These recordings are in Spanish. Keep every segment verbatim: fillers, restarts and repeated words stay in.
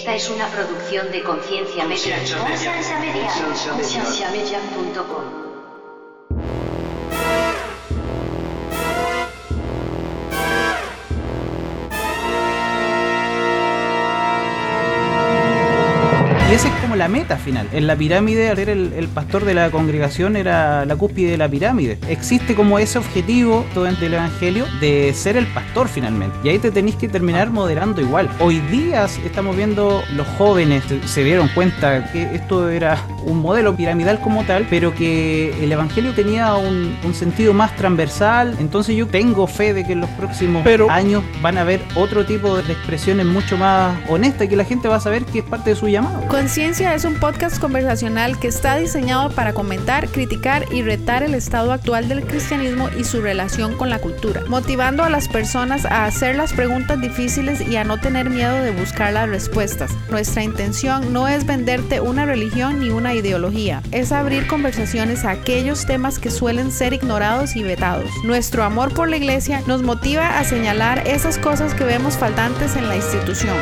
Esta es una producción de Conciencia Media. Conciencia Media. Conciencia Media punto com. Y esa es como la meta final. En la pirámide, al ser el, el pastor de la congregación, era la cúspide de la pirámide. Existe como ese objetivo durante el evangelio de ser el pastor finalmente. Y ahí te tenés que terminar moderando igual. Hoy día estamos viendo los jóvenes se, se dieron cuenta que esto era un modelo piramidal como tal, pero que el evangelio tenía un, un sentido más transversal. Entonces yo tengo fe de que en los próximos pero, años van a haber otro tipo de expresiones mucho más honestas, que la gente va a saber que es parte de su llamado. Conciencia es un podcast conversacional que está diseñado para comentar, criticar y retar el estado actual del cristianismo y su relación con la cultura, motivando a las personas a hacer las preguntas difíciles y a no tener miedo de buscar las respuestas. Nuestra intención no es venderte una religión ni una ideología, es abrir conversaciones a aquellos temas que suelen ser ignorados y vetados. Nuestro amor por la iglesia nos motiva a señalar esas cosas que vemos faltantes en la institución.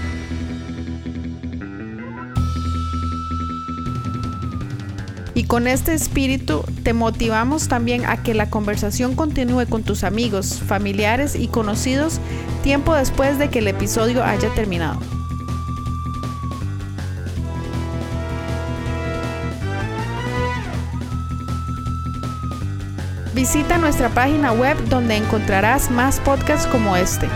Y con este espíritu te motivamos también a que la conversación continúe con tus amigos, familiares y conocidos tiempo después de que el episodio haya terminado. Visita nuestra página web donde encontrarás más podcasts como este.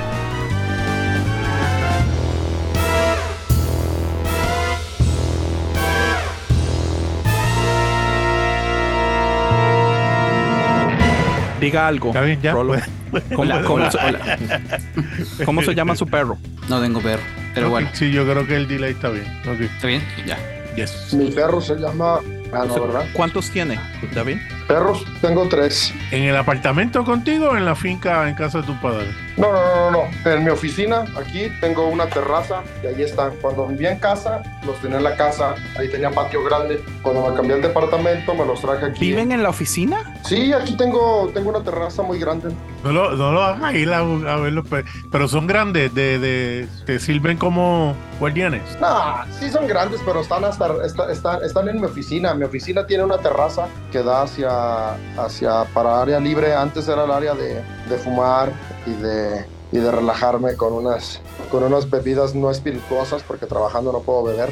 Diga algo. ¿Está bien ya? Rolo. Pues, ¿Cómo, hola, cómo hola. se, hola. ¿Cómo se llama su perro? No tengo perro, pero Ok, bueno. Sí, yo creo que el delay está bien. Okay. ¿Está bien? Ya. Yes. Mi perro se llama... Ah, no, ¿verdad? ¿Cuántos tiene, David? Perros, tengo tres. ¿En el apartamento contigo o en la finca en casa de tu padre? No, no, no, no, no. En mi oficina, aquí tengo una terraza y ahí están. Cuando vivía en casa, los tenía en la casa. Ahí tenía patio grande. Cuando me cambié al departamento, me los traje aquí. ¿Viven en la oficina? Sí, aquí tengo, tengo una terraza muy grande. No lo, no lo hagas ir a, a verlos, pe- pero son grandes, de, de, te sirven como guardianes. Nah, sí son grandes, pero están hasta está- están, están en mi oficina. Mi oficina tiene una terraza que da hacia, hacia para área libre. Antes era el área de, de fumar y de, y de relajarme con unas, con unas bebidas no espirituosas, porque trabajando no puedo beber.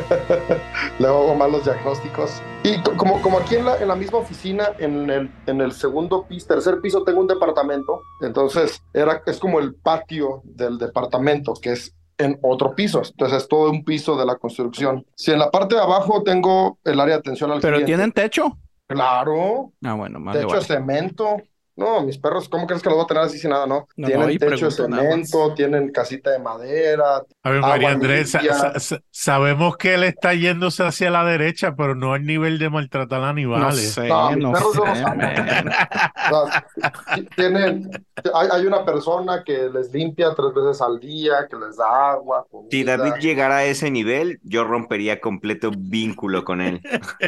Luego hago malos diagnósticos. Y co- como, como aquí en la, en la misma oficina, en el, en el segundo piso, tercer piso, tengo un departamento. Entonces era, es como el patio del departamento, que es en otro piso. Entonces es todo un piso de la construcción. Si en la parte de abajo tengo el área de atención al ¿Pero cliente. tienen techo? Claro, Ah, bueno, más le techo de vale. cemento. No, mis perros, ¿cómo crees que los voy a tener así sin nada? No, No, tienen no, y techo de pregunto nada cemento, más. tienen casita de madera, A ver, agua María Andrés, sa- limpia. sa- sa- sabemos que él está yéndose hacia la derecha, pero no al nivel de maltratar No animales. sé, No, mis no perros sé, no los saben. man. O sea, sí, tienen, hay, hay una persona que les limpia tres veces al día, que les da agua, Si comida. David llegara a ese nivel, yo rompería completo vínculo con él.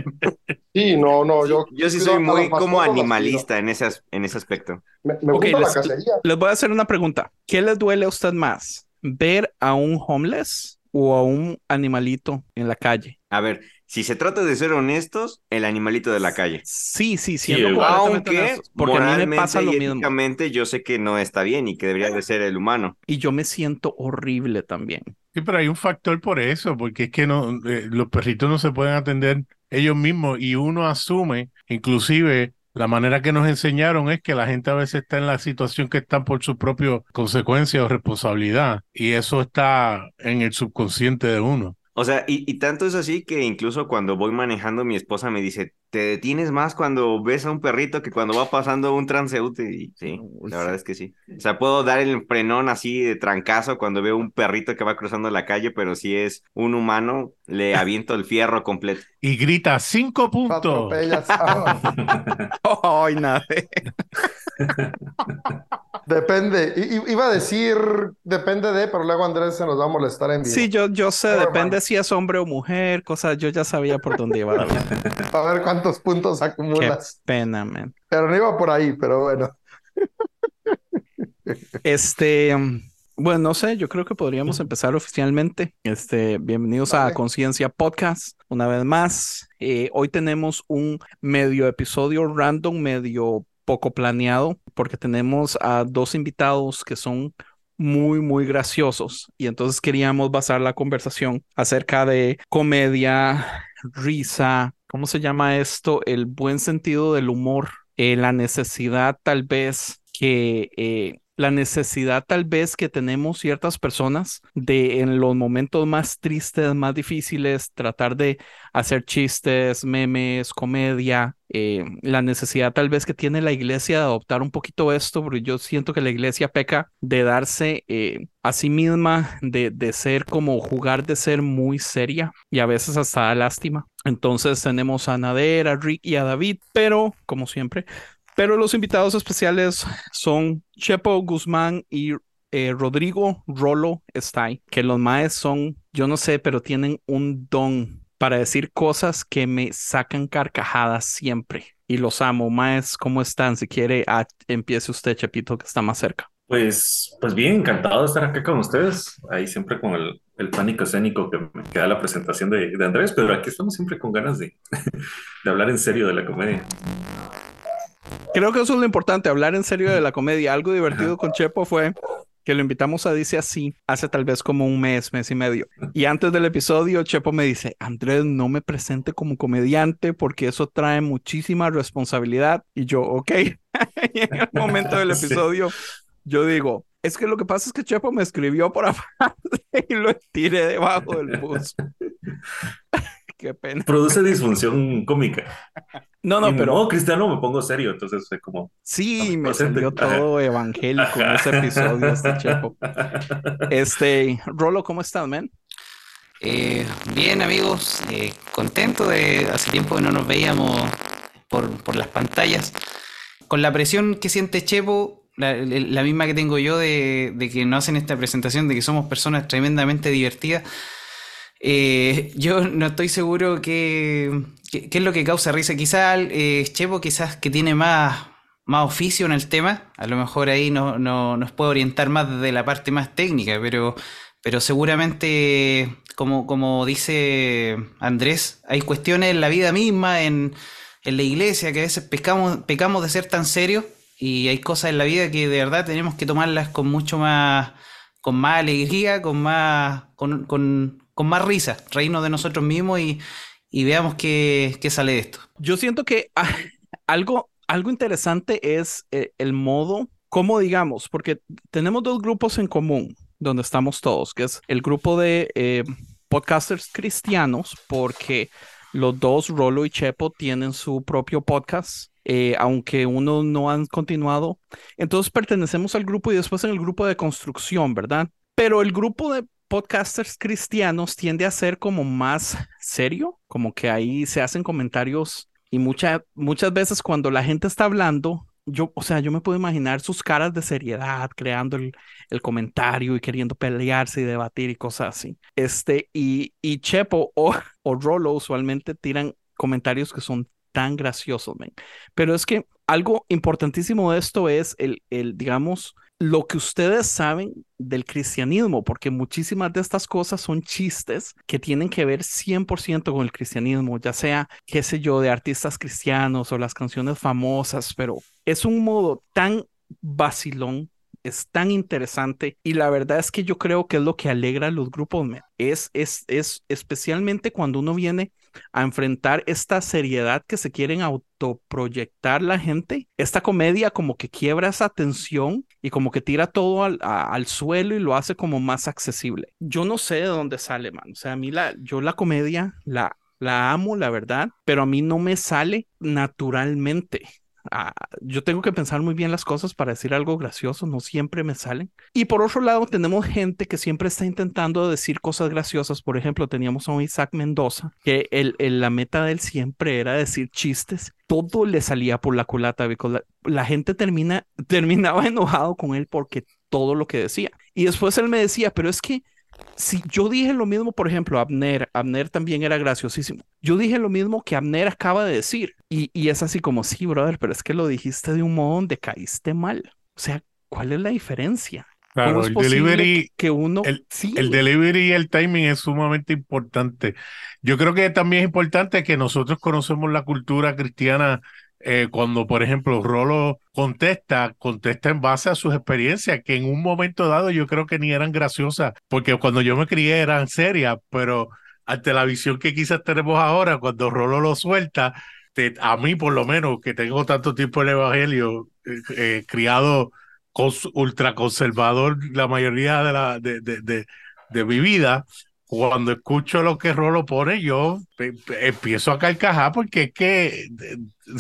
Sí, no, no, Sí, yo, yo sí cuido soy a las muy como mascotas, las cuido. animalista en ese, as- en ese aspecto. Me, me Ok, gusta la les, cacería. les voy a hacer una pregunta. ¿Qué les duele a usted más? ¿Ver a un homeless o a un animalito en la calle? A ver, si se trata de ser honestos, el animalito de la calle. Sí, sí, siendo el- completamente Aunque honestos, porque a mí me moralmente pasa lo y mismo. éticamente yo sé que no está bien y que debería de ser el humano. Y yo me siento horrible también. Sí, pero hay un factor por eso, porque es que no, eh, los perritos no se pueden atender ellos mismos y uno asume, inclusive la manera que nos enseñaron es que la gente a veces está en la situación que está por su propia consecuencia o responsabilidad y eso está en el subconsciente de uno. O sea, y, y tanto es así que incluso cuando voy manejando, mi esposa me dice, te detienes más cuando ves a un perrito que cuando va pasando un transeúnte. Y sí, Uy, la verdad sí. es que sí. O sea, puedo dar el frenón así de trancazo cuando veo un perrito que va cruzando la calle, pero si es un humano, le aviento el fierro completo. Y grita cinco Lo puntos. atropellas. Ah, Ay, nada. depende. I- i- iba a decir depende de, pero luego Andrés se nos va a molestar en vivo. Sí, yo, yo sé, Pero, depende hermano. si es hombre o mujer, cosas, yo ya sabía por dónde iba. David. A ver cuántos puntos Qué acumulas. pena, man. Pero no iba por ahí, pero bueno. Este, um, Bueno, no sé, yo creo que podríamos empezar oficialmente. Este, bienvenidos Dale. a Conciencia Podcast, una vez más. Eh, hoy tenemos un medio episodio random, medio poco planeado, porque tenemos a dos invitados que son muy, muy graciosos. Y entonces queríamos basar la conversación acerca de comedia, risa, ¿cómo se llama esto? El buen sentido del humor, eh, la necesidad tal vez que... eh, la necesidad tal vez que tenemos ciertas personas de en los momentos más tristes, más difíciles, tratar de hacer chistes, memes, comedia, eh, la necesidad tal vez que tiene la iglesia de adoptar un poquito esto, porque yo siento que la iglesia peca de darse eh, a sí misma, de, de ser como jugar de ser muy seria y a veces hasta da lástima. Entonces tenemos a Nader, a Rick y a David, pero como siempre... Pero los invitados especiales son Chepo Guzmán y eh, Rodrigo Rolo Stay, que los maes son, yo no sé, pero tienen un don para decir cosas que me sacan carcajadas siempre. Y los amo. Maes, ¿cómo están? Si quiere, ah, empiece usted, Chepito, que está más cerca. Pues, pues bien, encantado de estar acá con ustedes. Ahí siempre con el, el pánico escénico que me queda la presentación de, de Andrés, pero aquí estamos siempre con ganas de, de hablar en serio de la comedia. Creo que eso es lo importante, hablar en serio de la comedia. Algo divertido con Chepo fue que lo invitamos a Dice Así hace tal vez como un mes, mes y medio. Y antes del episodio, Chepo me dice, Andrés, no me presente como comediante porque eso trae muchísima responsabilidad. Y yo, ok. Y en el momento del episodio, sí. Yo digo, es que lo que pasa es que Chepo me escribió por aparte y lo tiré debajo del bus. Qué pena. Produce disfunción cómica. No, no, y pero... No, cristiano, me pongo serio, entonces fue como... Sí, me salió todo evangélico en ese episodio, este Chepo. Este, Rolo, ¿cómo estás, man? Eh, bien, amigos, eh, contento de... Hace tiempo que no nos veíamos por, por las pantallas. Con la presión que siente Chepo, la, la misma que tengo yo de, de que no hacen esta presentación, de que somos personas tremendamente divertidas. Eh, yo no estoy seguro que, que, qué es lo que causa risa. Quizás eh, Chepo, quizás que tiene más, más oficio en el tema, a lo mejor ahí no, no, nos puede orientar más desde la parte más técnica, pero, pero seguramente, como, como dice Andrés, hay cuestiones en la vida misma, en, en la iglesia, que a veces pecamos, pecamos de ser tan serios, y hay cosas en la vida que de verdad tenemos que tomarlas con mucho más, con más alegría, con más, con, con con más risa, reírnos de nosotros mismos y, y veamos qué, qué sale de esto. Yo siento que ah, algo, algo interesante es eh, el modo, como digamos, porque tenemos dos grupos en común donde estamos todos, que es el grupo de eh, podcasters cristianos, porque los dos, Rolo y Chepo, tienen su propio podcast, eh, aunque uno no han continuado. Entonces pertenecemos al grupo y después en el grupo de construcción, ¿verdad? Pero el grupo de podcasters cristianos tiende a ser como más serio, como que ahí se hacen comentarios y mucha, muchas veces cuando la gente está hablando, yo, o sea, yo me puedo imaginar sus caras de seriedad, creando el, el comentario y queriendo pelearse y debatir y cosas así. Este, y, y Chepo o, o Rolo usualmente tiran comentarios que son tan graciosos, man. Pero es que algo importantísimo de esto es el, el digamos, lo que ustedes saben del cristianismo, porque muchísimas de estas cosas son chistes que tienen que ver cien por ciento con el cristianismo, ya sea, qué sé yo, de artistas cristianos o las canciones famosas, pero es un modo tan vacilón, es tan interesante y la verdad es que yo creo que es lo que alegra a los grupos, man. Es, es, es especialmente cuando uno viene a enfrentar esta seriedad que se quieren autoproyectar la gente. Esta comedia como que quiebra esa tensión y como que tira todo al, a, al suelo y lo hace como más accesible. Yo no sé de dónde sale, man. O sea, a mí la, yo la comedia la, la amo, la verdad, pero a mí no me sale naturalmente. Ah, yo tengo que pensar muy bien las cosas para decir algo gracioso, no siempre me salen. Y por otro lado tenemos gente que siempre está intentando decir cosas graciosas. Por ejemplo, teníamos a un Isaac Mendoza que el, el, la meta de él siempre era decir chistes. Todo le salía por la culata, la, la gente termina, terminaba enojado con él porque todo lo que decía. Y después él me decía, pero es que si yo dije lo mismo, por ejemplo, Abner, Abner también era graciosísimo. Yo dije lo mismo que Abner acaba de decir. Y, y es así como, sí, brother, pero es que lo dijiste de un modo donde caíste mal. O sea, ¿cuál es la diferencia? Claro, ¿Cómo es el posible delivery, que uno... el, Sí, el delivery y el timing es sumamente importante. Yo creo que también es importante que nosotros conocemos la cultura cristiana eh, cuando, por ejemplo, Rolo contesta, contesta en base a sus experiencias, que en un momento dado yo creo que ni eran graciosas, porque cuando yo me crié eran serias, pero ante la visión que quizás tenemos ahora, cuando Rolo lo suelta, te- a mí por lo menos, que tengo tanto tiempo en el Evangelio, eh, eh, criado cons- ultraconservador la mayoría de, la, de, de, de, de mi vida, cuando escucho lo que Rolo pone, yo pe- pe- empiezo a carcajar porque es que eh,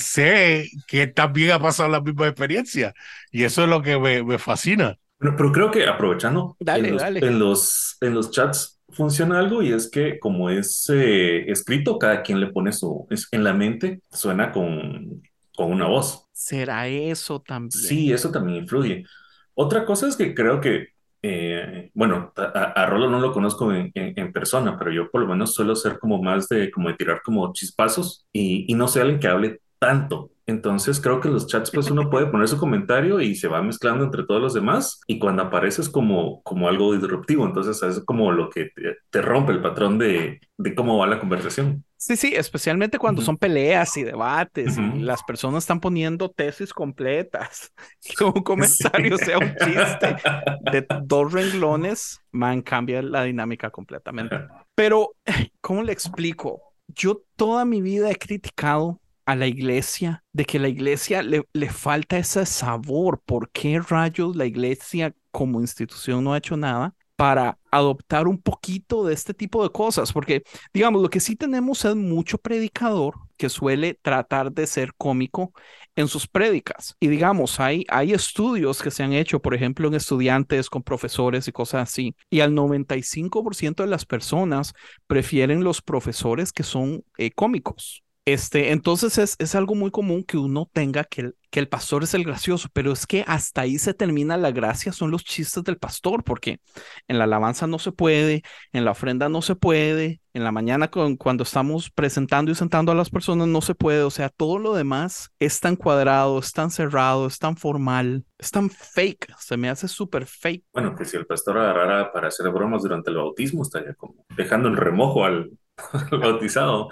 sé que también ha pasado la misma experiencia y eso es lo que me, me fascina. Bueno, pero creo que aprovechando en dale, los, dale. en los, en los chats funciona algo y es que como es eh, escrito, cada quien le pone su, es, en la mente, suena con, con una voz. ¿Será eso también? Sí, eso también influye. Otra cosa es que creo que, eh, bueno, a, a- a Rolo no lo conozco en, en- en persona, pero yo por lo menos suelo ser como más de, como de tirar como chispazos y, y no soy alguien que hable tanto. Entonces creo que los chats pues uno puede poner su comentario y se va mezclando entre todos los demás y cuando aparece es como, como algo disruptivo, entonces es como lo que te, te rompe el patrón de, de cómo va la conversación. Sí, sí, especialmente cuando Ujú, son peleas y debates y ujú. las personas están poniendo tesis completas. Que un Sí. comentario sea un chiste de dos renglones, man, cambia la dinámica completamente. Pero, ¿cómo le explico? Yo toda mi vida he criticado a la iglesia de que la iglesia le, le falta ese sabor. ¿Por qué rayos la iglesia como institución no ha hecho nada para adoptar un poquito de este tipo de cosas? Porque, digamos, lo que sí tenemos es mucho predicador que suele tratar de ser cómico en sus prédicas. Y digamos, hay, hay estudios que se han hecho, por ejemplo, en estudiantes con profesores y cosas así. Y al noventa y cinco por ciento de las personas prefieren los profesores que son eh, cómicos. Este, entonces es, es algo muy común que uno tenga que el, que el pastor es el gracioso, pero es que hasta ahí se termina la gracia, son los chistes del pastor, porque en la alabanza no se puede, en la ofrenda no se puede, en la mañana con, cuando estamos presentando y sentando a las personas no se puede, o sea, todo lo demás es tan cuadrado, es tan cerrado, es tan formal, es tan fake, se me hace súper fake. Bueno, que si el pastor agarrara para hacer bromas durante el bautismo, estaría como dejando en remojo al, al bautizado.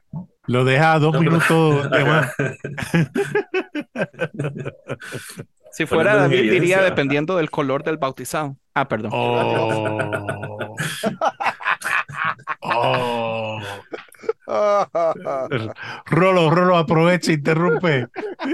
Lo deja a dos No, pero, minutos de más. ajá. Si fuera Poniendo en David, diría evidencia. dependiendo del color del bautizado. Ah, perdón. Oh, oh. Rolo, Rolo, aprovecha, interrumpe.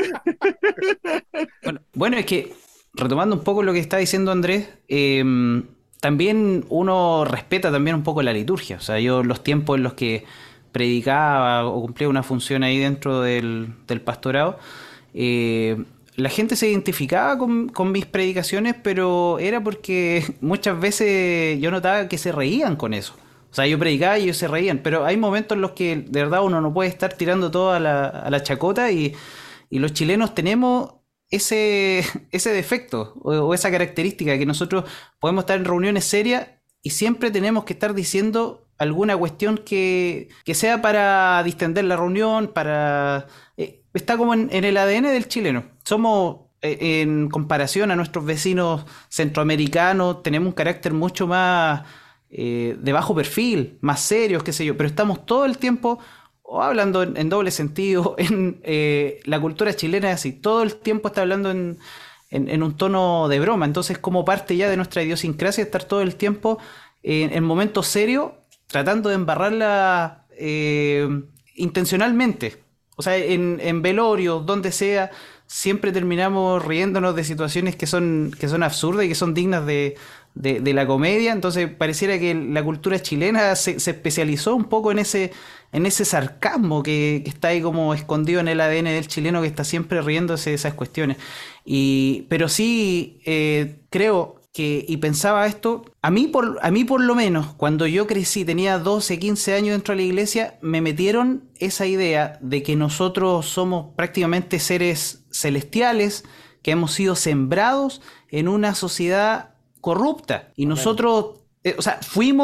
Bueno, bueno, es que retomando un poco lo que está diciendo Andrés, eh, también uno respeta también un poco la liturgia. O sea, yo los tiempos en los que predicaba o cumplía una función ahí dentro del, del pastorado, eh, la gente se identificaba con, con mis predicaciones, pero era porque muchas veces yo notaba que se reían con eso. O sea, yo predicaba y ellos se reían, pero hay momentos en los que de verdad uno no puede estar tirando todo a la, a la chacota y, y los chilenos tenemos ese, ese defecto o, o esa característica que nosotros podemos estar en reuniones serias y siempre tenemos que estar diciendo alguna cuestión que, que sea para distender la reunión, para... Eh, está como en, en el A D N del chileno. Somos, eh, en comparación a nuestros vecinos centroamericanos, tenemos un carácter mucho más eh, de bajo perfil, más serios, qué sé yo, pero estamos todo el tiempo o hablando en, en doble sentido, en eh, la cultura chilena es así, todo el tiempo está hablando en, en, en un tono de broma, entonces como parte ya de nuestra idiosincrasia estar todo el tiempo en, en momentos serios tratando de embarrarla eh, intencionalmente, o sea, en, en velorios, donde sea, siempre terminamos riéndonos de situaciones que son, que son absurdas y que son dignas de, de, de la comedia, entonces pareciera que la cultura chilena se, se especializó un poco en ese, en ese sarcasmo que, que está ahí como escondido en el A D N del chileno, que está siempre riéndose de esas cuestiones. Y, pero sí eh, creo que, y pensaba esto, a mí, por, a mí por lo menos, cuando yo crecí, tenía doce, quince años dentro de la iglesia, me metieron esa idea de que nosotros somos prácticamente seres celestiales, que hemos sido sembrados en una sociedad corrupta. Y nosotros, eh, o sea, fuimos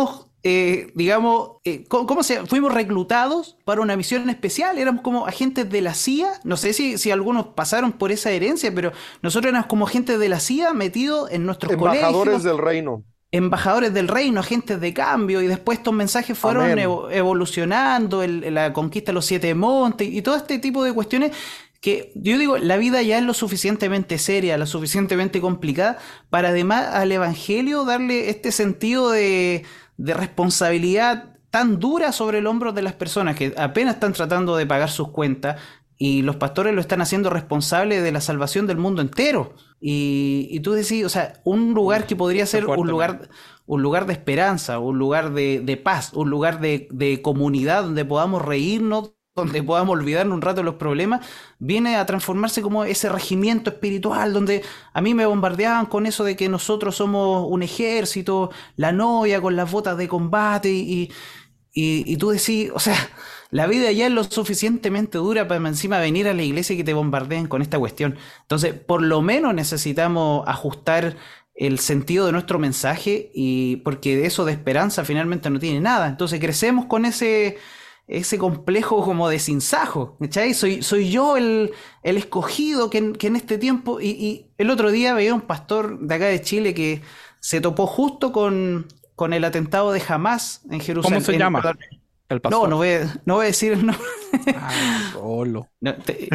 eh, digamos, eh, ¿cómo, cómo se fuimos reclutados para una misión especial? Éramos como agentes de la C I A. No sé si, si algunos pasaron por esa herencia, pero nosotros éramos como agentes de la C I A metidos en nuestros Embajadores colegios. del reino. Embajadores del reino, agentes de cambio, y después estos mensajes fueron evo- evolucionando, el, la conquista de los siete montes y todo este tipo de cuestiones que yo digo, la vida ya es lo suficientemente seria, lo suficientemente complicada, para además al evangelio darle este sentido de, de responsabilidad tan dura sobre el hombro de las personas que apenas están tratando de pagar sus cuentas, y los pastores lo están haciendo responsable de la salvación del mundo entero. Y, y tú decís, o sea, un lugar que podría ser un lugar, un lugar de esperanza, un lugar de, de paz, un lugar de, de comunidad donde podamos reírnos, donde podamos olvidarnos un rato de los problemas, viene a transformarse como ese regimiento espiritual, donde a mí me bombardeaban con eso de que nosotros somos un ejército, la novia con las botas de combate, y, y, y tú decís, o sea, la vida ya es lo suficientemente dura para encima venir a la iglesia y que te bombardeen con esta cuestión. Entonces, por lo menos necesitamos ajustar el sentido de nuestro mensaje, y porque de eso de esperanza finalmente no tiene nada. Entonces crecemos con ese... ese complejo como de sinsajo, ¿cachai? Soy, soy yo el, el escogido que en, que en este tiempo... Y, y el otro día veía un pastor de acá de Chile que se topó justo con, con el atentado de Hamas en Jerusalén. ¿Cómo se en, llama? perdón, El pastor. No, no voy, a, no voy a decir el nombre. Ah, Rolo. No, te,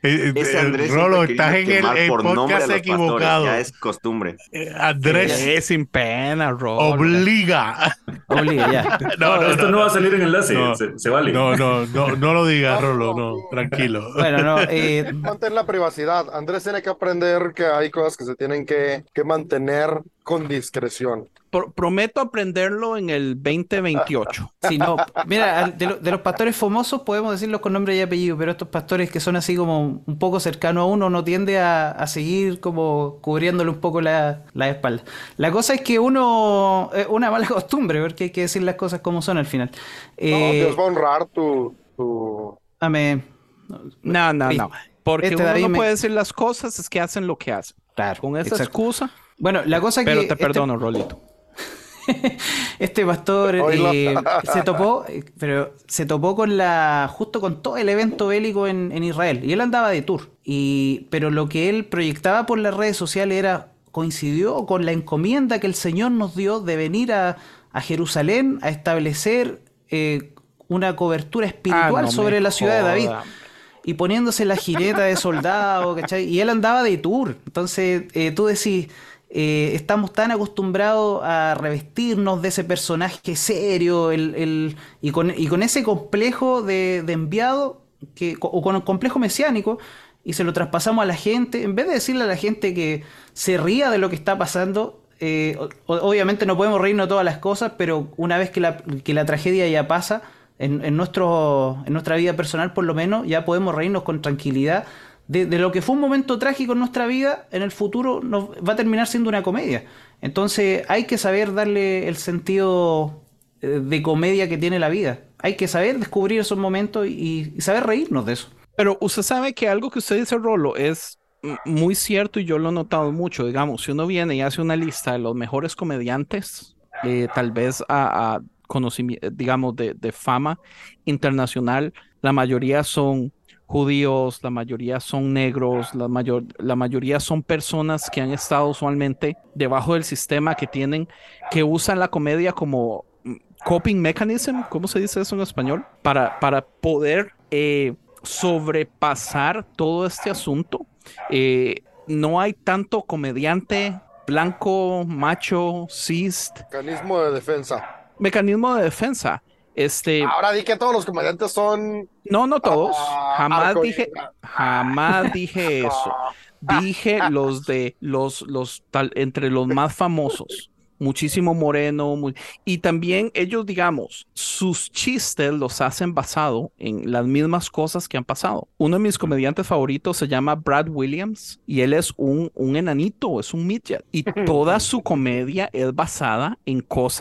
Ese Andrés Rolo, siempre estás en queriendo el, quemar el por nombre a podcast los equivocado. pastores, ya es costumbre. Eh, Andrés Eh, sin pena, Rolo. obliga. obliga ya. No, no, Esto no, no, no. va a salir en enlace, No. se, se vale. No, no, no, no lo digas, Rolo, no, tranquilo. Bueno, no, eh, Mantener la privacidad. Andrés tiene que aprender que hay cosas que se tienen que, que mantener con discreción. Pro- prometo aprenderlo en el veinte veintiocho. si no, mira, de, lo- de los pastores famosos podemos decirlos con nombre y apellido, pero estos pastores que son así como un poco cercanos a uno, no tiende a, a seguir como cubriéndole un poco la, la espalda. La cosa es que uno, es una mala costumbre, porque hay que decir las cosas como son al final. No, Eh, Dios va a honrar tu... tu... amén. No, no, no. Porque Este uno David no me- puede decir las cosas, es que hacen lo que hacen. Claro, Con esa exacto. excusa, Bueno, la cosa pero que te este- perdono, Rolito. este pastor Oílo. eh, se topó, eh, pero se topó con la, justo con todo el evento bélico en, en Israel, y él andaba de tour, y, pero lo que él proyectaba por las redes sociales era, coincidió con la encomienda que el Señor nos dio de venir a, a Jerusalén a establecer eh, una cobertura espiritual Ah, no sobre me la ciudad de David. joda. Y poniéndose la jineta de soldado, ¿cachai? Y él andaba de tour. Entonces, eh, tú decís, eh, estamos tan acostumbrados a revestirnos de ese personaje serio, el, el- y, con, y con ese complejo de, de enviado, que, o con el complejo mesiánico, y se lo traspasamos a la gente, en vez de decirle a la gente que se ría de lo que está pasando. eh, o- obviamente no podemos reírnos de todas las cosas, pero una vez que la, que la tragedia ya pasa, en, en, nuestro, en nuestra vida personal por lo menos, ya podemos reírnos con tranquilidad de, de lo que fue un momento trágico en nuestra vida. En el futuro nos va a terminar siendo una comedia. Entonces hay que saber darle el sentido eh, de comedia que tiene la vida. Hay que saber descubrir esos momentos y, y saber reírnos de eso. Pero usted sabe que algo que usted dice, Rolo, es m- muy cierto, y yo lo he notado mucho. Digamos, si uno viene y hace una lista de los mejores comediantes, eh, tal vez a, a conocimiento, digamos, de, de fama internacional, la mayoría son judíos, la mayoría son negros, la mayor, la mayoría son personas que han estado usualmente debajo del sistema, que tienen, que usan la comedia como mm, coping mechanism, ¿cómo se dice eso en español? Para, para poder eh, sobrepasar todo este asunto. Eh, no hay tanto comediante blanco, macho, cis, Mecanismo de defensa. mecanismo de defensa. Este, Ahora di que todos los comediantes son... no, no todos. Ah, Jamás arco- dije, jamás dije eso. Dije los de los, los tal, entre los más famosos. Muchísimo Moreno, muy- y también ellos, digamos, sus chistes los hacen basado en las mismas cosas que han pasado. Uno de mis comediantes favoritos se llama Brad Williams, y él es un, un enanito, es un midget, y toda su comedia es basada en cosas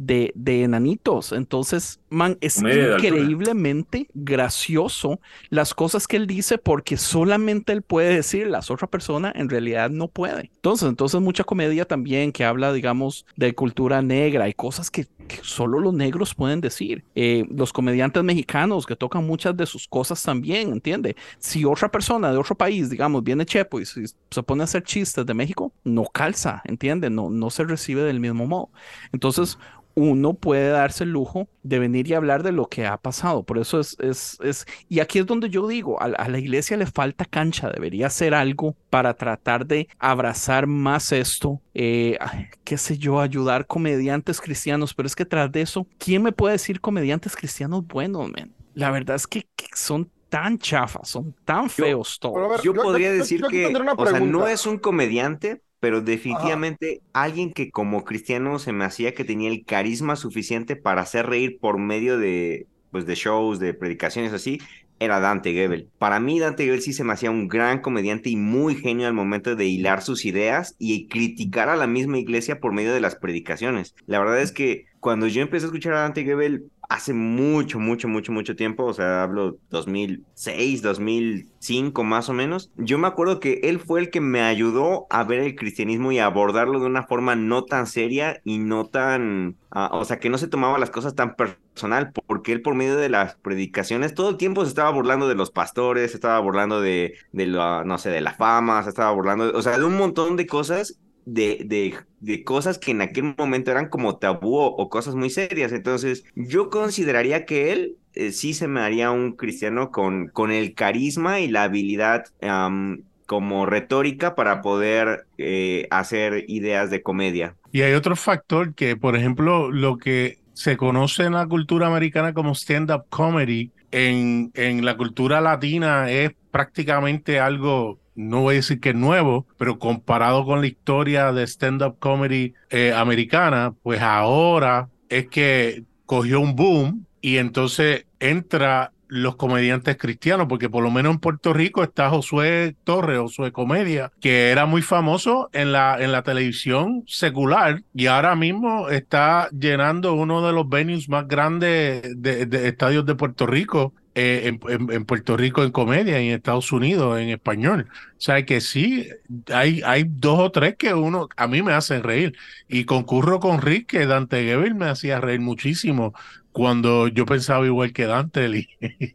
de, de enanitos. Entonces, man, es Comedia de increíblemente gracioso las cosas que él dice porque solamente él puede decir, las otras personas en realidad no puede. Entonces, entonces mucha comedia también que habla, digamos, de cultura negra y cosas que, que solo los negros pueden decir. Eh, los comediantes mexicanos que tocan muchas de sus cosas también, ¿entiende? Si otra persona de otro país, digamos, viene Chepo y si se pone a hacer chistes de México, no calza, ¿entiende? No, no se recibe del mismo modo. Entonces, uno puede darse el lujo de venir y hablar de lo que ha pasado. Por eso es, es, es y aquí es donde yo digo, a, a la iglesia le falta cancha, debería hacer algo para tratar de abrazar más esto, eh, qué sé yo, ayudar comediantes cristianos, pero es que tras de eso, ¿quién me puede decir comediantes cristianos buenos, man? La verdad es que, que son tan chafas, son tan feos Pero a todos. ver, Yo yo- podría yo- yo- decir yo aquí que, tendré una o sea, no pregunta. es un comediante, pero Ajá. definitivamente alguien que como cristiano se me hacía que tenía el carisma suficiente para hacer reír por medio de, pues, de shows, de predicaciones así, era Dante Gebel. Para mí Dante Gebel sí se me hacía un gran comediante y muy genio al momento de hilar sus ideas y criticar a la misma iglesia por medio de las predicaciones. La verdad es que cuando yo empecé a escuchar a Dante Gebel hace mucho, mucho, mucho, mucho tiempo, o sea, hablo dos mil seis, dos mil cinco más o menos, yo me acuerdo que él fue el que me ayudó a ver el cristianismo y a abordarlo de una forma no tan seria y no tan, uh, o sea, que no se tomaba las cosas tan personal, porque él por medio de las predicaciones todo el tiempo se estaba burlando de los pastores, se estaba burlando de, de la, no sé, de la fama, se estaba burlando, o sea, de un montón de cosas de, de, de cosas que en aquel momento eran como tabú o, o cosas muy serias. Entonces, yo consideraría que él eh, sí se me haría un cristiano con, con el carisma y la habilidad um, como retórica para poder eh, hacer ideas de comedia. Y hay otro factor que, por ejemplo, lo que se conoce en la cultura americana como stand-up comedy, en, en la cultura latina es prácticamente algo, no voy a decir que es nuevo, pero comparado con la historia de stand-up comedy eh, americana, pues ahora es que cogió un boom y entonces entra los comediantes cristianos, porque por lo menos en Puerto Rico está Josué Torres, Josué Comedia, que era muy famoso en la, en la televisión secular y ahora mismo está llenando uno de los venues más grandes de, de estadios de Puerto Rico. Eh, en, en, en Puerto Rico en comedia y en Estados Unidos en español. O sea que sí, hay, hay dos o tres que uno, a mí me hacen reír. Y concurro con Rick, que Dante Gebel me hacía reír muchísimo cuando yo pensaba igual que Dante y,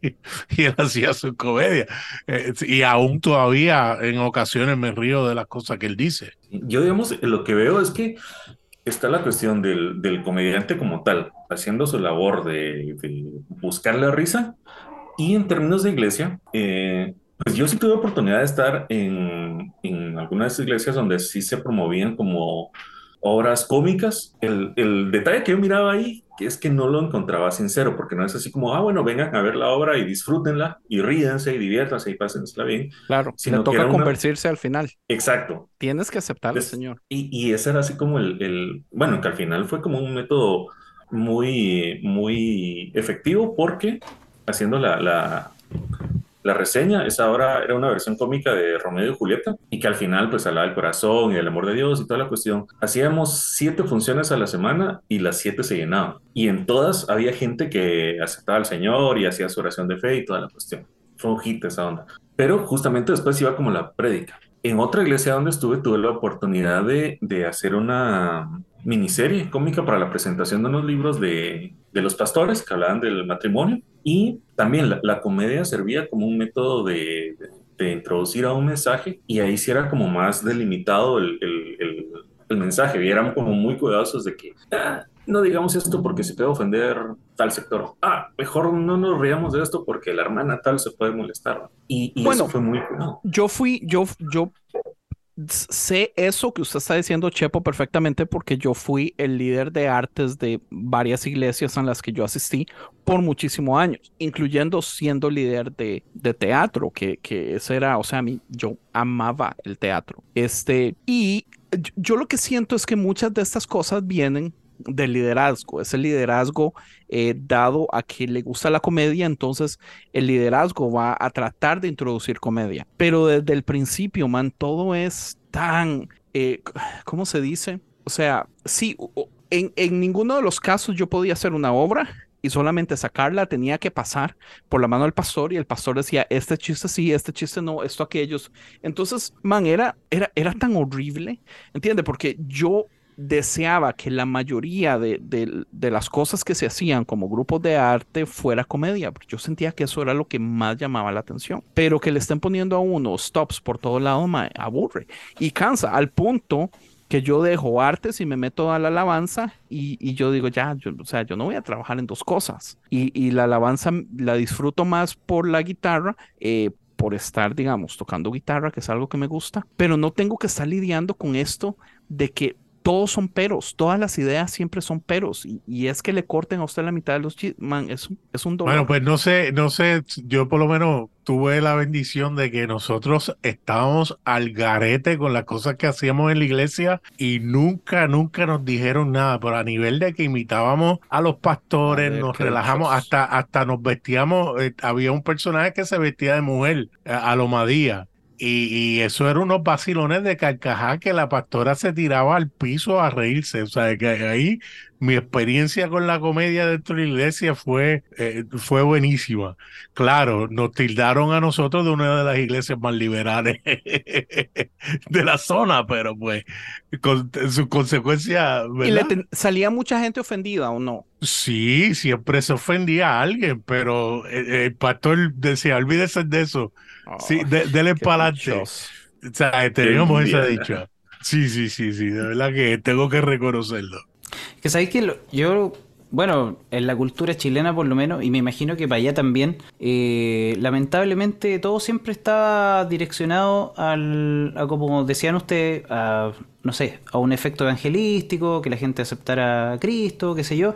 y él hacía su comedia. Eh, y aún todavía en ocasiones me río de las cosas que él dice. Yo, digamos, lo que veo es que está la cuestión del, del comediante como tal, haciendo su labor de, de buscar la risa. Y en términos de iglesia, eh, pues yo sí tuve oportunidad de estar en, en algunas iglesias donde sí se promovían como obras cómicas. El, el detalle que yo miraba ahí es que no lo encontraba sincero, porque no es así como, ah, bueno, vengan a ver la obra y disfrútenla y ríense y diviértanse y pásensela bien. Claro, Sino le que toca era una... convertirse al final. Exacto. Tienes que aceptarlo, Es, señor. Y, y ese era así como el, el, bueno, que al final fue como un método muy, muy efectivo porque haciendo la, la, la reseña, esa obra era una versión cómica de Romeo y Julieta y que al final pues hablaba del corazón y del amor de Dios y toda la cuestión. Hacíamos siete funciones a la semana y las siete se llenaban. Y en todas había gente que aceptaba al Señor y hacía su oración de fe y toda la cuestión. Fue un hit esa onda. Pero justamente después iba como la prédica. En otra iglesia donde estuve tuve la oportunidad de, de hacer una miniserie cómica para la presentación de unos libros de, de los pastores que hablaban del matrimonio y también la, la comedia servía como un método de, de, de introducir a un mensaje y ahí sí era como más delimitado el, el, el, el mensaje y eran como muy cuidadosos de que ah, no digamos esto porque se puede ofender tal sector. Ah, mejor no nos riamos de esto porque la hermana tal se puede molestar. Y, y bueno, eso fue muy cuidado. Yo fui, yo, yo sé eso que usted está diciendo, Chepo, perfectamente porque yo fui el líder de artes de varias iglesias en las que yo asistí por muchísimos años, incluyendo siendo líder de, de teatro, que, que ese era, o sea, a mí, yo amaba el teatro. Este, y yo lo que siento es que muchas de estas cosas vienen del liderazgo, ese liderazgo eh, dado a que le gusta la comedia, entonces el liderazgo va a tratar de introducir comedia, pero desde el principio, man, todo es tan, eh, ¿cómo se dice? O sea, sí, en, en ninguno de los casos yo podía hacer una obra y solamente sacarla, tenía que pasar por la mano del pastor y el pastor decía, este chiste sí, este chiste no, esto aquellos. Entonces, man, era, era, era tan horrible, ¿entiendes? Porque yo deseaba que la mayoría de, de, de las cosas que se hacían como grupos de arte fuera comedia, porque yo sentía que eso era lo que más llamaba la atención. Pero que le estén poniendo a uno stops por todo lado, me aburre y cansa, al punto que yo dejo artes y me meto a la alabanza y, y yo digo, ya, yo, o sea, yo no voy a trabajar en dos cosas. Y, y la alabanza la disfruto más por la guitarra, eh, por estar, digamos, tocando guitarra, que es algo que me gusta, pero no tengo que estar lidiando con esto de que todos son peros, todas las ideas siempre son peros, y, y es que le corten a usted la mitad de los chistes, man, es, es un dolor. Bueno, pues no sé, no sé, yo por lo menos tuve la bendición de que nosotros estábamos al garete con las cosas que hacíamos en la iglesia y nunca, nunca nos dijeron nada, pero a nivel de que imitábamos a los pastores, Joder, nos qué relajamos, dichosos. hasta, hasta nos vestíamos, eh, había un personaje que se vestía de mujer, a, a lo Madía. Y, y eso eran unos vacilones de carcajá que la pastora se tiraba al piso a reírse. O sea, que ahí mi experiencia con la comedia dentro de la iglesia fue, eh, fue buenísima. Claro, nos tildaron a nosotros de una de las iglesias más liberales de la zona, pero pues con sus consecuencias, ¿Y le ¿verdad? ten- salía mucha gente ofendida o no? Sí, siempre se ofendía a alguien, pero el, el pastor decía, olvídese de eso. Sí, Ay, de, dele qué para adelante. dichoso. O sea, Qué teníamos esa envidia. dicha. Sí, sí, sí, sí, de verdad que tengo que reconocerlo. Que sabéis que lo- yo, bueno, en la cultura chilena por lo menos, y me imagino que para allá también, eh, lamentablemente todo siempre estaba direccionado al, a, como decían ustedes, a, no sé, a un efecto evangelístico, que la gente aceptara a Cristo, qué sé yo.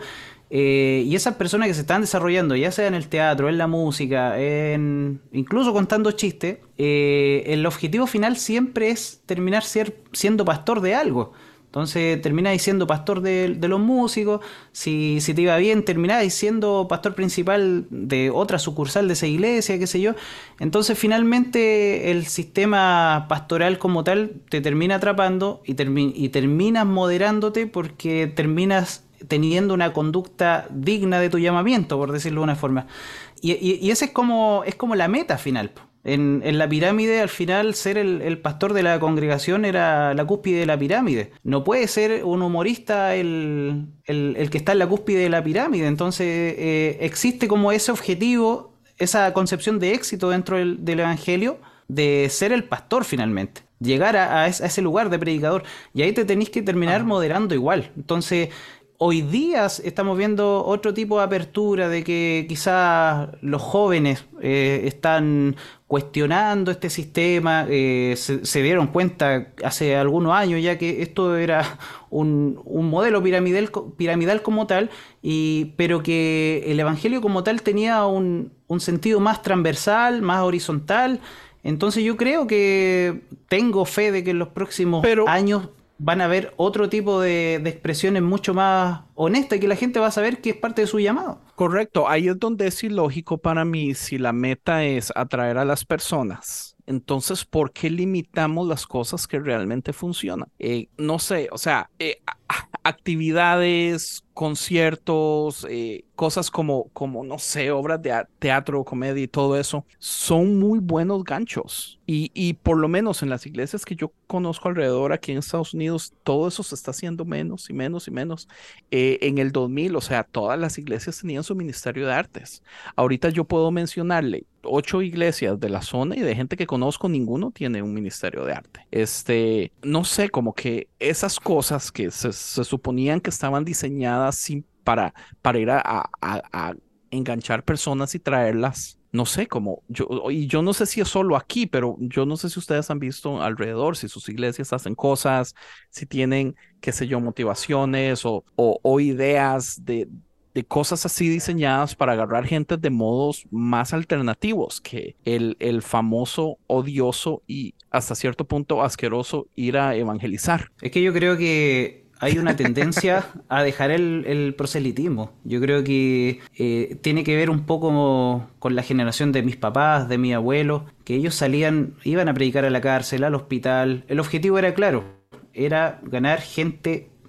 Eh, y esas personas que se están desarrollando, ya sea en el teatro, en la música, en incluso contando chistes, eh, el objetivo final siempre es terminar ser, siendo pastor de algo. Entonces termináis siendo pastor de, de los músicos, si, si te iba bien termináis siendo pastor principal de otra sucursal de esa iglesia, qué sé yo. Entonces finalmente el sistema pastoral como tal te termina atrapando y, termi- y terminas moderándote porque terminas teniendo una conducta digna de tu llamamiento, por decirlo de una forma. Y, y, y esa es como, es como la meta final, po. En, en la pirámide, al final, ser el, el pastor de la congregación era la cúspide de la pirámide. No puede ser un humorista el, el, el que está en la cúspide de la pirámide. Entonces, eh, existe como ese objetivo, esa concepción de éxito dentro del, del evangelio, de ser el pastor finalmente. Llegar a, a ese lugar de predicador. Y ahí te tenés que terminar moderando igual. Entonces, hoy día estamos viendo otro tipo de apertura de que quizás los jóvenes eh, están cuestionando este sistema, eh, se, se dieron cuenta hace algunos años ya que esto era un, un modelo piramidal, piramidal como tal, y, pero que el evangelio como tal tenía un, un sentido más transversal, más horizontal. Entonces yo creo que tengo fe de que en los próximos Pero- años van a haber otro tipo de, de expresiones mucho más honestas y que la gente va a saber que es parte de su llamado. Correcto, ahí es donde es ilógico para mí si la meta es atraer a las personas. Entonces, ¿por qué limitamos las cosas que realmente funcionan? Eh, no sé, o sea, eh, a- a- actividades, conciertos, eh, cosas como, como, no sé, obras de a- teatro, comedia y todo eso, son muy buenos ganchos. Y, y por lo menos en las iglesias que yo conozco alrededor aquí en Estados Unidos, todo eso se está haciendo menos y menos y menos. Eh, en el dos mil, o sea, todas las iglesias tenían su ministerio de artes. Ahorita yo puedo mencionarle ocho iglesias de la zona y de gente que conozco, ninguno tiene un ministerio de arte. Este, no sé, como que esas cosas que se, se suponían que estaban diseñadas sin, para, para ir a, a, a, a enganchar personas y traerlas. No sé, como yo, y yo no sé si es solo aquí, pero yo no sé si ustedes han visto alrededor, si sus iglesias hacen cosas, si tienen, qué sé yo, motivaciones o, o, o ideas de, de cosas así diseñadas para agarrar gente de modos más alternativos que el, el famoso, odioso y hasta cierto punto asqueroso ir a evangelizar. Es que yo creo que hay una tendencia a dejar el, el proselitismo. Yo creo que eh, tiene que ver un poco con la generación de mis papás, de mi abuelo, que ellos salían, iban a predicar a la cárcel, al hospital. El objetivo era claro, era ganar gente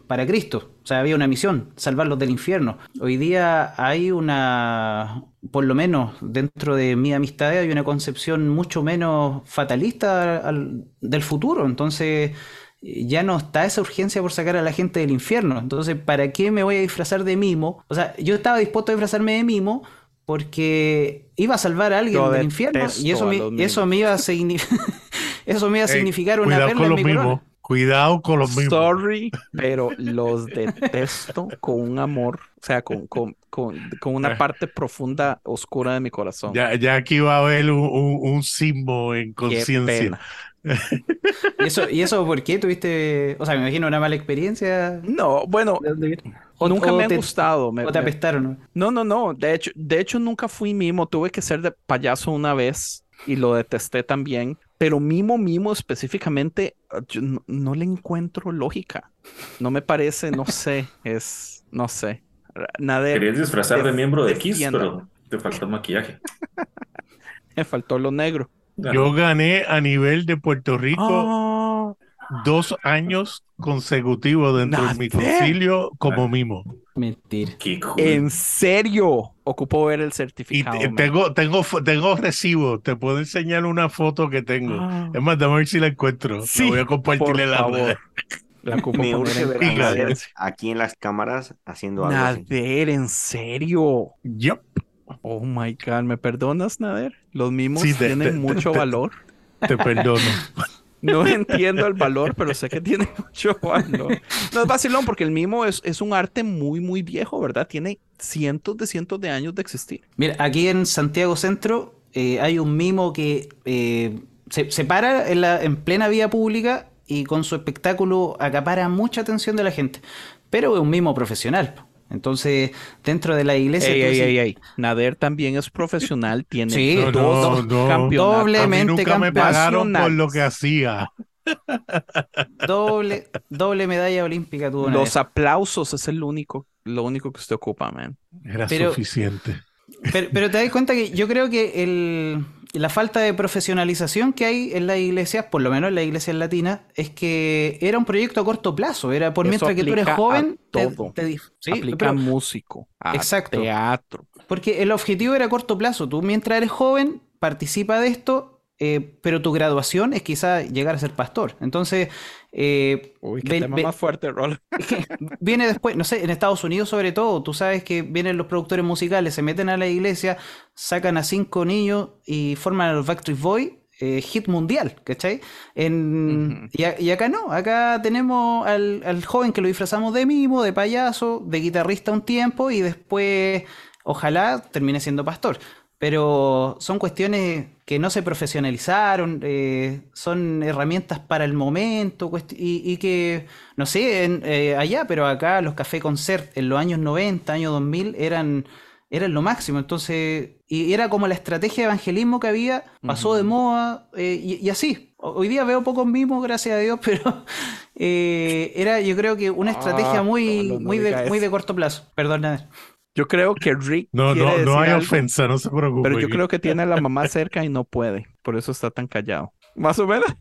para Cristo. O sea, había una misión, salvarlos del infierno. Hoy día hay una, por lo menos dentro de mi amistad, hay una concepción mucho menos fatalista al, del futuro. Entonces ya no está esa urgencia por sacar a la gente del infierno. Entonces, ¿para qué me voy a disfrazar de mimo? O sea, yo estaba dispuesto a disfrazarme de mimo porque iba a salvar a alguien Yo del infierno y eso detesto a me, los eso me iba a significar eso me iba a Ey, significar una cuidado perla con en los mi corona. mismos. Cuidado con los mismos. Sorry, pero los detesto con un amor, o sea, con, con, con, con una parte profunda, oscura de mi corazón. Ya, ya aquí va a haber un, un, un sismo en Qué conciencia. pena. ¿Y eso, ¿Y eso por qué tuviste? O sea, me imagino una mala experiencia. No, bueno, ¿De dónde viene? nunca o me ha te- gustado. me- ¿O te me- apestaron? ¿No? No, no, no. De hecho, de hecho, nunca fui mimo. Tuve que ser de payaso una vez y lo detesté también. Pero mimo, mimo específicamente, yo no, no le encuentro lógica. No me parece, no sé, es, no sé. Nader, Querías disfrazar de def- miembro de Kiss, defiéndame. pero te faltó maquillaje. Me faltó lo negro. Yo gané a nivel de Puerto Rico Ah, dos años consecutivos dentro del Nader. microcilio como Ah. mimo. Mentira. Qué cool. ¿En serio? Ocupo ver el Y certificado. te- man. tengo, tengo, fo- tengo recibo. Te puedo enseñar una foto que tengo. Ah. Es más, dame a ver si la encuentro. Sí, la voy a compartir por en la favor. red. La ocupo Me poner urge en ver a Nader consideración. aquí en las cámaras haciendo algo así. Nader, ¿en serio? Yup. Oh my God, ¿me perdonas, Nader? Los mimos Sí, te- tienen te- mucho te- valor. Te perdono. No entiendo el valor, pero sé que tiene mucho valor. No es vacilón, porque el mimo es, es un arte muy, muy viejo, ¿verdad? Tiene cientos de cientos de años de existir. Mira, aquí en Santiago Centro eh, hay un mimo que eh, se, se para en, la, en plena vía pública y con su espectáculo acapara mucha atención de la gente. Pero es un mimo profesional. Entonces, dentro de la iglesia... Ey, tú ey, dices- ey, ey. Nader también es profesional, tiene Sí, No, dos no, no. campeonatos. A mí Doblemente nunca me campeón pagaron por nacionales. lo que hacía. Doble, doble medalla olímpica tuvo una Los vez. aplausos es el único, lo único que usted ocupa, man. Era Pero- suficiente. Pero, pero te das cuenta que yo creo que el, la falta de profesionalización que hay en las iglesias, por lo menos en las iglesias latinas, es que era un proyecto a corto plazo. Era por Eso mientras que tú eres aplica a joven, te- todo. te di- sí, Aplica pero- a músico, a Exacto. teatro. porque el objetivo era a corto plazo. Tú mientras eres joven, participa de esto, eh, pero tu graduación es quizá llegar a ser pastor. Entonces, eh, Uy, qué ve- tema ve- más fuerte, Rol. viene después, no sé, en Estados Unidos sobre todo, tú sabes que vienen los productores musicales, se meten a la iglesia, sacan a cinco niños y forman a los Backstreet Boys, eh, hit mundial, ¿cachai? En, Ujú. y, a- y acá no, acá tenemos al, al joven que lo disfrazamos de mimo, de payaso, de guitarrista un tiempo y después, ojalá, termine siendo pastor. Pero son cuestiones que no se profesionalizaron, eh, son herramientas para el momento cuest- y, y que, no sé, en, eh, allá, pero acá los café concert en los años noventa, años dos mil eran, eran lo máximo. Entonces, y era como la estrategia de evangelismo que había, pasó Ujú. de moda eh, y, y así. Ho- Hoy día veo pocos mimos, gracias a Dios, pero eh, era yo creo que una estrategia Ah, muy, no, no muy, diga de, muy eso. de corto plazo. Perdón, Nader. Yo creo que Rick No, quiere no, no decir hay algo, ofensa, no se preocupe. pero yo creo que tiene a la mamá cerca y no puede. Por eso está tan callado. Más o menos.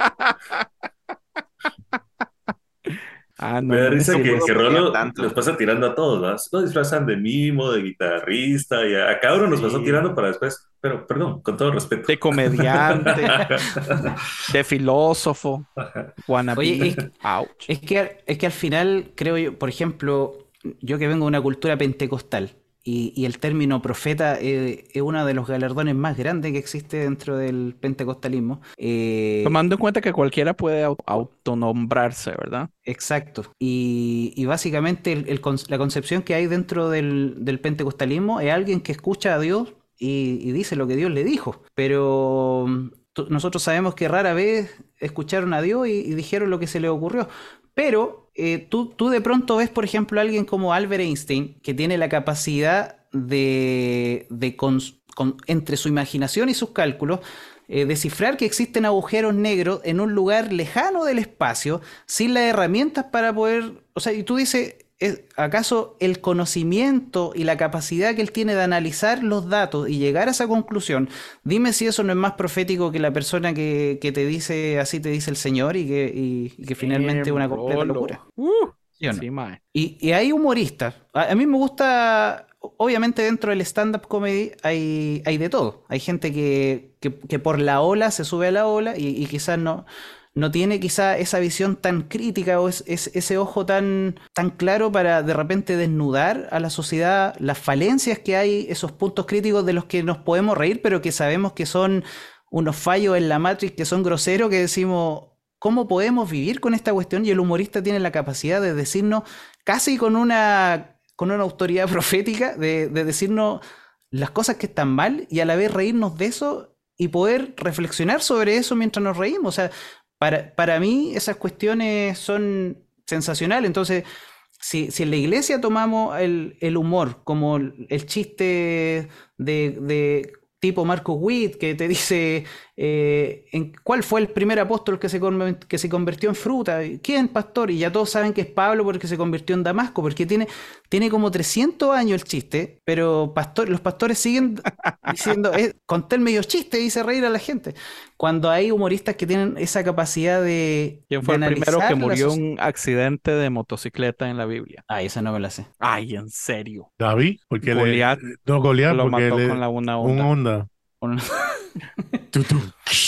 Ah, no, Me da no, risa sí, que, puedo que pelear Rolo tanto. los pasa tirando a todos, ¿verdad? Lo disfrazan de mimo, de guitarrista, y a cada uno nos pasó Sí. tirando para después, pero perdón, con todo respeto. de comediante, de filósofo, wannabe. Oye, es- Ouch. Es que, es que al final, creo yo, por ejemplo, yo que vengo de una cultura pentecostal y, y el término profeta eh, es uno de los galardones más grandes que existe dentro del pentecostalismo. Eh, Tomando en cuenta que cualquiera puede au- autonombrarse, ¿verdad? exacto. Y, y básicamente el- el con- la concepción que hay dentro del, del pentecostalismo es alguien que escucha a Dios y, y dice lo que Dios le dijo. Pero mm, tú- nosotros sabemos que rara vez escucharon a Dios y, y dijeron lo que se les ocurrió. Pero eh, tú, tú de pronto ves, por ejemplo, a alguien como Albert Einstein, que tiene la capacidad de, de cons- con- entre su imaginación y sus cálculos, eh, descifrar que existen agujeros negros en un lugar lejano del espacio, sin las herramientas para poder... O sea, y tú dices, ¿es- ¿acaso el conocimiento y la capacidad que él tiene de analizar los datos y llegar a esa conclusión? Dime si eso no es más profético que la persona que, que te dice, así te dice el Señor y que, y- y que finalmente es una completa Rolo. locura. Uh, ¿Sí o no? Sí, mae. Y, y hay humoristas. A, a mí me gusta, obviamente dentro del stand-up comedy hay, hay de todo. Hay gente que, que, que por la ola se sube a la ola y, y quizás no, no tiene quizá esa visión tan crítica o es, es, ese ojo tan, tan claro para de repente desnudar a la sociedad las falencias que hay, esos puntos críticos de los que nos podemos reír, pero que sabemos que son unos fallos en la Matrix que son groseros, que decimos... ¿Cómo podemos vivir con esta cuestión? Y el humorista tiene la capacidad de decirnos, casi con una, con una autoridad profética, de, de decirnos las cosas que están mal y a la vez reírnos de eso y poder reflexionar sobre eso mientras nos reímos. O sea, para, para mí esas cuestiones son sensacionales. Entonces, si, si en la iglesia tomamos el, el humor como el chiste de... de tipo Marcus Witt, que te dice eh, en, ¿cuál fue el primer apóstol que se, que se convirtió en fruta? ¿Quién, pastor? Y ya todos saben que es Pablo porque se convirtió en Damasco, porque tiene, tiene como trescientos años el chiste, pero pastor, los pastores siguen diciendo, eh, conté el medio chiste y hice reír a la gente. Cuando hay humoristas que tienen esa capacidad de ¿Quién fue de el primero que murió so en un accidente de motocicleta en la Biblia? Ah, esa no me la sé. Ay, en serio. David, porque Goliat le, no, Goliat lo porque mató le, con la una un onda. onda. Un- Tu, tu.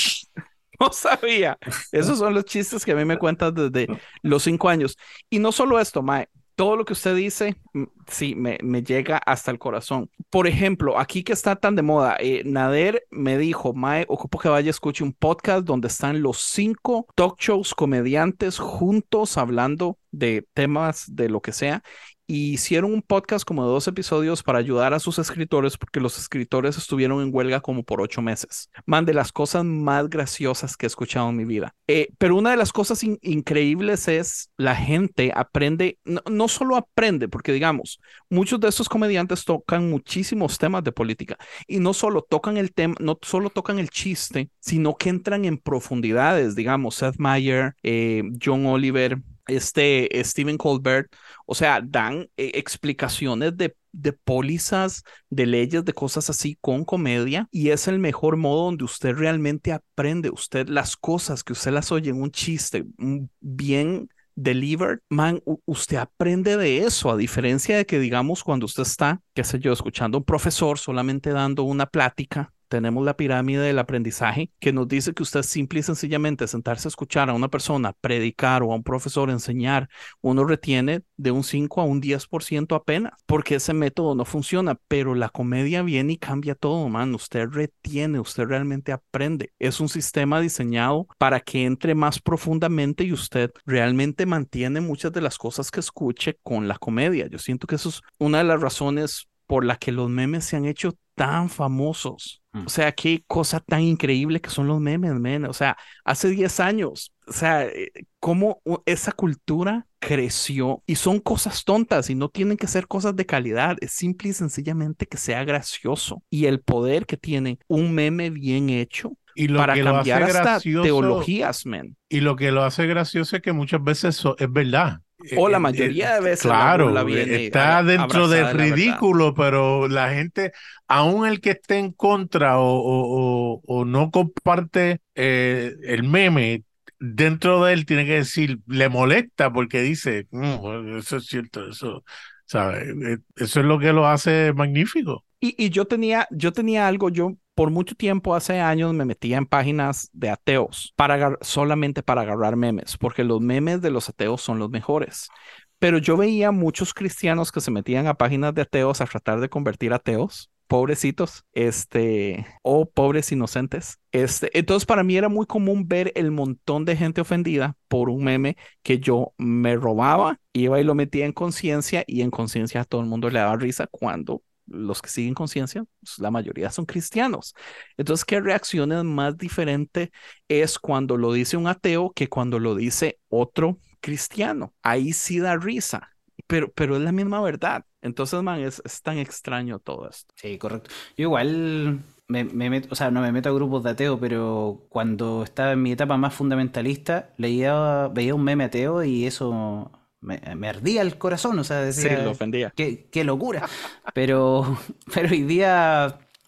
No sabía. Esos son los chistes que a mí me cuentan desde los cinco años. Y no solo esto, mae. Todo lo que usted dice, mm, sí, me, me llega hasta el corazón. Por ejemplo, aquí que está tan de moda, eh, Nader me dijo, mae, ocupo que vaya a escuchar un podcast donde están los cinco talk shows comediantes juntos hablando de temas de lo que sea. Y hicieron un podcast como de dos episodios para ayudar a sus escritores porque los escritores estuvieron en huelga como por ocho meses. Man, de las cosas más graciosas que he escuchado en mi vida. Eh, pero una de las cosas in- increíbles es la gente aprende, no, no solo aprende, porque digamos, muchos de estos comediantes tocan muchísimos temas de política y no solo tocan el tema, no solo tocan el chiste, sino que entran en profundidades, digamos, Seth Meyers, eh, John Oliver, este eh, Stephen Colbert, o sea, dan eh, explicaciones de, de pólizas, de leyes, de cosas así con comedia y es el mejor modo donde usted realmente aprende, usted las cosas que usted las oye en un chiste mm, bien delivered, man, u- usted aprende de eso, a diferencia de que digamos cuando usted está, qué sé yo, escuchando a un profesor solamente dando una plática. Tenemos la pirámide del aprendizaje que nos dice que usted simple y sencillamente sentarse a escuchar a una persona predicar o a un profesor enseñar, uno retiene de un cinco a un diez por ciento apenas, porque ese método no funciona, pero la comedia viene y cambia todo, man. Usted retiene, usted realmente aprende. Es un sistema diseñado para que entre más profundamente y usted realmente mantiene muchas de las cosas que escuche con la comedia. Yo siento que eso es una de las razones por la que los memes se han hecho tan famosos. Mm. O sea, qué cosa tan increíble que son los memes, men. O sea, hace diez años, o sea, eh, cómo u- esa cultura creció y son cosas tontas y no tienen que ser cosas de calidad. Es simple y sencillamente que sea gracioso y el poder que tiene un meme bien hecho Y lo para que lo hace cambiar hasta gracioso, teologías, men. y lo que lo hace gracioso es que muchas veces so- es verdad. O la Eh, eh, mayoría de veces la claro, burla viene está aga- dentro del abrazada de la verdad. ridículo, pero la gente, aún el que esté en contra o, o- o- o no comparte eh, el meme, dentro de él tiene que decir, le molesta porque dice, "Mm, eso es cierto, eso, ¿sabe? Eh, Eso es lo que lo hace magnífico. Y, y yo tenía, yo tenía algo, yo por mucho tiempo, hace años, me metía en páginas de ateos para agar- solamente para agarrar memes, porque los memes de los ateos son los mejores. Pero yo veía muchos cristianos que se metían a páginas de ateos a tratar de convertir ateos, pobrecitos, este, o pobres inocentes. Este, entonces para mí era muy común ver el montón de gente ofendida por un meme que yo me robaba, iba y lo metía en conciencia y en conciencia a todo el mundo le daba risa cuando los que siguen conciencia, pues, la mayoría son cristianos. Entonces, ¿qué reacciones más diferente es cuando lo dice un ateo que cuando lo dice otro cristiano? Ahí sí da risa, pero, pero es la misma verdad. Entonces, man, es, es tan extraño todo esto. Sí, correcto. Yo igual me, me meto, o sea, no me meto a grupos de ateo, pero cuando estaba en mi etapa más fundamentalista, leía, veía un meme ateo y eso me, me ardía el corazón, o sea, Sí, decía, lo ofendía. qué, qué locura. Pero, pero hoy día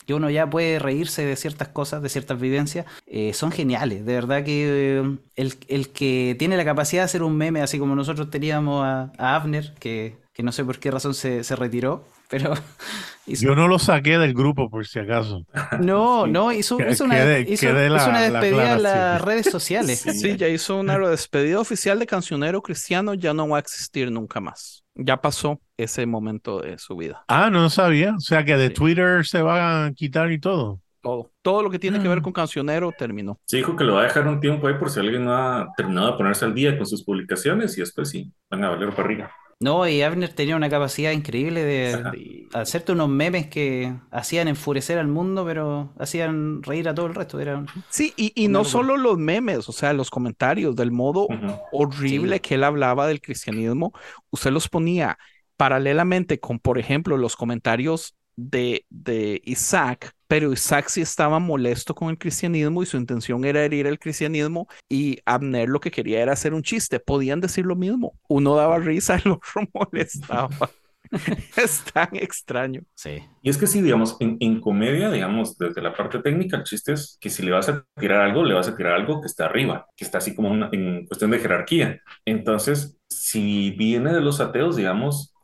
que uno ya puede reírse de ciertas cosas, de ciertas vivencias, eh, son geniales. De verdad que eh, el, el que tiene la capacidad de hacer un meme, así como nosotros teníamos a, a Avner, que, que no sé por qué razón se, se retiró, pero hizo... Yo no lo saqué del grupo por si acaso. No, Sí. no, hizo, Que- hizo una, quede- hizo, quede la- hizo una la despedida en las aclaración. redes sociales. Sí, ya hizo una despedida oficial de cancionero cristiano, ya no va a existir nunca más. Ya pasó ese momento de su vida. Ah, no sabía. O sea que de Sí. Twitter se va a quitar y todo. Todo. Todo lo que tiene que ver Ah. con cancionero terminó. Sí, dijo que lo va a dejar un tiempo ahí por si alguien no ha terminado de ponerse al día con sus publicaciones y después sí, van a valer barriga. No, y Avner tenía una capacidad increíble de, de hacerte unos memes que hacían enfurecer al mundo, pero hacían reír a todo el resto. Era... Sí, y, y Una no locura. solo los memes, o sea, los comentarios del modo Ujú. horrible Sí. que él hablaba del cristianismo, usted los ponía paralelamente con, por ejemplo, los comentarios de, de Isaac, pero Isaac sí estaba molesto con el cristianismo y su intención era herir el cristianismo y Abner lo que quería era hacer un chiste. Podían decir lo mismo. Uno daba risa, el otro molestaba. Es tan extraño. Sí. Y es que sí, digamos, en, en comedia, digamos, desde la parte técnica, el chiste es que si le vas a tirar algo, le vas a tirar algo que está arriba, que está así como una- en cuestión de jerarquía. Entonces, si viene de los ateos, digamos,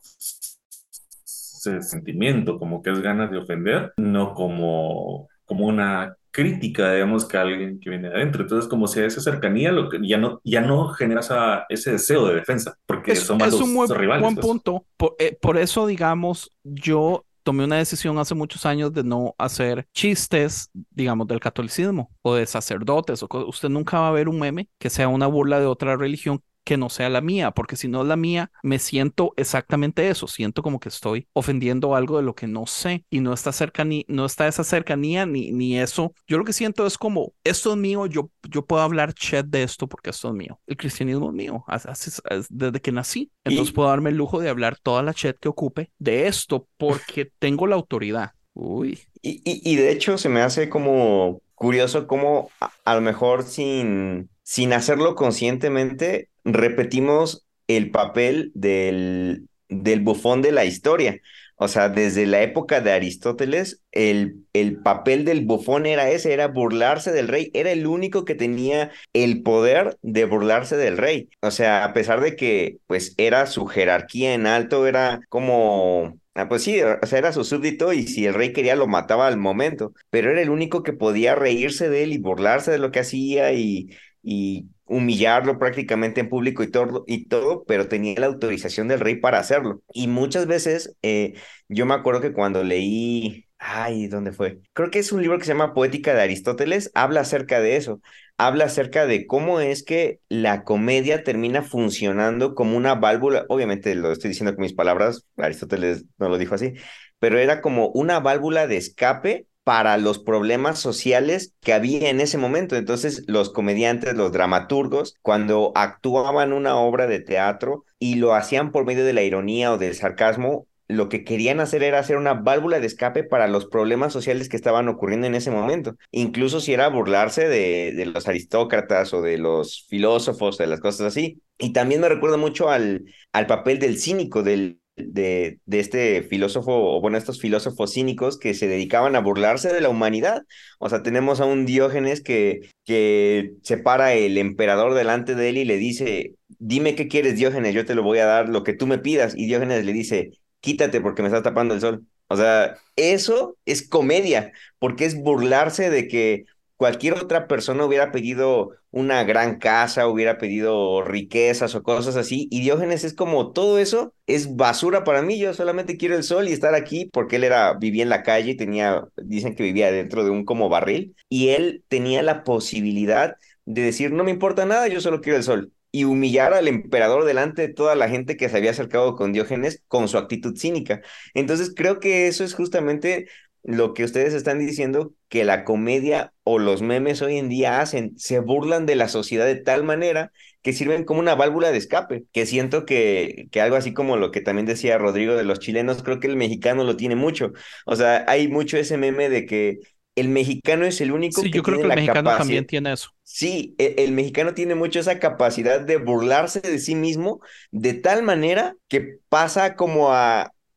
ese sentimiento, como que es ganas de ofender, no como, como una crítica, digamos, que alguien que viene de adentro. Entonces, como si esa cercanía lo que ya no, ya no genera esa- ese deseo de defensa, porque Es, son más es un muy los rivales. buen pues. punto. Por, eh, por eso, digamos, yo tomé una decisión hace muchos años de no hacer chistes, digamos, del catolicismo o de sacerdotes. O co- usted nunca va a ver un meme que sea una burla de otra religión que no sea la mía, porque si no es la mía, me siento exactamente eso, siento como que estoy ofendiendo algo de lo que no sé y no está cerca ni, no está esa cercanía ni, ni eso. Yo lo que siento es como, esto es mío, yo, yo puedo hablar chat de esto porque esto es mío. El cristianismo es mío, as- as- as- desde que nací. Entonces Y- puedo darme el lujo de hablar toda la chat que ocupe de esto porque tengo la autoridad. Uy. Y, y, y de hecho se me hace como curioso cómo a, a lo mejor sin, sin hacerlo conscientemente repetimos el papel del, del bufón de la historia. O sea, desde la época de Aristóteles, el, el papel del bufón era ese, era burlarse del rey. Era el único que tenía el poder de burlarse del rey. O sea, a pesar de que pues era su jerarquía en alto, era como... Ah, pues sí, o sea, era su súbdito y si el rey quería lo mataba al momento, pero era el único que podía reírse de él y burlarse de lo que hacía y, y humillarlo prácticamente en público y todo, y todo, pero tenía la autorización del rey para hacerlo. Y muchas veces, eh, yo me acuerdo que cuando leí, ay, ¿dónde fue? Creo que es un libro que se llama Poética de Aristóteles, habla acerca de eso, habla acerca de cómo es que la comedia termina funcionando como una válvula, obviamente lo estoy diciendo con mis palabras, Aristóteles no lo dijo así, pero era como una válvula de escape para los problemas sociales que había en ese momento. Entonces, los comediantes, los dramaturgos, cuando actuaban una obra de teatro y lo hacían por medio de la ironía o del sarcasmo, lo que querían hacer era hacer una válvula de escape para los problemas sociales que estaban ocurriendo en ese momento. Incluso si era burlarse de, de los aristócratas o de los filósofos, de las cosas así. Y también me recuerda mucho al, al papel del cínico, del de, de este filósofo, o bueno, estos filósofos cínicos que se dedicaban a burlarse de la humanidad. O sea, tenemos a un Diógenes que, que se para el emperador delante de él y le dice, dime qué quieres, Diógenes, yo te lo voy a dar lo que tú me pidas. Y Diógenes le dice, quítate porque me está tapando el sol. O sea, eso es comedia, porque es burlarse de que cualquier otra persona hubiera pedido una gran casa, hubiera pedido riquezas o cosas así, y Diógenes es como, todo eso es basura para mí, yo solamente quiero el sol y estar aquí, porque él era, vivía en la calle y tenía, dicen que vivía dentro de un como barril, y él tenía la posibilidad de decir, no me importa nada, yo solo quiero el sol, y humillar al emperador delante de toda la gente que se había acercado con Diógenes con su actitud cínica. Entonces creo que eso es justamente lo que ustedes están diciendo, que la comedia o los memes hoy en día hacen, se burlan de la sociedad de tal manera que sirven como una válvula de escape, que siento que, que algo así como lo que también decía Rodrigo de los chilenos, creo que el mexicano lo tiene mucho. O sea, hay mucho ese meme de que el mexicano es el único Sí, que yo creo tiene que el la mexicano también capacidad. tiene eso. Sí, el, el mexicano tiene mucho esa capacidad de burlarse de sí mismo de tal manera que pasa como a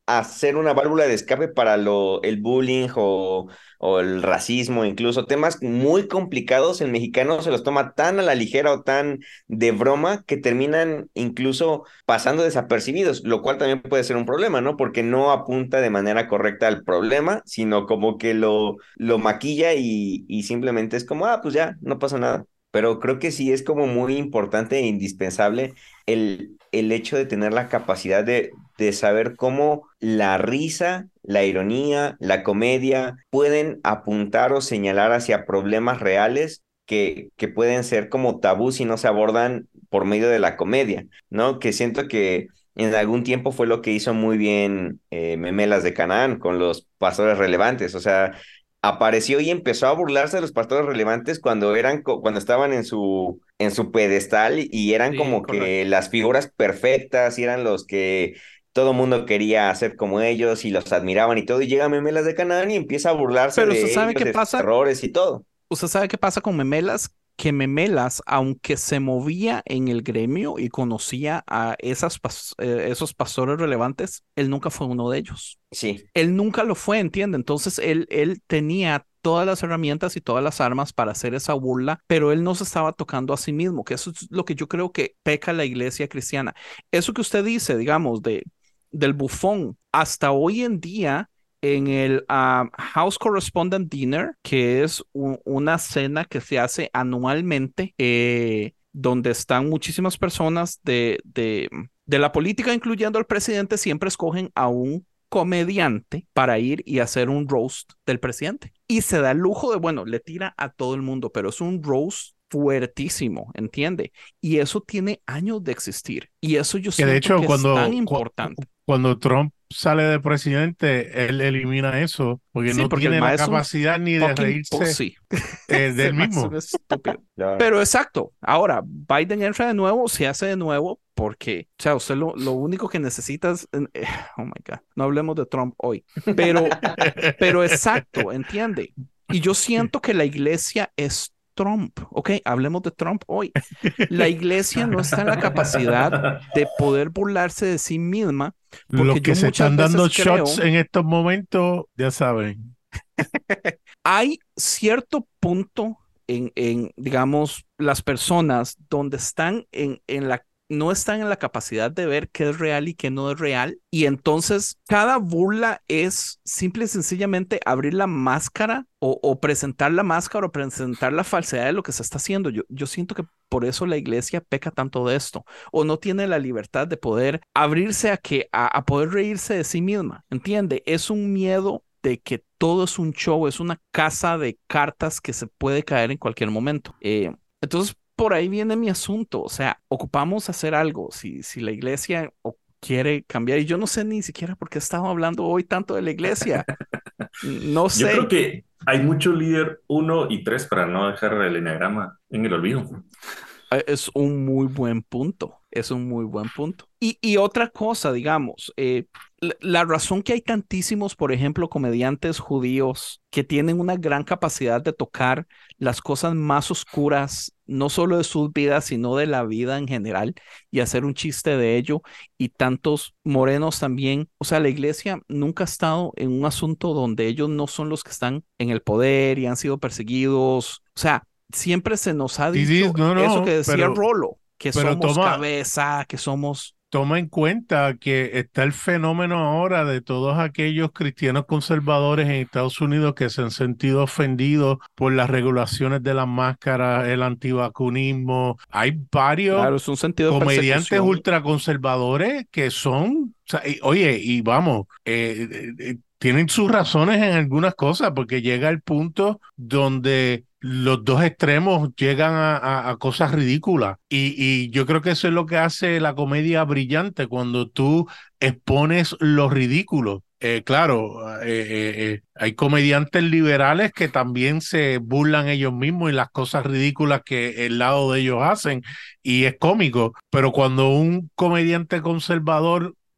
a ser una válvula de escape para lo, el bullying o, o el racismo, incluso temas muy complicados, el mexicano se los toma tan a la ligera o tan de broma que terminan incluso pasando desapercibidos, lo cual también puede ser un problema, ¿no? Porque no apunta de manera correcta al problema, sino como que lo, lo maquilla y, y simplemente es como, ah, pues ya, no pasa nada. Pero creo que sí es como muy importante e indispensable el, el hecho de tener la capacidad de, de saber cómo la risa, la ironía, la comedia pueden apuntar o señalar hacia problemas reales que, que pueden ser como tabú si no se abordan por medio de la comedia, ¿no? Que siento que en algún tiempo fue lo que hizo muy bien eh, Memelas de Canaán con los pastores relevantes, o sea, apareció y empezó a burlarse de los pastores relevantes cuando eran co- cuando estaban en su en su pedestal y eran Sí, como correcto. que las figuras perfectas y eran los que todo mundo quería hacer como ellos y los admiraban y todo y llega Memelas de Canaán y empieza a burlarse Pero usted de sabe ellos, qué de sus pasa, errores y todo. usted sabe qué pasa con Memelas, que Memelas, aunque se movía en el gremio y conocía a esas, pas- eh, esos pastores relevantes, él nunca fue uno de ellos. Sí, Él nunca lo fue, ¿entiende? Entonces él, él tenía todas las herramientas y todas las armas para hacer esa burla, pero él no se estaba tocando a sí mismo, que eso es lo que yo creo que peca la iglesia cristiana. Eso que usted dice, digamos, de, del bufón, hasta hoy en día en el ah, House Correspondent Dinner, que es u- una cena que se hace anualmente, eh, donde están muchísimas personas de, de, de la política, incluyendo al presidente, siempre escogen a un comediante para ir y hacer un roast del presidente. Y se da el lujo de, bueno, le tira a todo el mundo, pero es un roast fuertísimo, ¿entiende? Y eso tiene años de existir. Y eso yo Que de siento hecho, que es tan cuando, cu- importante. cuando Trump sale de presidente, él elimina eso, porque Sí, no porque el tiene la mae es un capacidad ni de fucking reírse pussy. eh, Ese del mae es un mismo. estúpido. claro. Pero exacto, ahora Biden entra de nuevo, se hace de nuevo, porque, o sea, usted lo, lo único que necesita es, eh, oh my God, no hablemos de Trump hoy, pero, pero exacto, entiende. Y yo siento que la iglesia es Trump, ok, hablemos de Trump hoy. La iglesia no está en la capacidad de poder burlarse de sí misma, Los porque que yo se muchas están dando veces shots creo en estos momentos, ya saben. hay cierto punto en, en, digamos, las personas donde están en, en la, no están en la capacidad de ver qué es real y qué no es real. Y entonces cada burla es simple y sencillamente abrir la máscara o, o presentar la máscara o presentar la falsedad de lo que se está haciendo. Yo, yo siento que por eso la iglesia peca tanto de esto o no tiene la libertad de poder abrirse a que a, a poder reírse de sí misma. ¿Entiende? Es un miedo de que todo es un show, es una casa de cartas que se puede caer en cualquier momento. Eh, entonces, por ahí viene mi asunto. O sea, ocupamos hacer algo. Si, si la iglesia o- quiere cambiar, y yo no sé ni siquiera por qué estamos hablando hoy tanto de la iglesia. No Yo creo sé. que hay mucho líder uno y tres para no dejar el eneagrama en el olvido. Eh, Es un muy buen punto, es un muy buen punto. Y, y otra cosa, digamos, eh, la, la razón que hay tantísimos, por ejemplo, comediantes judíos que tienen una gran capacidad de tocar las cosas más oscuras, no solo de sus vidas, sino de la vida en general, y hacer un chiste de ello, y tantos morenos también. O sea, la iglesia nunca ha estado en un asunto donde ellos no son los que están en el poder y han sido perseguidos. O sea, siempre se nos ha Sí, sí, dicho no, eso que no, decía pero, Rolo, que pero somos toma, cabeza, que somos... toma en cuenta que está el fenómeno ahora de todos aquellos cristianos conservadores en Estados Unidos que se han sentido ofendidos por las regulaciones de las máscaras, el antivacunismo. Hay varios Claro, es un sentido de comediantes persecución. ultraconservadores que son, o sea, y- oye, y vamos, eh, eh, eh, tienen sus razones en algunas cosas, porque llega el punto donde los dos extremos llegan a, a- a cosas ridículas. Y, y yo creo que eso es lo que hace la comedia brillante, cuando tú expones lo ridículo. Eh, claro, eh, eh, eh, hay comediantes liberales que también se burlan ellos mismos y las cosas ridículas que el lado de ellos hacen, y es cómico, pero cuando un comediante conservador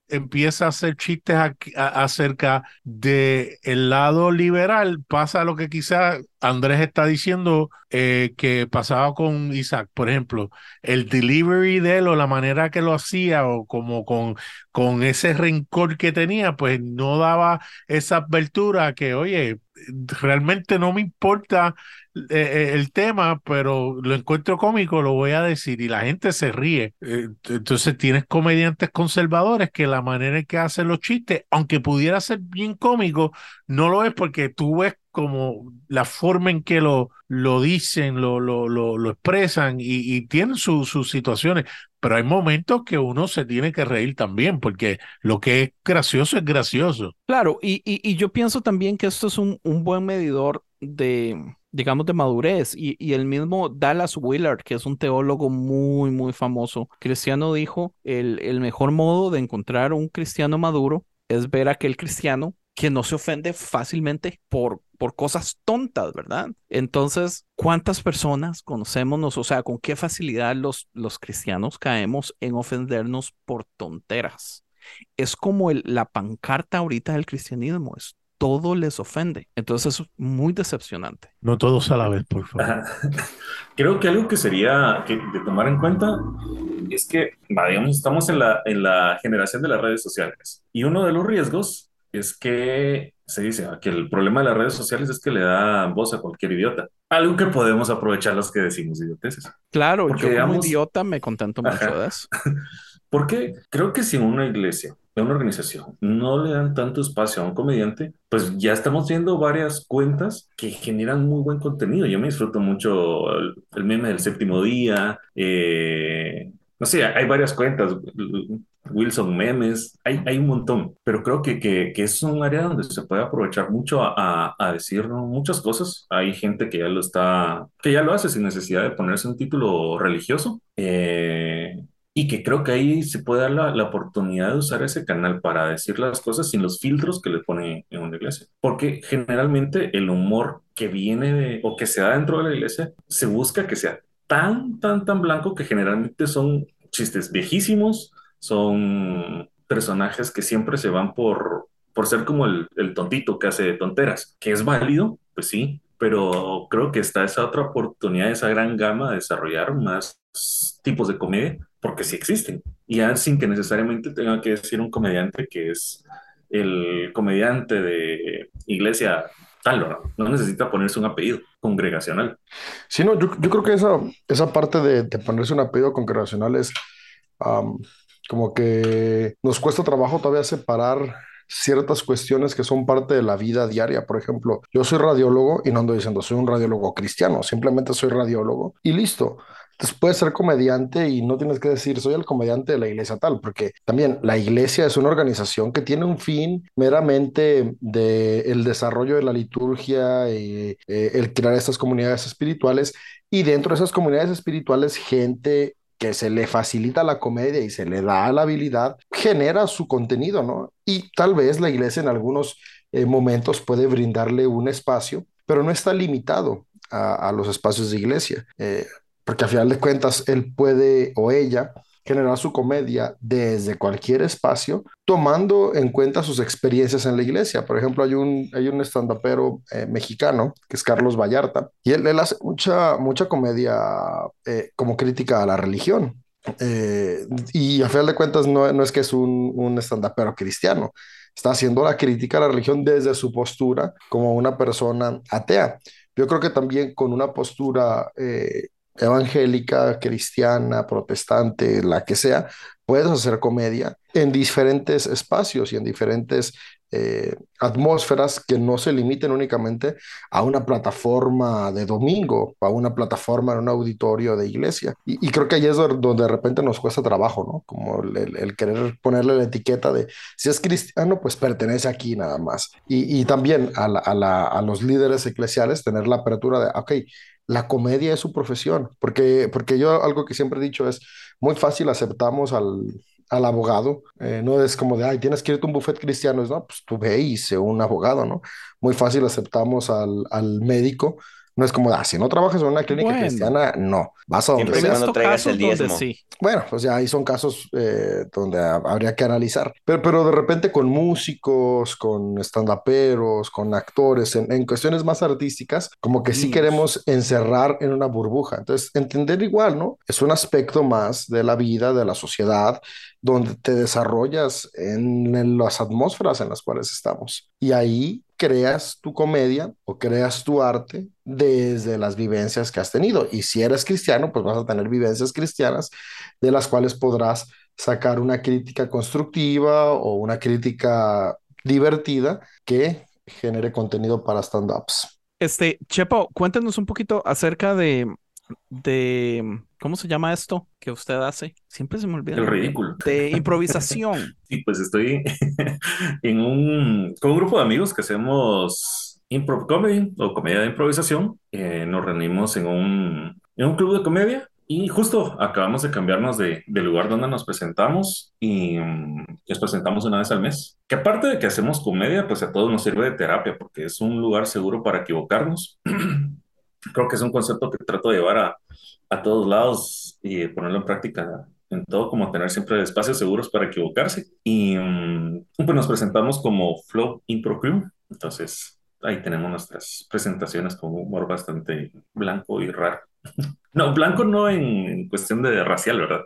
empieza a hacer chistes aquí- a- acerca de el lado liberal, pasa lo que quizá Andrés está diciendo eh, que pasaba con Isaac, por ejemplo, el delivery de él o la manera que lo hacía o como con, con ese rencor que tenía, pues no daba esa apertura que, oye, realmente no me importa eh, eh, el tema, pero lo encuentro cómico, lo voy a decir, y la gente se ríe. Eh, entonces tienes comediantes conservadores que la manera en que hacen los chistes, aunque pudiera ser bien cómico, no lo es porque tú ves como la forma en que lo, lo dicen, lo, lo, lo, lo expresan y, y tienen su- sus situaciones. Pero hay momentos que uno se tiene que reír también, porque lo que es gracioso es gracioso. Claro, y, y, y yo pienso también que esto es un, un buen medidor de, digamos, de madurez. Y, y el mismo Dallas Willard, que es un teólogo muy, muy famoso cristiano, dijo, el, el mejor modo de encontrar un cristiano maduro es ver a aquel cristiano que no se ofende fácilmente por, por cosas tontas, ¿verdad? Entonces, ¿cuántas personas conocemos, o sea, con qué facilidad los, los cristianos caemos en ofendernos por tonteras? Es como el- la pancarta ahorita del cristianismo, es todo les ofende. Entonces es muy decepcionante. No todos a la vez, por favor. Ajá. Creo que algo que sería que, de tomar en cuenta es que, va, digamos, estamos en la, en la generación de las redes sociales y uno de los riesgos es que se dice ah, que el problema de las redes sociales es que le da voz a cualquier idiota. Algo que podemos aprovechar los que decimos idioteces. Claro, Porque, yo como digamos, idiota me contento mucho ajá, de eso. porque creo que si en una iglesia, en una organización, no le dan tanto espacio a un comediante, pues ya estamos viendo varias cuentas que generan muy buen contenido. Yo me disfruto mucho el, el meme del séptimo día, eh, no sé, hay varias cuentas, Wilson Memes, hay, hay un montón, pero creo que, que, que es un área donde se puede aprovechar mucho a, a, a decir, ¿no?, muchas cosas. Hay gente que ya lo está, que ya lo hace sin necesidad de ponerse un título religioso. Eh, y que creo que ahí se puede dar la, la oportunidad de usar ese canal para decir las cosas sin los filtros que le pone en una iglesia. Porque generalmente el humor que viene de, o que se da dentro de la iglesia se busca que sea tan, tan, tan blanco que generalmente son chistes viejísimos, son personajes que siempre se van por, por ser como el, el tontito que hace tonteras, que es válido, pues sí, pero creo que está esa otra oportunidad, esa gran gama de desarrollar más tipos de comedia, porque sí existen. Y ya sin que necesariamente tenga que decir un comediante que es el comediante de iglesia tal, ¿no? No necesita ponerse un apellido congregacional. Sí, no, yo, yo creo que esa, esa parte de, de ponerse un apellido congregacional es am, como que nos cuesta trabajo todavía separar ciertas cuestiones que son parte de la vida diaria. Por ejemplo, yo soy radiólogo y no ando diciendo soy un radiólogo cristiano, simplemente soy radiólogo y listo. Entonces puedes ser comediante y no tienes que decir soy el comediante de la iglesia tal, porque también la iglesia es una organización que tiene un fin meramente de el desarrollo de la liturgia y eh, el crear estas comunidades espirituales y dentro de esas comunidades espirituales gente que se le facilita la comedia y se le da la habilidad, genera su contenido, ¿no? Y tal vez la iglesia en algunos eh, momentos puede brindarle un espacio, pero no está limitado a, a los espacios de iglesia. Eh, porque a final de cuentas él puede o ella generar su comedia desde cualquier espacio, tomando en cuenta sus experiencias en la iglesia. Por ejemplo, hay un, hay un stand-upero eh, mexicano, que es Carlos Vallarta, y él, él hace mucha, mucha comedia eh, como crítica a la religión. Eh, y a final de cuentas no, no es que es un, un stand-upero cristiano, está haciendo la crítica a la religión desde su postura como una persona atea. Yo creo que también con una postura eh, evangélica, cristiana, protestante, la que sea, puedes hacer comedia en diferentes espacios y en diferentes eh, atmósferas que no se limiten únicamente a una plataforma de domingo, a una plataforma en un auditorio de iglesia. Y, y creo que ahí es donde, donde de repente nos cuesta trabajo, ¿no? Como el, el- el querer ponerle la etiqueta de si es cristiano, pues pertenece aquí nada más. Y, y también a, la- a la- a los líderes eclesiales tener la apertura de, ok, la comedia es su profesión, porque, porque yo algo que siempre he dicho es, muy fácil aceptamos al, al abogado, eh, no es como de, ay, tienes que irte a un buffet cristiano, es, no, pues tú ve y sé un abogado, ¿no? Muy fácil aceptamos al, al médico, No es como, ah, si no trabajas en una clínica Bueno. cristiana, no, vas a donde Siempre y sea. cuando He visto traigas el casos donde diezmo. sí. Bueno, pues ya ahí son casos eh, donde ha- habría que analizar. Pero, pero de repente con músicos, con estandaperos, con actores, en, en cuestiones más artísticas, como que sí Niños. queremos encerrar en una burbuja. Entonces, entender igual, ¿no? Es un aspecto más de la vida, de la sociedad, donde te desarrollas en, en las atmósferas en las cuales estamos. Y ahí creas tu comedia o creas tu arte desde las vivencias que has tenido. Y si eres cristiano, pues vas a tener vivencias cristianas de las cuales podrás sacar una crítica constructiva o una crítica divertida que genere contenido para stand-ups. Este, Chepo, cuéntenos un poquito acerca de, de, ¿cómo se llama esto que usted hace? Siempre se me olvida el El nombre. ridículo. De improvisación. Sí, pues estoy en un, con un grupo de amigos que hacemos improv comedy o comedia de improvisación. Eh, nos reunimos en un, en un club de comedia y justo acabamos de cambiarnos de, de lugar donde nos presentamos y mm, nos presentamos una vez al mes. Que aparte de que hacemos comedia, pues a todos nos sirve de terapia porque es un lugar seguro para equivocarnos. Creo que es un concepto que trato de llevar a, a todos lados y ponerlo en práctica en todo, como tener siempre espacios seguros para equivocarse. Y um, pues nos presentamos como Flow Impro Crew. Entonces, ahí tenemos nuestras presentaciones con un humor bastante blanco y raro. No, blanco no en, en cuestión de racial, ¿verdad?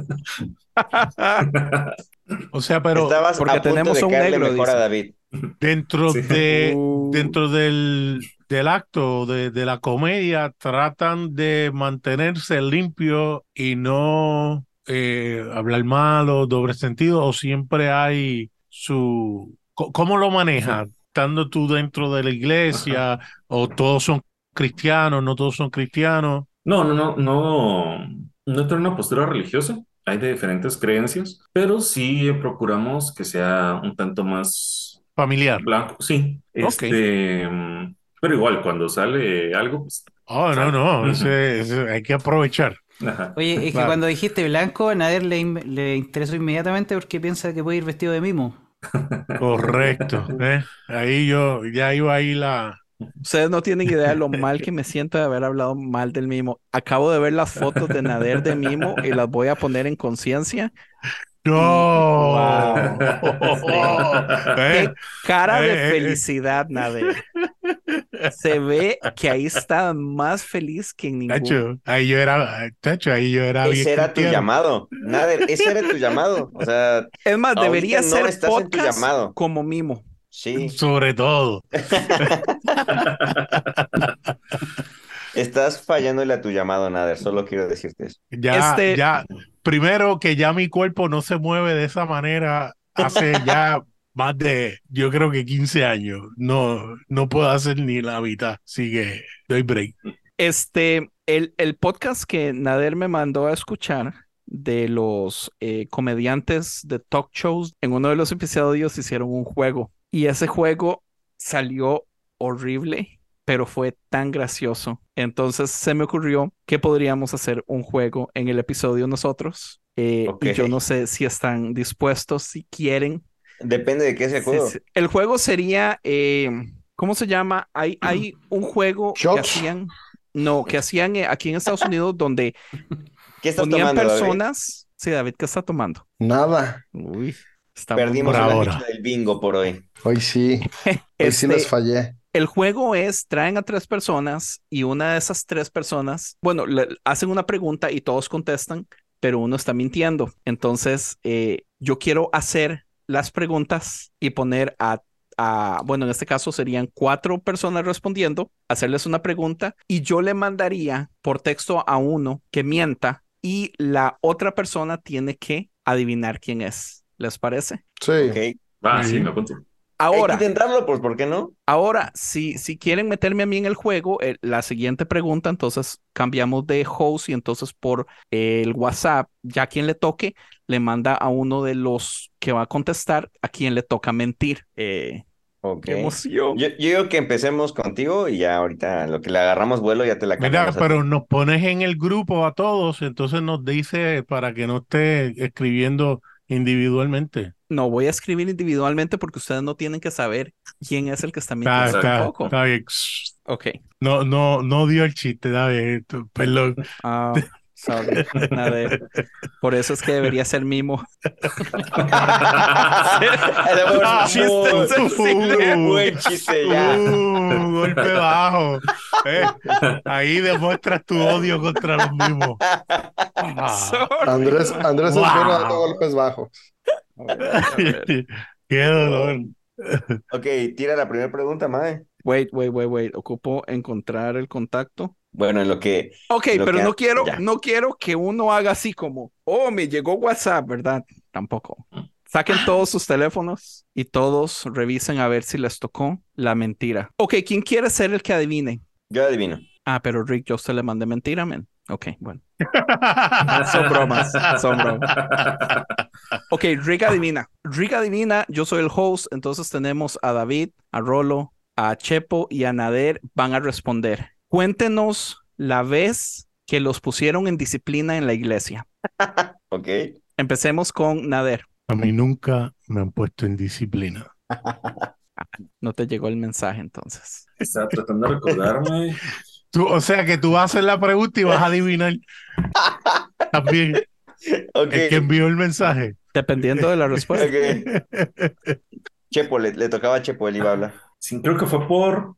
O sea, pero Estabas porque a punto tenemos de un caerle negro, mejor a dice. David. dentro Sí. de Uh. dentro del, del acto de, de la comedia tratan de mantenerse limpio y no eh, hablar mal o doble sentido, o siempre hay su... co- ¿Cómo lo manejas? Estando tú dentro de la iglesia, o todos son cristianos, no todos son cristianos. No, no, no, no, no tengo una postura religiosa. Hay de diferentes creencias, pero sí eh, procuramos que sea un tanto más Familiar. blanco. Sí, Ok. este, mm, pero igual cuando sale algo, pues Oh, no, sale. no, Ujú. ese- ese hay que aprovechar. Ajá. Oye, es que Claro. cuando dijiste blanco, a Nader le, in- le interesó inmediatamente porque piensa que puede ir vestido de mimo. Correcto. ¿eh? Ahí yo ya iba ahí la... Ustedes no tienen idea de lo mal que me siento de haber hablado mal del mimo. Acabo de ver las fotos de Nader de mimo y las voy a poner en conciencia. ¡No! Wow. Eh, Qué cara eh, de eh, eh. felicidad, Nader. Se ve que ahí está más feliz que en ningún. Tacho, ahí yo era, Tacho, ahí yo era bien Ese era tu cristiano. llamado. Nader, ese era tu llamado. O sea, Es más, ahorita debería no ser estás en tu podcast llamado. como mimo. Sí. Sobre todo. Estás fallándole a tu llamado, Nader. Solo quiero decirte eso. Ya, Este- ya, primero que ya mi cuerpo no se mueve de esa manera hace ya más de, yo creo que quince años. No, no puedo hacer ni la mitad, así que doy break. Este, el, el podcast que Nader me mandó a escuchar de los eh, comediantes de talk shows, en uno de los episodios hicieron un juego y ese juego salió horrible, pero fue tan gracioso. Entonces se me ocurrió que podríamos hacer un juego en el episodio nosotros. eh, Ok. Y yo no sé si están dispuestos, si quieren. Depende de qué sea el Sí, juego. sí. El juego sería, eh, ¿cómo se llama? Hay, hay un juego que Shots. hacían, no, que hacían eh, aquí en Estados Unidos donde ¿Qué estás ponían tomando, David? personas. Sí, David, ¿qué está tomando? Nada. Uy, está Perdimos Por la ahora. ficha del bingo por hoy. Hoy sí. Hoy sí Este, les fallé. El juego es, traen a tres personas y una de esas tres personas, bueno, le hacen una pregunta y todos contestan, pero uno está mintiendo. Entonces, eh, yo quiero hacer las preguntas y poner a, a, bueno, en este caso serían cuatro personas respondiendo, hacerles una pregunta y yo le mandaría por texto a uno que mienta y la otra persona tiene que adivinar quién es. ¿Les parece? Sí. Ok. Ah, sí, Ujú. me apunto. Ahora, Hay que intentarlo, pues, ¿por qué no? ahora, si, si quieren meterme a mí en el juego, eh, la siguiente pregunta, entonces cambiamos de host y entonces por eh, el WhatsApp, ya quien le toque, le manda a uno de los que va a contestar a quien le toca mentir. Eh, Ok. ¡Qué emoción! Yo, yo digo que empecemos contigo y ya ahorita lo que le agarramos vuelo ya te la Mira, cambiamos a ti. pero nos pones en el grupo a todos, entonces nos dice para que no esté escribiendo individualmente. No voy a escribir individualmente porque ustedes no tienen que saber quién es el que está Está, mintiendo Exacto. está, tampoco. está bien. Ok, Ok. No, no, no dio el chiste, David. Perdón. Ah, sorry. Nada. Por eso es que debería ser mimo. Muy, sensible. buen chiste ya. Uh, golpe bajo. Eh, ahí demuestras tu odio contra los mimos. Ah, Sorry. Andrés, Andrés Wow. es bueno dando golpes bajos. A ver, a ver. Qué dolor. Ok, tira la primera pregunta, mae. Wait, wait, wait, wait. Ocupo encontrar el contacto. Bueno, en lo que... Ok, en lo pero que- no quiero, ya. no quiero que uno haga así como, oh, me llegó WhatsApp, ¿verdad? Tampoco. Saquen todos sus teléfonos y todos revisen a ver si les tocó la mentira. Ok, ¿quién quiere ser el que adivine? Yo adivino. Ah, pero Rick, yo se le mandé mentira, men. Ok, bueno. Son bromas, son bromas. Ok, Rick adivina. Rick adivina, yo soy el host, entonces tenemos a David, a Rolo, a Chepo y a Nader van a responder. Cuéntenos la vez que los pusieron en disciplina en la iglesia. Ok. Empecemos con Nader. A mí nunca me han puesto en disciplina. No te llegó el mensaje entonces. Estaba tratando de recordarme. Tú, o sea que tú haces la pregunta y vas a adivinar también Ok. el que envió el mensaje. Dependiendo de la respuesta. Ok. Chepo, le, le tocaba a Chepo, él iba a hablar. Sí, creo que fue por...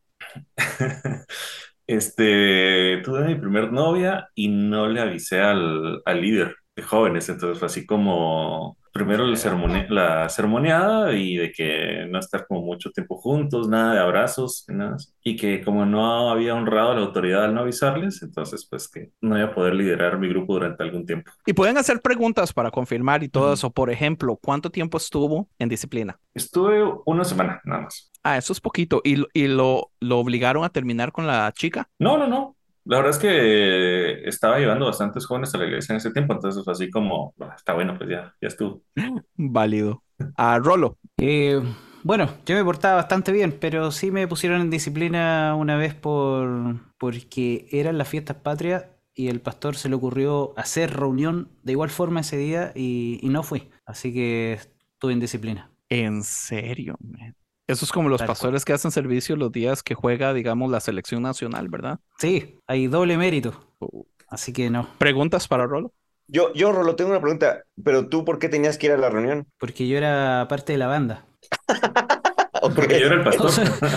Este, tuve mi primer novia y no le avisé al, al líder de jóvenes, entonces fue así como primero el sermone- la sermoneada y de que no estar como mucho tiempo juntos, nada de abrazos, nada, y que como no había honrado a la autoridad al no avisarles, entonces pues que no iba a poder liderar mi grupo durante algún tiempo. Y pueden hacer preguntas para confirmar y todo Ujú. eso. Por ejemplo, ¿cuánto tiempo estuvo en disciplina? Estuve una semana, nada más. Ah, eso es poquito. ¿Y, lo- y lo, lo obligaron a terminar con la chica? No, no, no. La verdad es que estaba llevando bastantes jóvenes a la iglesia en ese tiempo, entonces fue así como, "Ah, está bueno, pues ya, ya estuvo." Válido. A Rolo. Eh, bueno, yo me portaba bastante bien, pero sí me pusieron en disciplina una vez por porque eran las fiestas patrias y el pastor se le ocurrió hacer reunión de igual forma ese día y, y no fui. Así que estuve en disciplina. ¿En serio, man? Eso es como los Tal pastores que hacen servicio los días que juega, digamos, la selección nacional, ¿verdad? Sí, hay doble mérito. Así que no, ¿Preguntas para Rolo? Yo, yo, Rolo, tengo una pregunta, pero tú, ¿por qué tenías que ir a la reunión? porque yo era parte de la banda. Ok. Porque yo era el pastor.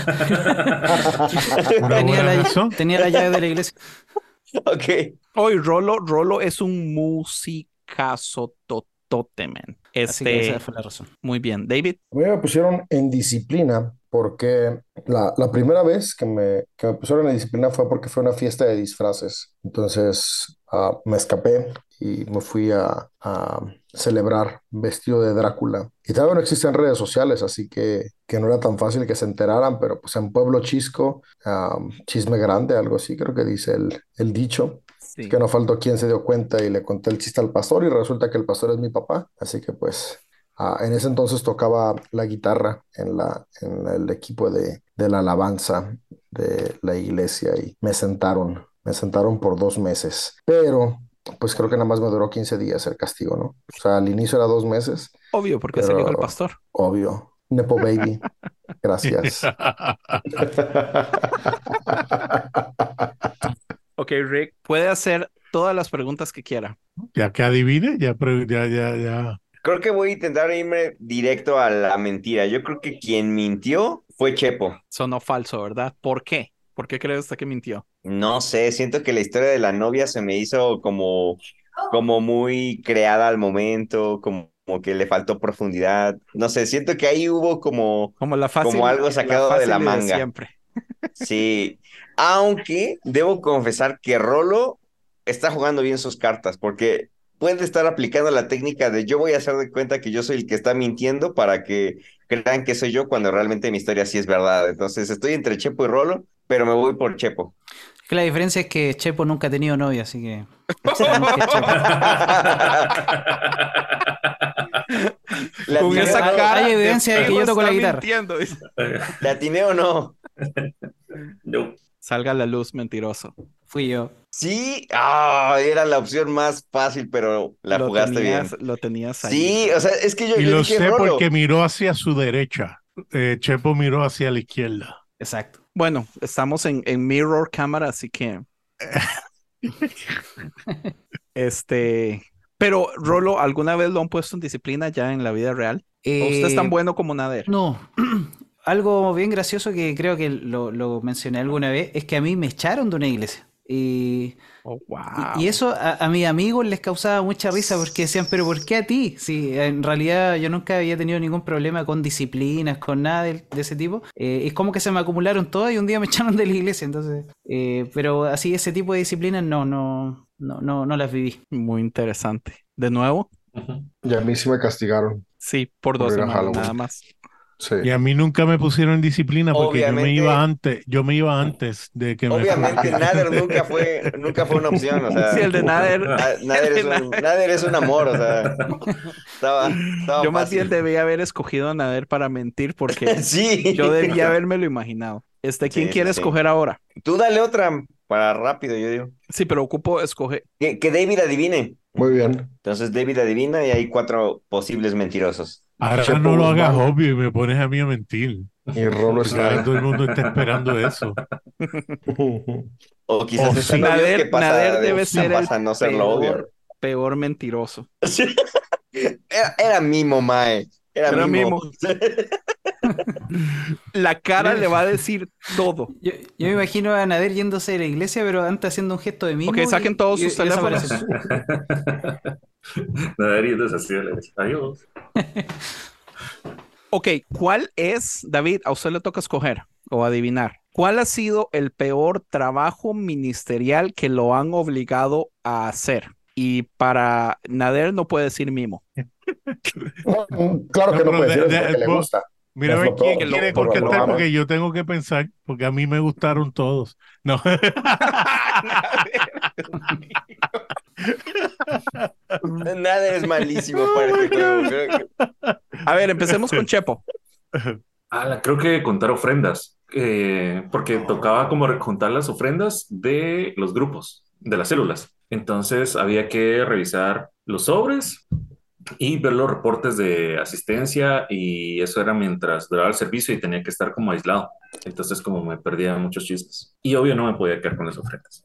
Una Tenía buena la, razón. tenía la llave de la iglesia. Ok. Hoy Rolo, Rolo es un musicazo totote, man. Así que Este, esa fue la razón. muy bien. David, A mí me pusieron en disciplina porque la, la primera vez que me, que me pusieron en disciplina fue porque fue una fiesta de disfraces. Entonces ah, me escapé y me fui a, a celebrar vestido de Drácula. Y todavía no existen redes sociales, así que, que no era tan fácil que se enteraran, pero pues en Pueblo Chisco, ah, chisme grande, algo así creo que dice el, el dicho. sí. Es que no faltó quien se dio cuenta y le conté el chiste al pastor y resulta que el pastor es mi papá. Así que pues ah, en ese entonces tocaba la guitarra en, la, en el equipo de, de la alabanza de la iglesia y me sentaron, me sentaron por dos meses. Pero pues creo que nada más me duró quince días el castigo, ¿no? O sea, al inicio era dos meses, Obvio, porque se le dijo el pero pastor. obvio. Nepo baby. Gracias. Ok, Rick, puede hacer todas las preguntas que quiera. Ya que adivine, ya, pre- ya, ya, ya. Creo que voy a intentar irme directo a la mentira. Yo creo que quien mintió fue Chepo. Sonó falso, ¿verdad? ¿Por qué? ¿Por qué crees usted que mintió? No sé, siento que la historia de la novia se me hizo como, como muy creada al momento, como, como que le faltó profundidad. No sé, siento que ahí hubo como, Como la fácil, como algo sacado la de la fácil manga. siempre. Sí, aunque debo confesar que Rolo está jugando bien sus cartas, porque puede estar aplicando la técnica de yo voy a hacer de cuenta que yo soy el que está mintiendo para que crean que soy yo cuando realmente mi historia sí es verdad. Entonces estoy entre Chepo y Rolo, pero me voy por Chepo. Que la diferencia es que Chepo nunca ha tenido novia, así que sabemos que es Chepo. ¿La Con atiné esa o no? cara Hay evidencia de que fijo yo toco la está guitarra. mintiendo, dice. ¿La atiné o no? No. Salga a la luz, mentiroso. Fui yo. Sí, ah, era la opción más fácil, pero la lo jugaste tenías, bien. Lo tenías ahí. Sí, o sea, es que yo, Y yo lo dije sé Rolo. porque miró hacia su derecha. Eh, Chepo miró hacia la izquierda. Exacto. Bueno, estamos en, en mirror cámara, así que... este... Pero, Rolo, ¿alguna vez lo han puesto en disciplina ya en la vida real? ¿O usted es tan Eh, bueno como Nader? No, algo bien gracioso que creo que lo, lo mencioné alguna vez es que a mí me echaron de una iglesia. Y, Oh, y- wow. y eso a, a mis amigos les causaba mucha risa porque decían, pero ¿por qué a ti? Si en realidad yo nunca había tenido ningún problema con disciplinas, con nada de, de ese tipo. Eh, es como que se me acumularon todas y un día me echaron de la iglesia. Entonces, eh, pero así ese tipo de disciplinas no, no, no, no, no las viví. Muy interesante. ¿De nuevo? Ujú. Y a mí sí me castigaron Sí, por por dos ir a semanas Halloween. nada más. Sí. Y a mí nunca me pusieron en disciplina porque yo me Obviamente- iba antes, yo me iba antes de que me... Obviamente, Nader nunca fue, nunca fue una opción, o sea. Sí, el de Nader. Na- Nader, el es de un, Nader es un amor, o sea. Estaba, estaba Yo más fácil. bien debía haber escogido a Nader para mentir porque Sí. yo debía habérmelo imaginado. Este, ¿quién Sí, quiere sí, sí. escoger ahora? Tú dale otra para rápido, yo digo. Sí, pero ocupo escoger. Que, que David adivine. Muy bien. Entonces David adivina y hay cuatro posibles mentirosos. Ahora Chepo no lo hagas Guzmán. obvio y me pones a mí a mentir. Y Rolo Porque ahora está. todo el mundo está esperando eso. O quizás Oh, es sí. tan obvio Nader, que pasa, Nader de- debe ser el pasa a no ser lo obvio. peor, peor mentiroso. Era, era mimo, mae. Era, Era mimo. mimo. La cara le va a decir todo. Yo, yo me imagino a Nader yéndose de la iglesia, pero antes haciendo un gesto de mimo. Ok, saquen y- todos y- sus y teléfonos. desaparecen. Nader y así de la- Adiós. Ok, ¿cuál es, David, a usted le toca escoger o adivinar? ¿Cuál ha sido el peor trabajo ministerial que lo han obligado a hacer? Y para Nader no puede decir mimo. Claro No, que no pero puede de- decir eso de- porque le po- gusta. Mira, a Es ver lo quién peor. quiere Por lo contestar menos. porque yo tengo que pensar, porque a mí me gustaron todos. No. Nader es malísimo para este juego. Creo que- A ver, empecemos con Chepo. Ah, la- creo que contar ofrendas, eh, porque tocaba como contar las ofrendas de los grupos, de las células. Entonces había que revisar los sobres y ver los reportes de asistencia y eso era mientras duraba el servicio y tenía que estar como aislado. Entonces como me perdía muchos chismes. Y obvio no me podía quedar con las ofrendas.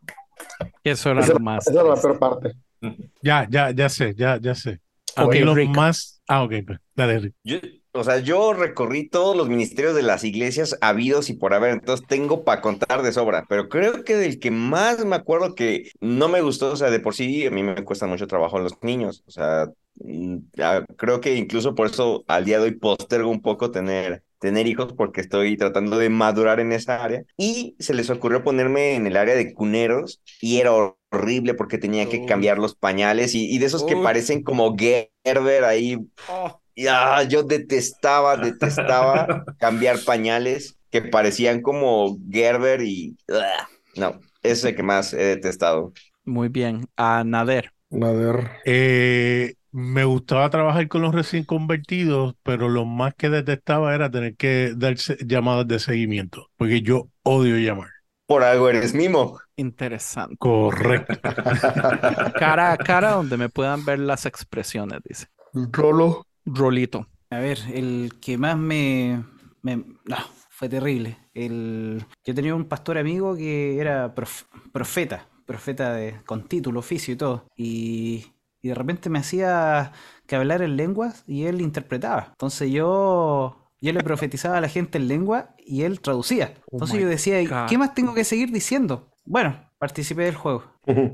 Eso era Esa lo más. esa es la triste. peor parte. Ya, ya, ya sé, ya, ya sé. A Ok, mí lo Rick. más... Ah, ok, pues, dale, Rick. Yo, o sea, yo recorrí todos los ministerios de las iglesias habidos y por haber, entonces tengo para contar de sobra, pero creo que del que más me acuerdo que no me gustó, o sea, de por sí a mí me cuesta mucho trabajo los niños, o sea, mm, ah, creo que incluso por eso al día de hoy postergo un poco tener, tener hijos porque estoy tratando de madurar en esa área y se les ocurrió ponerme en el área de cuneros y era horrible porque tenía que Uy. cambiar los pañales y, y de esos que Uy. parecen como Gerber ahí. Y, ah, yo detestaba, detestaba cambiar pañales que parecían como Gerber y... ah, no, ese es el que más he detestado. Muy bien. A Nader. Nader. Eh, me gustaba trabajar con los recién convertidos, pero lo más que detestaba era tener que dar se- llamadas de seguimiento, porque yo odio llamar. Por algo eres mimo. Interesante. Correcto. Cara a cara donde me puedan ver las expresiones, dice. Rolo. Rolito. A ver, el que más me, me- no, fue terrible. El, yo tenía un pastor amigo que era prof- profeta, profeta de, con título, oficio y todo. Y, y de repente me hacía que hablar en lenguas y él interpretaba. Entonces yo, yo le profetizaba a la gente en lengua y él traducía. Oh Entonces my yo decía, God. ¿qué más tengo que seguir diciendo? Bueno, participé del juego.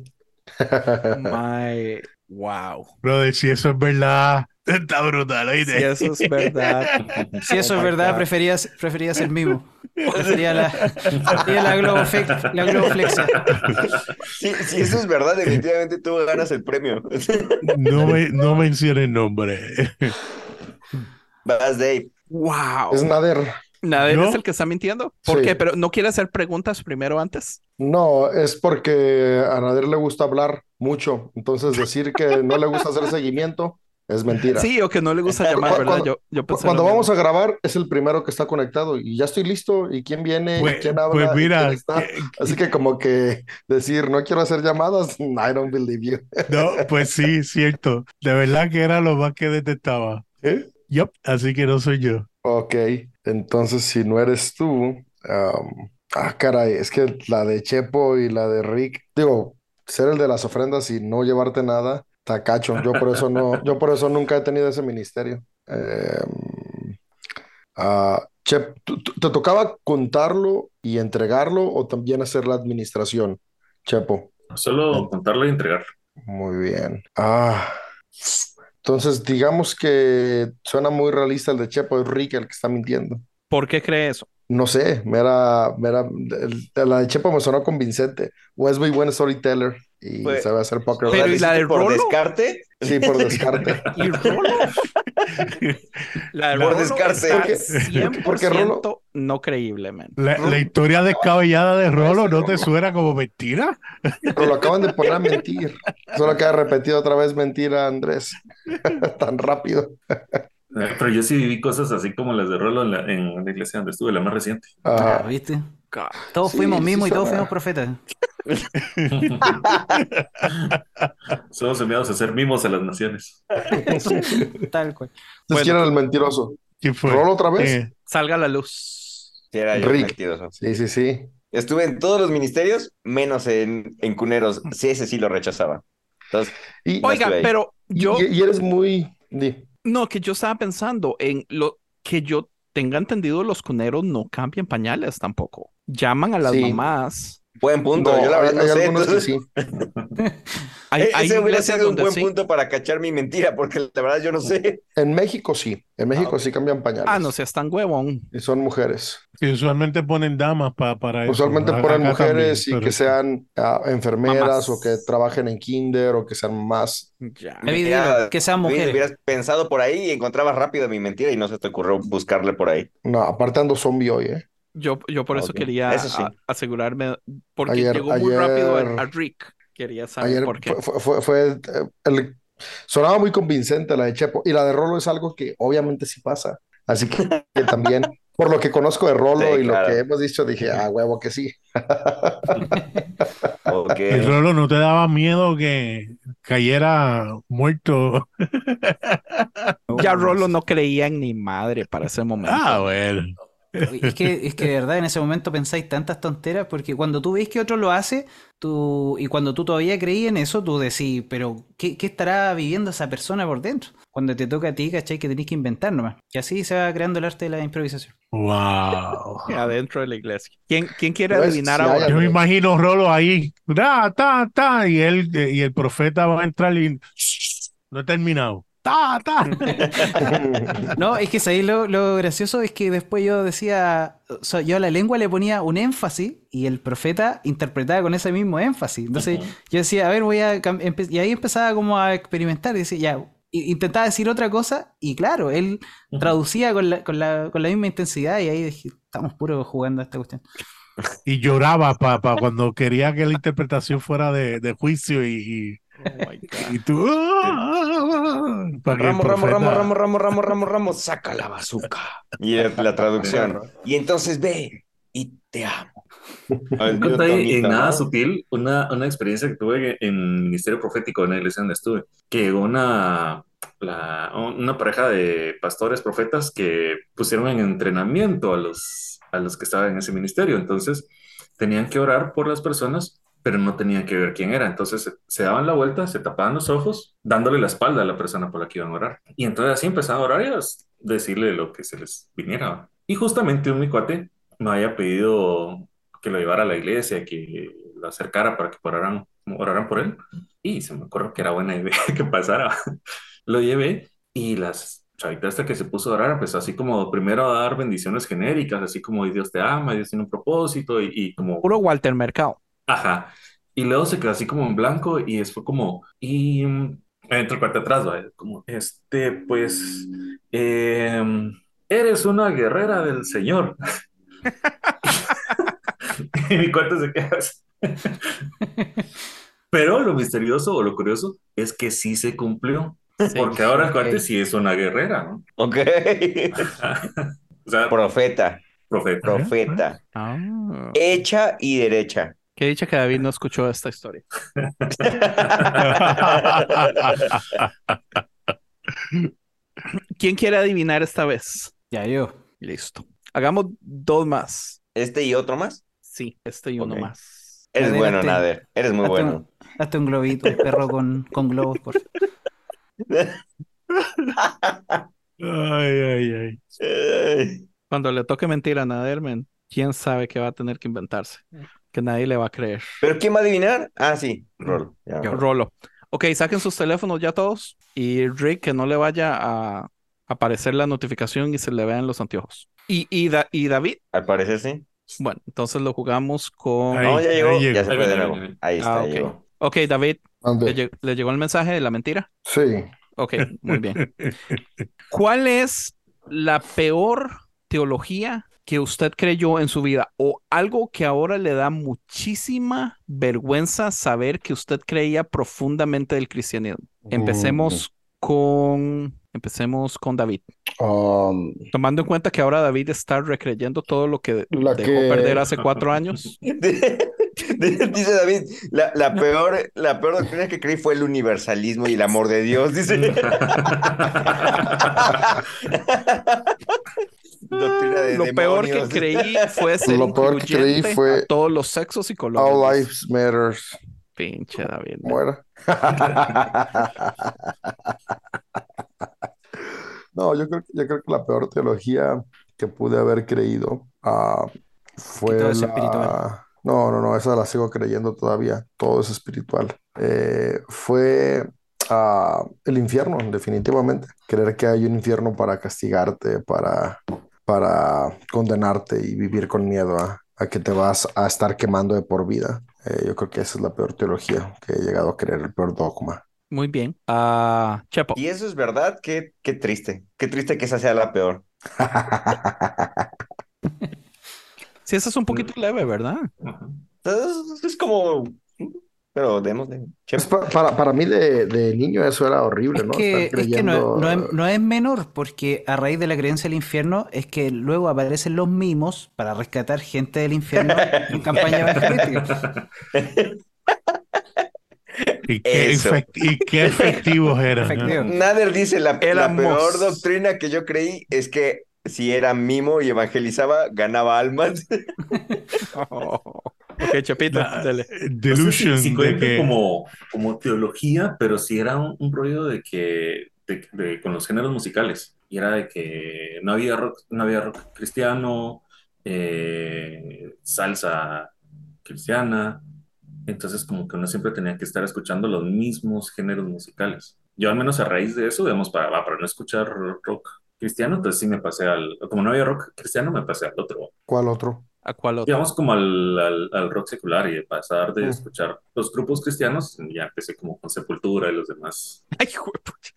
My... Wow. Brother, si eso es verdad, está brutal, Si ¿oíste? eso es verdad. Si eso Oh es my verdad, God. prefería, prefería ser mimo. Prefería la, prefería la, globoflex- la globoflexia. Si, si eso es verdad, definitivamente tú ganas el premio. No me, no menciones nombre. Vas, Dave. Wow. Es Nader. Nader ¿Yo? es el que está mintiendo. ¿Por Sí. qué? Pero no quiere hacer preguntas primero antes. No, es porque a Nader le gusta hablar mucho. Entonces decir que no le gusta hacer seguimiento es mentira. Sí, o que no le gusta llamar, Cu- ¿verdad? cuando- Yo, yo Cu- pensé Cuando lo vamos mismo. a grabar, es el primero que está conectado y ya estoy listo. ¿Y quién viene? Pues- ¿Y quién habla? pues ¿Y mira, quién está? que- Así que como que decir, no quiero hacer llamadas, I don't believe you. No, pues sí, cierto. De verdad que era lo más que detestaba. ¿Eh? Yup, así que no soy yo. Ok, entonces si no eres tú, Um, ah, caray, es que la de Chepo y la de Rick, digo, ser el de las ofrendas y no llevarte nada, está cacho. Yo por eso no, yo por eso nunca he tenido ese ministerio. Eh, ah, Chep, ¿tú- tú- ¿te tocaba contarlo y entregarlo o también hacer la administración, Chepo? Solo En- contarlo y entregar. Muy bien. Ah, entonces digamos que suena muy realista el de Chepo, es Rick el que está mintiendo. ¿Por qué cree eso? No sé, me era, me era- el- la de Chepo me sonó convincente. Wes es muy buen storyteller y Pues, sabe hacer poker o sea, Pero, face. ¿y la ¿deciste del por Rolo? descarte? Sí, por descarte. ¿Y Rolo? La de Por Rolo descarte. está Porque- cien por porque Rolo- ciento no creíble, man. La, la historia descabellada de Rolo no te suena como mentira. Pero lo acaban de poner a mentir. Solo queda repetido otra vez mentira, Andrés. Tan rápido. Eh, Pero yo sí viví cosas así como las de Rolo en la, en la iglesia donde estuve, la más reciente. Ah, Ajá. ¿viste? Todos Sí, fuimos sí mismos y todos suena. fuimos profetas. Somos enviados a ser mimos a las naciones. Tal cual. Entonces, Bueno. ¿quién era el mentiroso? ¿Quién fue? ¿Rolo otra vez? Eh, Salga a la luz. Sí, era yo Rick. mentiroso. Sí, sí, sí. Estuve en todos los ministerios, menos en, en Cuneros. Sí, ese sí lo rechazaba. Entonces, Y, No Oiga, estuve ahí. pero y- yo, y- y eres muy... di. no, que yo estaba pensando en lo que yo tenga entendido, los cuneros no cambian pañales tampoco. Llaman a las Sí. mamás. buen punto. No, Yo la hay, verdad no hay sé. algunos que entonces- sí. Hay, E- hay ese hubiera iglesias sido un donde buen sí. punto para cachar mi mentira, porque la verdad yo no sé. En México sí. En México ok. sí cambian pañales. Ah, no seas tan huevón. Y son mujeres. que usualmente ponen damas pa- para eso. Usualmente A- ponen acá mujeres también, y que pero- sean ah, enfermeras Mamás. o que trabajen en kinder o que sean mamás. Ya. David, Mira, dilo, que sean Luis, mujeres. hubieras pensado por ahí y encontrabas rápido mi mentira y no se te ocurrió buscarle por ahí. No, aparte ando zombie hoy, ¿eh? Yo, yo por eso Ok. quería Eso sí. a- asegurarme, porque Ayer- llegó muy rápido ayer- a, a Rick. Quería saber Ayer por qué. fue, fue, fue- fue, eh, el- sonaba muy convincente la de Chepo y la de Rolo es algo que obviamente sí pasa. Así que, que también, por lo que conozco de Rolo Sí, y claro. lo que hemos dicho, dije, ah, huevo que sí. Ok. El Rolo no te daba miedo que cayera muerto. Ya Rolo no creía en ni madre para ese momento. Ah, bueno. Es que, es que de verdad en ese momento pensáis tantas tonteras porque cuando tú veis que otro lo hace, tú, y cuando tú todavía creías en eso, tú decís, pero ¿qué, qué estará viviendo esa persona por dentro? Cuando te toca a ti, ¿cachai? Que tenés que inventar nomás. Y así se va creando el arte de la improvisación. Wow. Adentro de la iglesia. ¿Quién, quién quiere No es- adivinar si hay ahora? Yo me imagino Rolo ahí, ta, ta, ta, y él eh, y el profeta va a entrar y no he terminado. Ta, ta. No, es que ahí lo, lo gracioso es que después yo decía, o sea, yo a la lengua le ponía un énfasis y el profeta interpretaba con ese mismo énfasis. Entonces Ujú. yo decía, a ver, voy a... cam- empe- Y ahí empezaba como a experimentar y decía, ya, i- intentaba decir otra cosa y claro, él Ujú. traducía con la, con la, con la misma intensidad y ahí dije, estamos puros jugando a esta cuestión. Y lloraba pa, pa cuando quería que la interpretación fuera de, de juicio y, Oh my y, God. y tú. ah, para que el Ramo, ramo, profeta- ramo, ramo, ramo, ramo, ramo, ramo, saca la bazooka. Y la, la traducción. Y entonces ve y te amo. Ay, Dios, Conté en Tonita, nada ¿no? sutil una, una experiencia que tuve en Ministerio Profético en la iglesia donde estuve, que llegó una, la- una pareja de pastores profetas que pusieron en entrenamiento a los, a los que estaban en ese ministerio. Entonces tenían que orar por las personas, pero no tenían que ver quién era. Entonces se, se daban la vuelta, se tapaban los ojos, dándole la espalda a la persona por la que iban a orar. Y entonces así empezaban a orar y a decirle lo que se les viniera. Y justamente un mi cuate me había pedido que lo llevara a la iglesia, que lo acercara para que oraran, oraran por él. Y se me ocurrió que era buena idea que pasara. Lo llevé y las chavitas hasta que se puso a orar empezó así como primero a dar bendiciones genéricas, así como "Y Dios te ama, Dios tiene un propósito", y, y como, Puro Walter Mercado. ajá. Y luego se quedó así como en blanco y fue como, y mm, entró el cuate atrás, ¿va? Como, este, pues, em, eres una guerrera del Señor. Y mi cuate se queda así. Pero lo misterioso o lo curioso es que sí se cumplió. Porque ahora el cuate ok. sí es una guerrera, ¿no? Ok. O sea, Profeta, profeta. profeta. Ah. Hecha y derecha. Qué dicha que David no escuchó esta historia. ¿Quién quiere adivinar esta vez? Ya yo. Listo. Hagamos dos más. ¿Este y otro más? Sí, este y uno Ok. más. Eres Nader, bueno, hazte- Nader. Eres muy hazte bueno. un, hazte un globito, un perro con, con globos, por favor. Ay, ay, ay. Ay. Cuando le toque mentir a Naderman, quién sabe qué va a tener que inventarse. Que nadie le va a creer. ¿Pero quién va a adivinar? Ah, sí, Rolo. Ya me Yo, acordé. Rolo. Ok, saquen sus teléfonos ya todos. Y Rick, que no le vaya a aparecer la notificación y se le vean los anteojos. Y, y, Da- y David, Al parecer sí. bueno, entonces lo jugamos con. No, Ahí, ya ahí llegó. llegó. Ya se Ahí fue viene, de ahí nuevo. viene, ahí viene. Ahí está, Ah, ahí ok. llegó. Ok, David, ¿le, Ande. lle- le llegó el mensaje de la mentira? Sí. Ok, muy bien. ¿Cuál es la peor teología que usted creyó en su vida o algo que ahora le da muchísima vergüenza saber que usted creía profundamente del cristianismo? Empecemos con, empecemos con David. Um, Tomando en cuenta que ahora David está recreyendo todo lo que la dejó perder que hace cuatro años. Dice David, la, la peor, la peor doctrina que creí fue el universalismo y el amor de Dios, dice. Doctrina de Lo peor que demonios. creí fue ser lo peor que creí incluyente a fue todos los sexos y colores. All dice. Lives Matters. Pinche David. man. Muera. No, yo creo, que- yo creo que la peor teología que pude haber creído ah, Que fue todo es la... espiritual. No, no, no, esa la sigo creyendo todavía. Todo es espiritual. Eh, fue ah, el infierno, definitivamente. Creer que hay un infierno para castigarte, para, para condenarte y vivir con miedo a, a que te vas a estar quemando de por vida. Eh, yo creo que esa es la peor teología que he llegado a creer, el peor dogma. Muy bien. Ah, Chepo. Y eso es verdad, qué, qué triste. Qué triste que esa sea la peor. Sí, eso es un poquito leve, ¿verdad? Ajá. Entonces, es como... Pero démosle. Es pa- para, para mí de, de niño eso era horrible, Es ¿no? que, Estar es que no, es- creyendo... no es, no es menor, porque a raíz de la creencia del infierno es que luego aparecen los mimos para rescatar gente del infierno en campaña evangelística. ¿Y qué, Eso. efect- y qué efectivos eran? ¿eh? Efectivo. Nader dice, la, la Éramos- peor doctrina que yo creí es que si era mimo y evangelizaba, ganaba almas. Oh. Ok, Chepito, La- dele. No sé si, Delusion si de cuenta que... como, como teología, pero sí era un, un rollo de que de, de- con los géneros musicales. Y era de que no había rock, no había rock cristiano, eh, salsa cristiana. Entonces, como que uno siempre tenía que estar escuchando los mismos géneros musicales. Yo, al menos a raíz de eso, digamos, para, para no escuchar rock cristiano, entonces sí me pasé al. Como no había rock cristiano, me pasé al otro. ¿Cuál otro? ¿A cuál otro? Digamos, como al, al, al rock secular y de pasar de Mm. escuchar los grupos cristianos, ya empecé como con Sepultura y los demás. Ay, juepucha.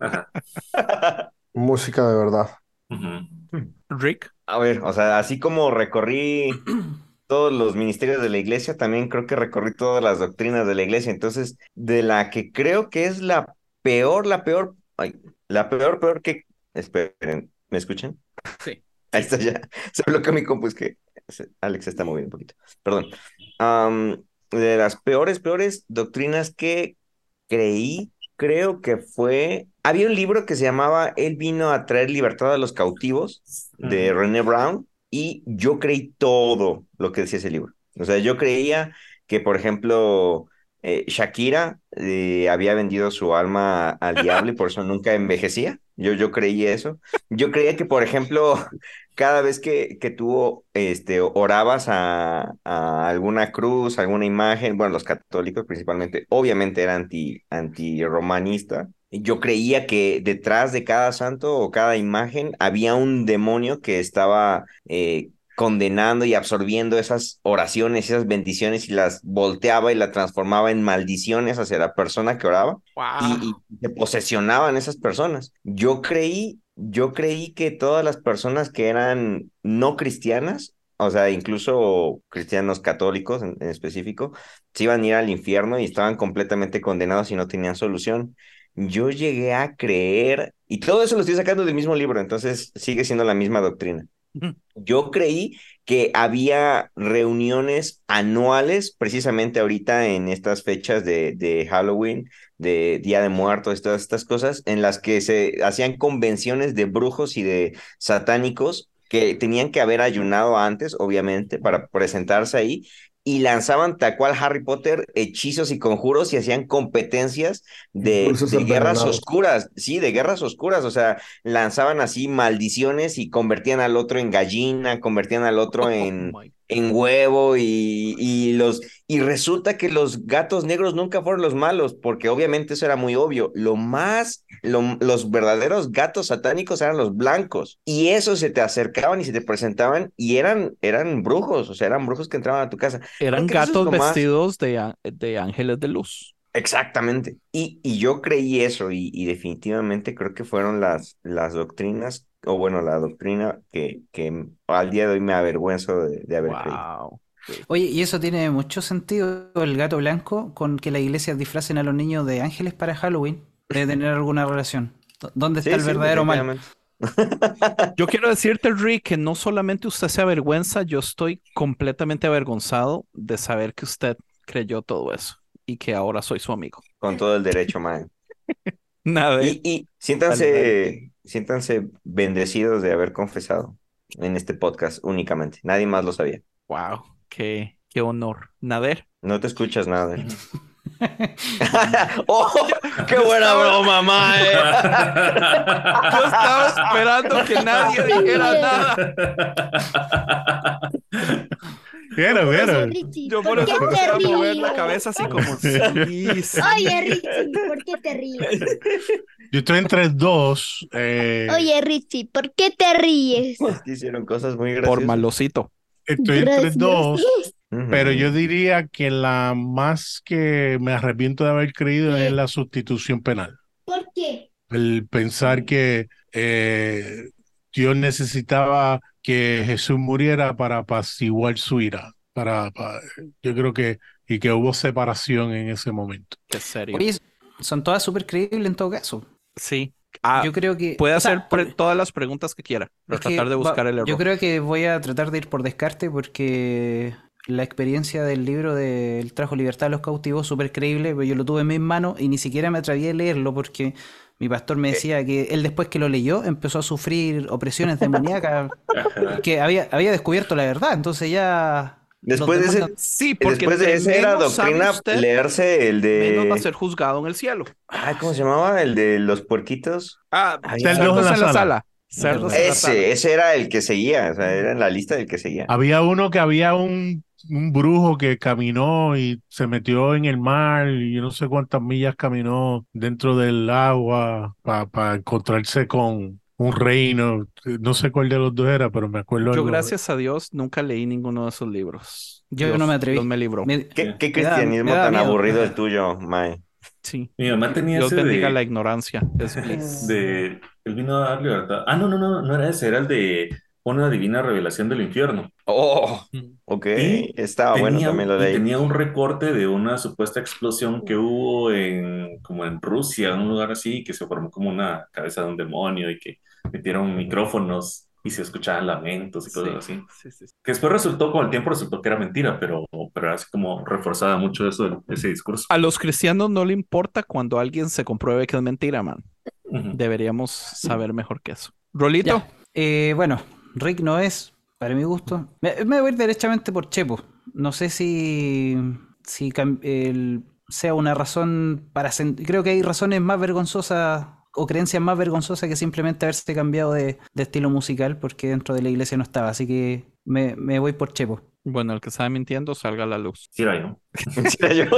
Ajá. Música de verdad. Ujú. Rick. A ver, o sea, así como recorrí todos los ministerios de la iglesia, también creo que recorrí todas las doctrinas de la iglesia. Entonces, de la que creo que es la peor, la peor, ay, la peor, peor que... Esperen, ¿me escuchan? Sí. Ahí está ya. Se bloqueó mi compu, es que se- Alex se está moviendo un poquito. Perdón. Am, de las peores, peores doctrinas que creí, creo que fue... Había un libro que se llamaba Él vino a traer libertad a los cautivos, de Ujú. René Brown, y yo creí todo lo que decía ese libro. O sea, yo creía que, por ejemplo, eh, Shakira eh, había vendido su alma al diablo y por eso nunca envejecía. Yo, yo creí eso. Yo creía que, por ejemplo, cada vez que, que tú este, orabas a, a alguna cruz, alguna imagen, bueno, los católicos principalmente, obviamente era anti, anti-romanista. Yo creía que detrás de cada santo o cada imagen había un demonio que estaba eh, condenando y absorbiendo esas oraciones, esas bendiciones y las volteaba y las transformaba en maldiciones hacia la persona que oraba y, y se posesionaban esas personas. Yo creí, yo creí que todas las personas que eran no cristianas, o sea, incluso cristianos católicos en, en específico, se iban a ir al infierno y estaban completamente condenados y no tenían solución. Yo llegué a creer, y todo eso lo estoy sacando del mismo libro, entonces sigue siendo la misma doctrina. Yo creí que había reuniones anuales, precisamente ahorita en estas fechas de, de Halloween, de Día de Muertos, todas estas cosas, en las que se hacían convenciones de brujos y de satánicos que tenían que haber ayunado antes, obviamente, para presentarse ahí, y lanzaban tal cual Harry Potter hechizos y conjuros y hacían competencias de, Dulces de guerras envenenados. oscuras, sí, de guerras oscuras, o sea, lanzaban así maldiciones y convertían al otro en gallina, convertían al otro Oh en, my. en huevo y, y los y resulta que los gatos negros nunca fueron los malos, porque obviamente eso era muy obvio. Lo más, lo- los verdaderos gatos satánicos eran los blancos. Y esos se te acercaban y se te presentaban y eran, eran brujos, o sea, eran brujos que entraban a tu casa. Creo Eran que eso es gatos lo más. vestidos de, á- de ángeles de luz. Exactamente. Y, y yo creí eso y, y definitivamente creo que fueron las, las doctrinas, o bueno, la doctrina que, que al día de hoy me avergüenzo de, de haber creído. Wow. Oye, y eso tiene mucho sentido, el gato blanco, con que las iglesias disfracen a los niños de ángeles para Halloween. Debe tener alguna relación. ¿Dó- ¿Dónde está Sí, el sí, verdadero mal? definitivamente. Yo quiero decirte, Rick, que no solamente usted se avergüenza, yo estoy completamente avergonzado de saber que usted creyó todo eso y que ahora soy su amigo. Con todo el derecho, man. Nada, Y, y totalmente. siéntanse, siéntanse bendecidos de haber confesado en este podcast únicamente. Nadie más lo sabía. Wow, qué, qué honor. Nader. No te escuchas nada. ¡Oh! ¡Qué buena broma, mae! Yo estaba esperando que nadie dijera nada. Vieron, Oye, vieron. Richie, Yo por ¿por qué eso te empecé a mover la ríes? cabeza así como, sí, sí. Oye, Richie, ¿por qué te ríes? Yo estoy entre dos. eh, Oye, Richie, ¿por qué te ríes? Es que hicieron cosas muy Por graciosas. malosito. estoy entre Gracias. dos, Ujú. pero yo diría que la más que me arrepiento de haber creído es la sustitución penal. ¿Por qué? El pensar que eh, Dios necesitaba que Jesús muriera para apaciguar su ira. Para, para- yo creo que, y que hubo separación en ese momento. Qué serio. Oye, son todas súper creíbles en todo caso. Sí. Ah, Yo creo que... puede o sea, hacer pre- por- todas las preguntas que quiera, pero es que tratar de va- buscar el error. yo creo que voy a tratar de ir por descarte porque la experiencia del libro de El trajo libertad a los cautivos, súper creíble, pero yo lo tuve en mis manos y ni siquiera me atreví a leerlo porque mi pastor me decía que él después que lo leyó empezó a sufrir opresiones demoníacas, que había, había descubierto la verdad, entonces ya... los Después de ese, demonios- Sí, porque después de entre ese era menos sabe doctrina usted, leerse el menos va a de... ser juzgado en el cielo. Ay, ¿cómo se llamaba? El de los puerquitos. Ah, Ay, Cerdos cerdos en la en la sala. sala. Cerdos en la sala. Ese, ese era el que seguía, o sea, era en la lista del que seguía. Había uno que había un, un brujo que caminó y se metió en el mar y yo no sé cuántas millas caminó dentro del agua para encontrarse con un reino. No sé cuál de los dos era, pero me acuerdo Yo, algo. gracias a Dios, nunca leí ninguno de esos libros. Yo Dios- no me atreví. Dios me libró. Me- ¿Qué, qué Me da- cristianismo me da tan miedo. aburrido el tuyo, Mae? Sí. Mi mamá tenía Dios ese bendiga de, la ignorancia. Es bliss. de, él vino a dar libertad. Ah, no, no, no, no era ese, era el de una divina revelación del infierno. Oh, ok, Y estaba bueno, tenía, también lo y leí. tenía un recorte de una supuesta explosión que hubo en, como en Rusia, un lugar así, que se formó como una cabeza de un demonio y que metieron micrófonos y se escuchaban lamentos y cosas así. Sí, sí, sí. Que después resultó, con el tiempo resultó que era mentira, pero, pero era así como reforzada mucho eso, ese discurso. A los cristianos no le importa cuando alguien se compruebe que es mentira, man. Ujú. Deberíamos saber mejor que eso. Rolito. Ya. Eh, bueno, Rick no es, para mi gusto. Me, me voy a ir derechamente por Chepo. No sé si, si cam- el- sea una razón para... sen- Creo que hay razones más vergonzosas o creencias más vergonzosas que simplemente haberse cambiado de, de estilo musical porque dentro de la iglesia no estaba. Así que me, me voy por Chepo. Bueno, el que está mintiendo salga a la luz. Sí, era yo. Sí, era yo.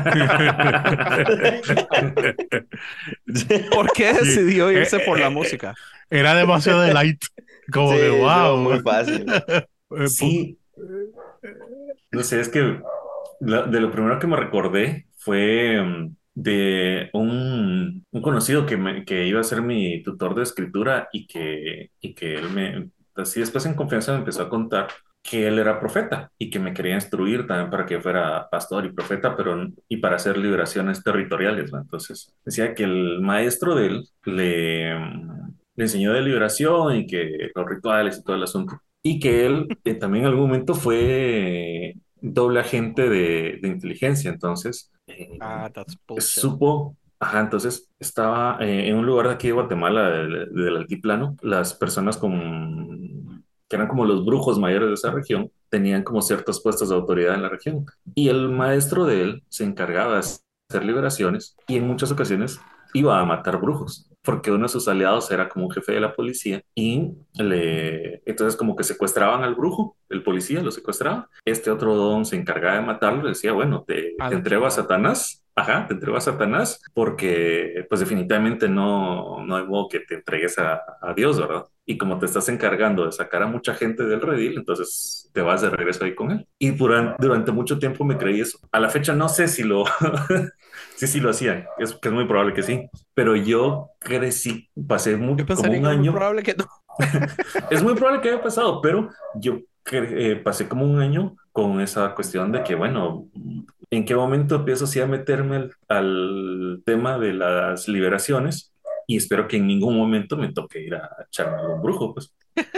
¿Por qué decidió Sí. irse Eh, por la eh, música? Era demasiado de light. Como Sí, que estuvo wow. muy fácil. Eh, Sí. No sé, es que la- de lo primero que me recordé fue mm, de un, un conocido que, me, que iba a ser mi tutor de escritura y que, y que él me, así después en confianza me empezó a contar que él era profeta y que me quería instruir también para que fuera pastor y profeta, pero y para hacer liberaciones territoriales, ¿no? Entonces decía que el maestro de él le, mm, le enseñó de liberación y que los rituales y todo el asunto. Y que él eh, también en algún momento fue doble agente de, de inteligencia, entonces eh, Ah, that's bullshit. supo, ajá, entonces estaba eh, en un lugar de aquí de Guatemala, del, del altiplano, las personas con que eran como los brujos mayores de esa región, tenían como ciertos puestos de autoridad en la región. Y el maestro de él se encargaba de hacer liberaciones y en muchas ocasiones iba a matar brujos, porque uno de sus aliados era como un jefe de la policía y le... entonces como que secuestraban al brujo, el policía lo secuestraba, este otro don se encargaba de matarlo y decía, bueno, te, te entrego a Satanás. Ajá, te entrego a Satanás porque pues definitivamente no, no hay modo que te entregues a, a Dios, ¿verdad? Y como te estás encargando de sacar a mucha gente del redil, entonces te vas de regreso ahí con él. Y durante, durante mucho tiempo me creí eso. A la fecha no sé si lo, sí, sí lo hacían, es que es muy probable que sí, pero yo crecí, pasé muy, Yo como pensaría un que es muy año. probable que no. Es muy probable que haya pasado, pero yo cre- eh, pasé como un año con esa cuestión de que, bueno, ¿en qué momento empiezo así a meterme al, al tema de las liberaciones? Y espero que en ningún momento me toque ir a echarme a algún brujo, pues.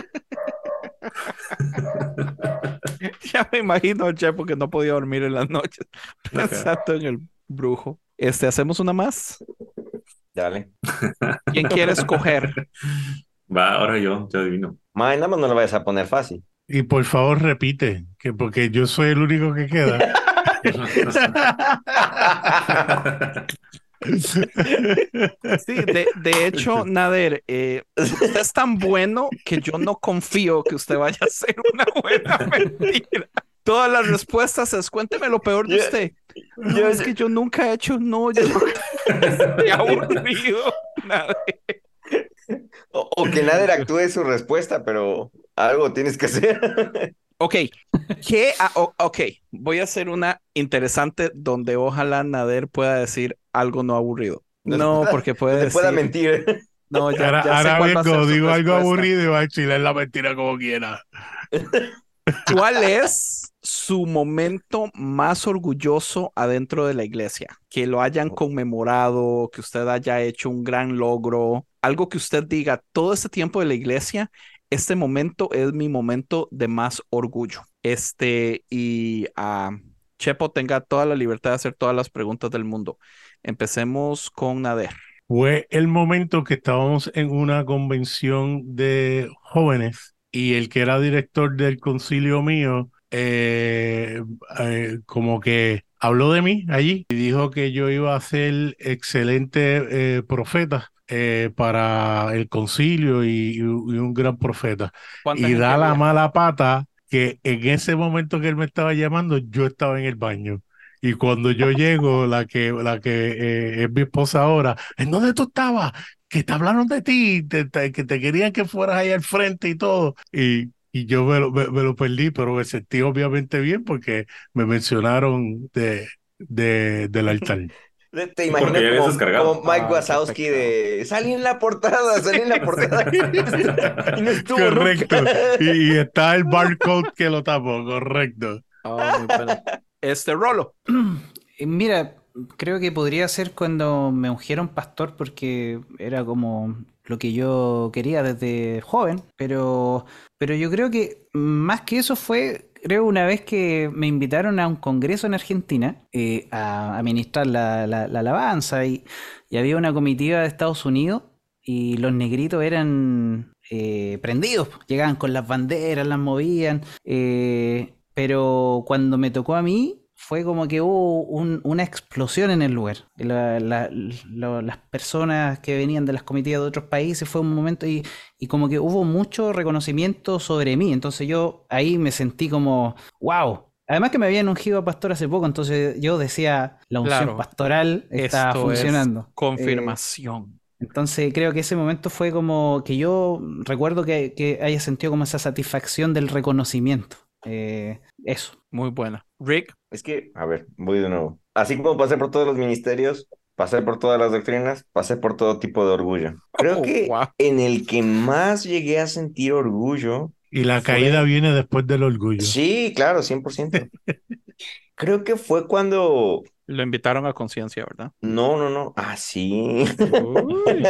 Ya me imagino al Chepo que no podía dormir en las noches Ajá. pensando en el brujo. Este, ¿hacemos una más? Dale. ¿Quién quiere escoger? Va, ahora yo, yo adivino. Mae, nada más no lo vayas a poner fácil. Y por favor repite, que porque yo soy el único que queda. Sí, de, de hecho, Nader, eh, usted es tan bueno que yo no confío que usted vaya a hacer una buena mentira. Todas las respuestas es cuénteme lo peor de Yo- usted. No, yo- es que yo nunca he hecho, no, yo estoy aburrido. Nader. O, o que Nader actúe su respuesta, pero algo tienes que hacer. Ok, ¿qué? Ah, o- ok, voy a hacer una interesante donde ojalá Nader pueda decir algo no aburrido. No, porque puede Donde pueda decir. mentir. No, ya, Ahora, ya sé ahora cuál va a ser vengo, su digo algo respuesta. aburrido y va a chilar la mentira como quiera. ¿Cuál es su momento más orgulloso adentro de la iglesia? Que lo hayan conmemorado, que usted haya hecho un gran logro, algo que usted diga, todo este tiempo de la iglesia, este momento es mi momento de más orgullo. Este, y ah, Chepo tenga toda la libertad de hacer todas las preguntas del mundo. Empecemos con Nader. Fue el momento que estábamos en una convención de jóvenes y el que era director del concilio mío, eh, eh, como que habló de mí allí y dijo que yo iba a ser excelente eh, profeta eh, para el concilio y, y- y un gran profeta. ¿Cuánta Y gente da la había? mala pata que en ese momento que él me estaba llamando, yo estaba en el baño. Y cuando yo llego, la que, la que eh, es mi esposa ahora, ¿en dónde tú estabas? Que te hablaron de ti, te- te- que te querían que fueras ahí al frente y todo. Y, y yo me lo, me, me lo perdí, pero me sentí obviamente bien porque me mencionaron de, de, del altar. Te Porque imagino ya habías como, descargado. como Mike Ay, qué Wazowski pecado. de salí en la portada, salí en la portada. Y no estuvo Correcto. nunca. Y, y está el barcode que lo tapó, correcto. Ah, muy bueno. Este, Rolo. Eh, Mira, creo que podría ser cuando me ungieron pastor porque era como lo que yo quería desde joven, pero, pero yo creo que más que eso fue, creo una vez que me invitaron a un congreso en Argentina eh, a, a ministrar la, la- la alabanza y, y había una comitiva de Estados Unidos y los negritos eran eh, prendidos, llegaban con las banderas, las movían, eh, pero cuando me tocó a mí fue como que hubo un- una explosión en el lugar. La- la- lo- las personas que venían de las comitivas de otros países fue un momento y, y como que hubo mucho reconocimiento sobre mí. Entonces yo ahí me sentí como, wow. Además que me habían ungido a pastor hace poco, entonces yo decía, la unción Claro, pastoral está Esto es funcionando. Eh, confirmación. entonces creo que ese momento fue como que yo recuerdo que, que haya sentido como esa satisfacción del reconocimiento. Eh, eso. Muy buena. Rick. Es que, a ver, voy de nuevo. Así como pasé por todos los ministerios, pasé por todas las doctrinas, pasé por todo tipo de orgullo. Creo Oh, que wow. en el que más llegué a sentir orgullo Y la fue... caída viene después del orgullo. Sí, claro, cien por ciento. Creo que fue cuando... Lo invitaron a conciencia, ¿verdad? No, no, no. Ah, sí. Uy.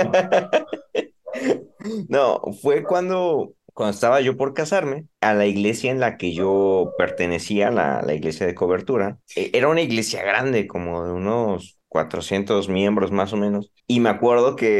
No, fue cuando, cuando estaba yo por casarme, a la iglesia en la que yo pertenecía, la, la iglesia de cobertura. Eh, Era una iglesia grande, como de unos cuatrocientos miembros más o menos. Y me acuerdo que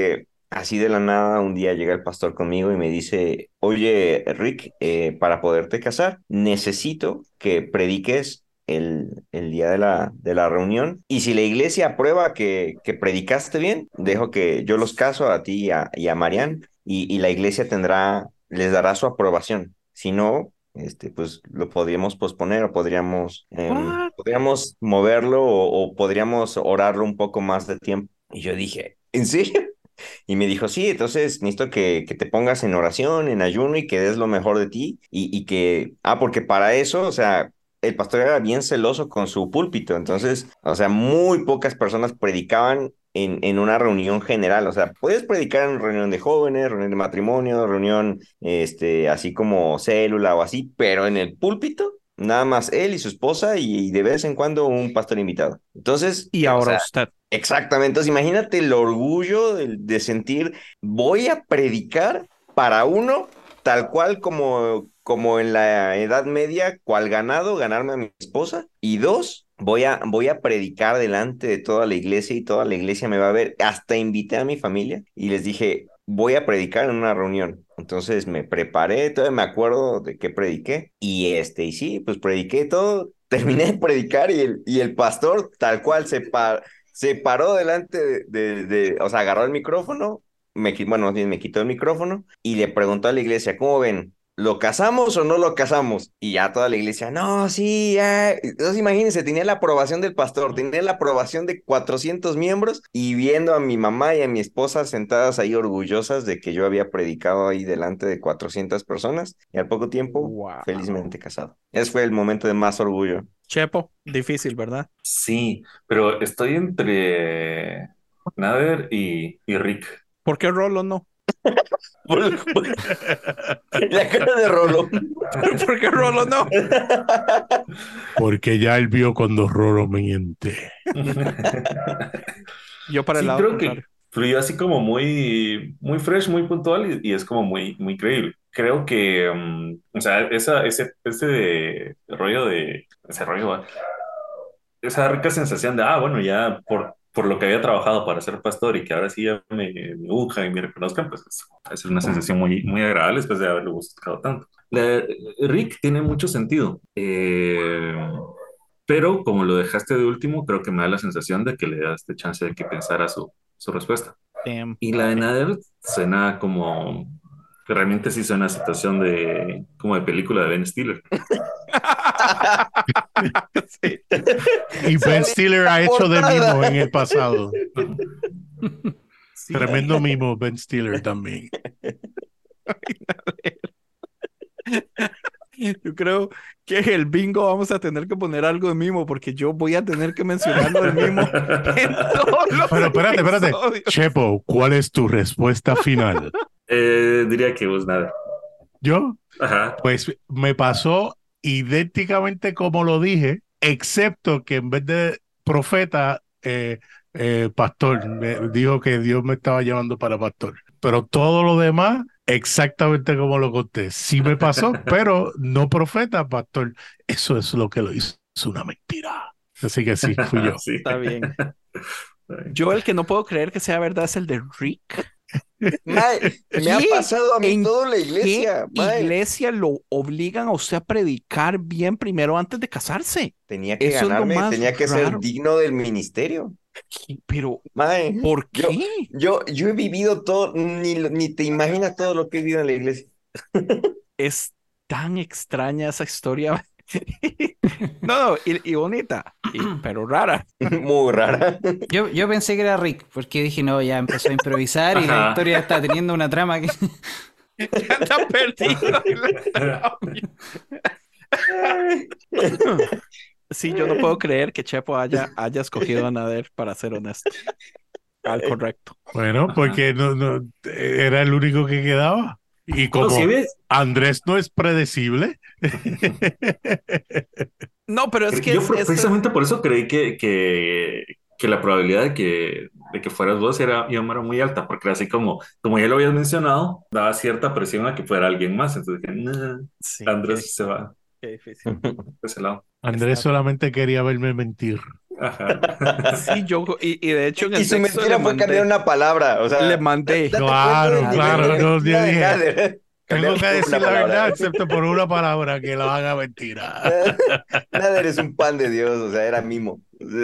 así de la nada, un día llega el pastor conmigo y me dice, oye, Rick, eh, para poderte casar, necesito que prediques el, el día de la, de la reunión. Y si la iglesia aprueba que, que predicaste bien, dejo que yo los caso a ti y a, y a Marian, y, y la iglesia tendrá, les dará su aprobación. Si no, este, pues lo podríamos posponer o podríamos, em, podríamos moverlo o, o podríamos orarlo un poco más de tiempo. Y yo dije, ¿en serio? Y me dijo, sí, entonces necesito que, que te pongas en oración, en ayuno y que des lo mejor de ti y, y que, ah, porque para eso, o sea, el pastor era bien celoso con su púlpito, entonces, o sea, muy pocas personas predicaban en, en una reunión general, o sea, puedes predicar en reunión de jóvenes, reunión de matrimonio, reunión, este, así como célula o así, pero en el púlpito, nada más él y su esposa y, y de vez en cuando un pastor invitado. Entonces, Y o ahora sea, usted. exactamente, entonces imagínate el orgullo de, de sentir, voy a predicar para uno, tal cual como, como en la Edad Media, cual ganado, ganarme a mi esposa, y dos, voy a, voy a predicar delante de toda la iglesia y toda la iglesia me va a ver, hasta invité a mi familia y les dije, voy a predicar en una reunión. Entonces me preparé, todavía me acuerdo de qué prediqué, y este, y sí, pues prediqué todo, terminé de predicar y el, y el pastor tal cual se paró. Se paró delante de, de, de, o sea, agarró el micrófono, me, qui- bueno, más bien me quitó el micrófono y le preguntó a la iglesia, ¿cómo ven? ¿Lo casamos o no lo casamos? Y ya toda la iglesia, no, sí, ya. Entonces imagínense, tenía la aprobación del pastor, tenía la aprobación de cuatrocientos miembros y viendo a mi mamá y a mi esposa sentadas ahí orgullosas de que yo había predicado ahí delante de cuatrocientas personas y al poco tiempo, Wow. felizmente casado. Ese fue el momento de más orgullo. Chepo, difícil, ¿verdad? Sí, pero estoy entre Nader y, y Rick. ¿Por qué Rolo no? Por- por- La cara de Rolo. ¿Por qué Rolo no? Porque ya él vio cuando Rolo miente. Yo para el Sí, lado creo contrario. que fluyó así como muy, muy fresh, muy puntual y, y es como muy, muy creíble. Creo que, um, o sea, esa, ese, ese de- rollo de, ese rollo, ¿va? Esa rica sensación de, ah, bueno, ya por, por lo que había trabajado para ser pastor y que ahora sí ya me, me unjan y me reconozcan, pues es, es una sensación muy, muy agradable después de haberlo buscado tanto. La- Rick tiene mucho sentido. Eh, pero como lo dejaste de último, creo que me da la sensación de que le das de chance de que pensara su, su respuesta. Damn. Y la de Nader suena como, que realmente sí suena a situación de, como de película de Ben Stiller. Sí. Y Ben Stiller ha hecho de portada. mimo en el pasado. Sí. Tremendo mimo Ben Stiller también. Yo creo que en el bingo vamos a tener que poner algo de mimo porque yo voy a tener que mencionarlo del mimo en todos los Pero espérate, espérate. episodios. Chepo, ¿cuál es tu respuesta final? Eh, diría que vos nada. ¿Yo? Ajá. Pues me pasó idénticamente como lo dije, excepto que en vez de profeta, eh, eh, pastor, me dijo que Dios me estaba llamando para pastor. Pero todo lo demás, exactamente como lo conté. Sí me pasó, pero no profeta, pastor. Eso es lo que lo hizo. Es una mentira. Así que sí, fui yo. Sí. Está bien. Yo el que no puedo creer que sea verdad es el de Rick. Mae, me ha ¿Qué? pasado a mí ¿En todo en la iglesia. ¿Qué Mae. iglesia lo obligan a usted a predicar bien primero antes de casarse? Tenía que Eso es lo ganarme, más tenía que ser raro. digno del ministerio. ¿Qué? Pero, Mae, ¿por yo, qué? yo, yo he vivido todo, ni, lo- ni te imaginas todo lo que he vivido en la iglesia. Es tan extraña esa historia. No, no, y, y bonita, y- pero rara. Muy rara. Yo, yo pensé que era Rick, porque dije, no, ya empezó a improvisar y la Ajá. historia está teniendo una trama que... Ya está perdido. en la trama. Sí, yo no puedo creer que Chepo haya, haya escogido a Nader, para ser honesto. Al correcto. Bueno, porque no, no, era el único que quedaba. Y como No, sí ves. Andrés no es predecible, No, pero es que Yo es, pre- es- precisamente por eso creí que, que, que la probabilidad de que, de que fueras vos era, era muy alta, porque así como, como ya lo habías mencionado, daba cierta presión a que fuera alguien más. Entonces dije, "Nah, sí, Andrés qué, se va qué difícil. de ese lado". Andrés Está- solamente quería verme mentir. Sí, yo, y, y de hecho en Y el su texto mentira le fue cambiar mandé, una palabra. O sea, le da- mandé. date Claro, cuenta de claro, la no, yo mentira de dije, Nader. tengo Cambiar que una decir la palabra. verdad, excepto por una palabra que la haga mentira. Nader es un pan de Dios, o sea, era mimo.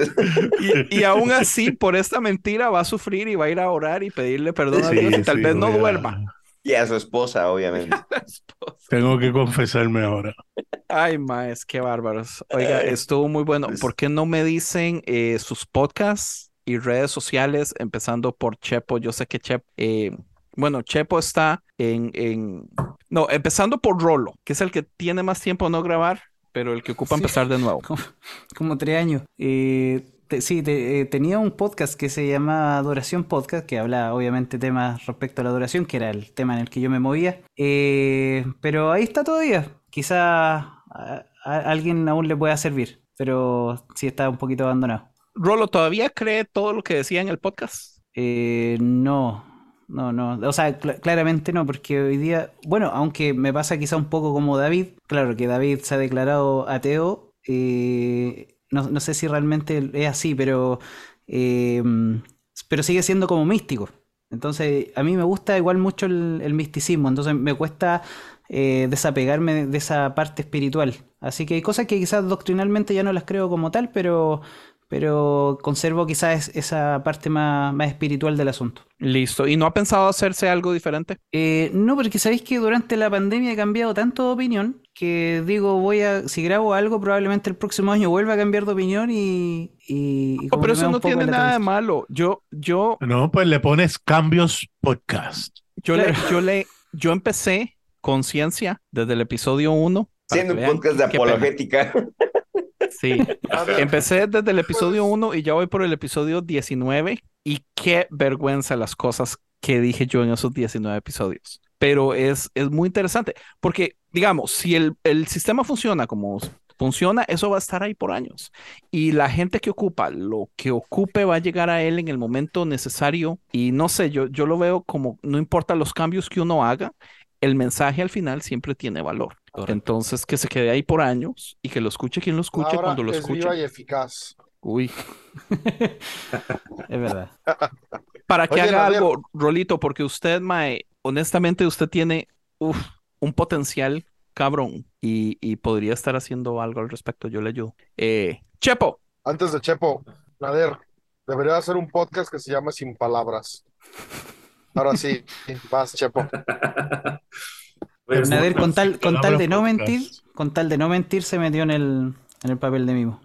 Y, y aún así, por esta mentira va a sufrir y va a ir a orar y pedirle perdón a Dios y Sí, tal sí, vez no voy duerma. a... Y a su esposa, obviamente. La esposa. Tengo que confesarme ahora. Ay, maes, qué bárbaros. Oiga, Ay, estuvo muy bueno. pues, ¿Por qué no me dicen eh, sus podcasts y redes sociales, empezando por Chepo? Yo sé que Chepo, eh, bueno, Chepo está en, en, no, empezando por Rolo, que es el que tiene más tiempo de no grabar, pero el que ocupa Sí. empezar de nuevo. Como, como tres años. Eh, te- sí, te- eh, tenía un podcast que se llama Adoración Podcast, que habla obviamente temas respecto a la adoración, que era el tema en el que yo me movía. Eh, pero ahí está todavía. Quizá a, a alguien aún le pueda servir, pero sí está un poquito abandonado. Rolo, ¿todavía cree todo lo que decía en el podcast? Eh, no, no, no. O sea, cl- claramente no, porque hoy día, bueno, aunque me pasa quizá un poco como David, claro que David se ha declarado ateo, eh, no, no sé si realmente es así, pero, eh, pero sigue siendo como místico. Entonces, a mí me gusta igual mucho el, el misticismo, entonces me cuesta eh, desapegarme de esa parte espiritual. Así que hay cosas que quizás doctrinalmente ya no las creo como tal, pero, pero conservo quizás es- esa parte más, más espiritual del asunto. Listo. ¿Y no ha pensado hacerse algo diferente? Eh, no, porque sabéis que durante la pandemia he cambiado tanto de opinión que digo, voy a, si grabo algo, probablemente el próximo año vuelva a cambiar de opinión y, y, y No, como pero que me eso da un no poco tiene la nada de transición. malo. Yo, yo, No, pues le pones cambios podcast. yo le, Claro. yo le, yo empecé Conciencia desde el episodio uno. Para siendo que un vean podcast qué, de qué pena. apologética. Sí. Empecé desde el Pues, episodio uno y ya voy por el episodio diecinueve. Y qué vergüenza las cosas que dije yo en esos diecinueve episodios. Pero es, es muy interesante porque, digamos, si el, el sistema funciona como funciona, eso va a estar ahí por años. Y la gente que ocupa lo que ocupe va a llegar a él en el momento necesario. Y no sé, yo, yo lo veo como, no importa los cambios que uno haga, el mensaje al final siempre tiene valor. Correcto. Entonces, que se quede ahí por años y que lo escuche quien lo escuche Palabra cuando lo es escuche. viva y eficaz. Uy, Es verdad. para que Oye, haga Nader. algo, Rolito, porque usted, mae, honestamente, usted tiene uf, un potencial cabrón y, y podría estar haciendo algo al respecto. Yo le ayudo. Eh, Chepo, Antes de Chepo, Nader, debería hacer un podcast que se llama Sin Palabras. Ahora sí, vas, Chepo. Pues, Nader, con tal, con tal de no Palabra mentir, podcast. con tal de no mentir, se metió en el, en el papel de mimo.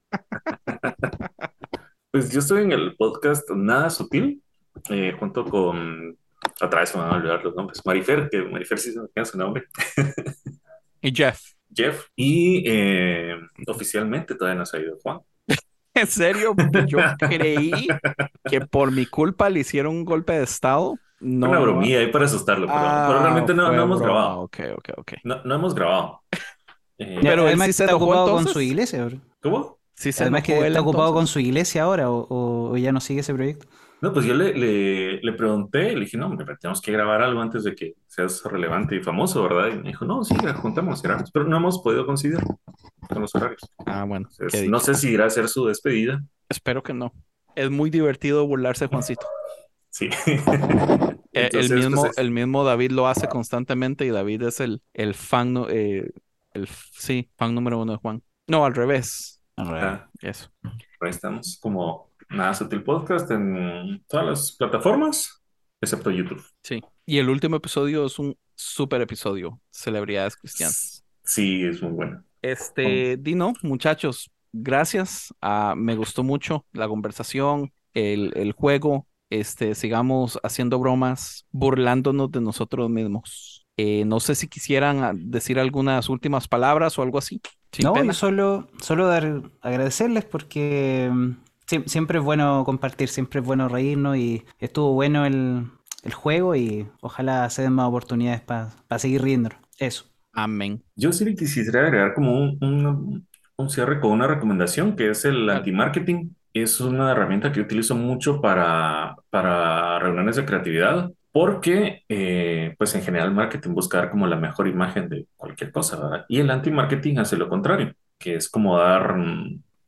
pues yo estoy en el podcast Nada Sutil, eh, junto con, otra vez me van a olvidar los nombres, Marifer, que Marifer sí se me queda su nombre, y Jeff. Jeff, y eh, oficialmente todavía no se ha ido Juan. En serio, yo creí que por mi culpa le hicieron un golpe de estado. No, Una no. bromilla ahí para asustarlo, pero, Ah, pero realmente no, fue no hemos broma. grabado. Ok, ok, ok. No, no hemos grabado. Eh, Ya, Pero él además sí que se está enojó ocupado con entonces. su iglesia, bro. ¿Cómo? Sí se Además que enojó él está ocupado con entonces. su iglesia ahora o, o ya no sigue ese proyecto. No, pues yo le, le, le pregunté, le dije, no, hombre, tenemos que grabar algo antes de que seas relevante y famoso, ¿verdad? Y me dijo, no, sí, juntamos, grabamos, pero no hemos podido coincidir con los horarios. Ah, bueno, qué Entonces, dicha. no sé si irá a hacer su despedida. Espero que no. Es muy divertido burlarse de Juancito. Sí. Eh, Entonces, el mismo, pues, es- el mismo David lo hace constantemente y David es el, el fan, no- eh, el, f- sí, fan número uno de Juan. No, al revés. ah, Eso. ahí estamos como Nada Sutil Podcast en todas las plataformas, excepto YouTube. Sí. Y el último episodio es un super episodio. Celebridades cristianas. Sí, es muy bueno. Este, Dino, muchachos, gracias. Ah, me gustó mucho la conversación, el, el juego. Este, sigamos haciendo bromas, burlándonos de nosotros mismos. Eh, no sé si quisieran ah, decir algunas últimas palabras o algo así. Sin No, pena. yo solo, solo dar, agradecerles porque mm, sie- siempre es bueno compartir, siempre es bueno reírnos y estuvo bueno el, el juego y ojalá se den más oportunidades para seguir riéndonos. Eso. Amén. Yo sí le quisiera agregar como un, un- un cierre con una recomendación que es el Dale. anti-marketing. Es una herramienta que utilizo mucho para, para reuniones de creatividad porque, eh, pues en general, marketing busca dar como la mejor imagen de cualquier cosa, ¿verdad? Y el anti-marketing hace lo contrario, que es como dar, mm,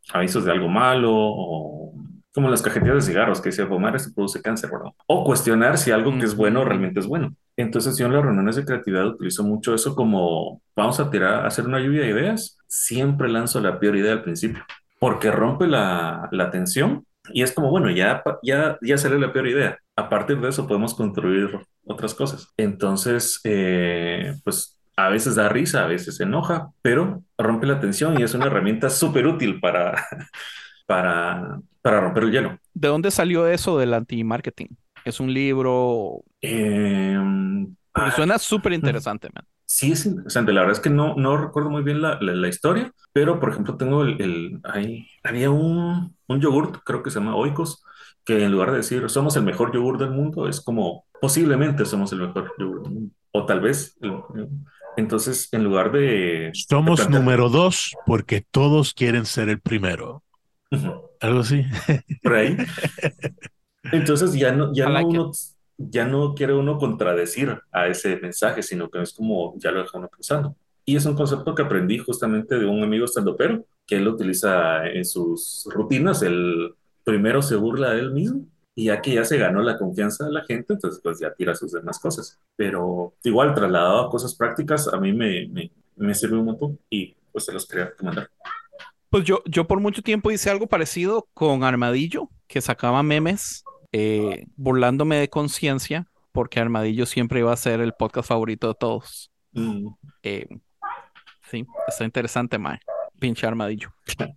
avisos de algo malo o como las cajetillas de cigarros que dice fumar esto produce cáncer, ¿verdad? O cuestionar si algo que es bueno realmente es bueno. Entonces yo en las reuniones de creatividad utilizo mucho eso como vamos a tirar, a hacer una lluvia de ideas. Siempre lanzo la peor idea al principio porque rompe la, la tensión y es como, bueno, ya, ya, ya salió la peor idea. A partir de eso podemos construir otras cosas. Entonces, eh, pues a veces da risa, a veces se enoja, pero rompe la tensión y es una herramienta súper útil para, para, para romper el hielo. ¿De dónde salió eso del anti-marketing? ¿Es un libro? Eh, Porque suena súper interesante, man. Sí, es interesante. La verdad es que no, no recuerdo muy bien la, la, la historia, pero por ejemplo tengo el, el ahí, había un, un yogurt, creo que se llama Oikos, que en lugar de decir somos el mejor yogur del mundo, es como posiblemente somos el mejor yogur del mundo. O tal vez, el- entonces en lugar de, de Somos plantear- número dos porque todos quieren ser el primero. Ujú, Algo así. por ahí. Entonces ya no, ya I no like it. uno, ya no quiere uno contradecir a ese mensaje, sino que es como ya lo deja uno pensando. Y es un concepto que aprendí justamente de un amigo estandopero, que él lo utiliza en sus rutinas. El primero se burla de él mismo, y ya que ya se ganó la confianza de la gente, entonces pues ya tira sus demás cosas. Pero igual, trasladado a cosas prácticas, a mí me, me, me sirve un montón y pues se los quería recomendar. Pues yo, yo por mucho tiempo hice algo parecido con Armadillo, que sacaba memes eh, burlándome de Conciencia, porque Armadillo siempre iba a ser el podcast favorito de todos. Mm. Eh, sí, está interesante, mae. Pinche Armadillo.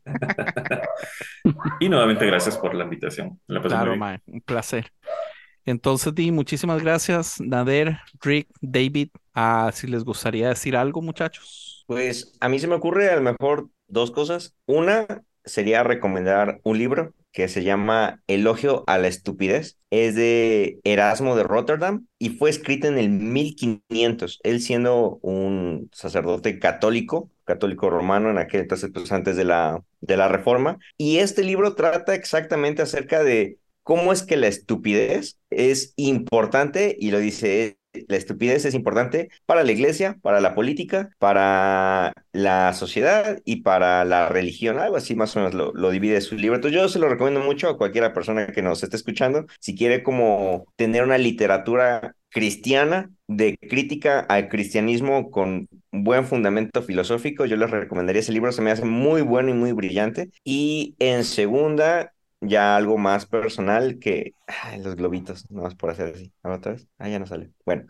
Y nuevamente gracias por la invitación. La pasé muy Claro, bien. mae, un placer. Entonces, Di, muchísimas gracias, Nader, Rick, David. Ah, si les gustaría decir algo, muchachos. Pues a mí se me ocurre a lo mejor dos cosas. Una sería recomendar un libro que se llama Elogio a la estupidez. Es de Erasmo de Rotterdam y fue escrito en el mil quinientos. Él siendo un sacerdote católico, católico romano en aquel entonces, pues antes de la, de la Reforma. Y este libro trata exactamente acerca de cómo es que la estupidez es importante, y lo dice, la estupidez es importante para la iglesia, para la política, para la sociedad y para la religión, algo así más o menos lo, lo divide su libro. Entonces yo se lo recomiendo mucho a cualquiera persona que nos esté escuchando, si quiere como tener una literatura cristiana de crítica al cristianismo con buen fundamento filosófico, yo les recomendaría ese libro, se me hace muy bueno y muy brillante. Y en segunda, ya algo más personal que ay, los globitos, no más por hacer así. ¿Ahora otra vez? Ah, ya no sale. Bueno.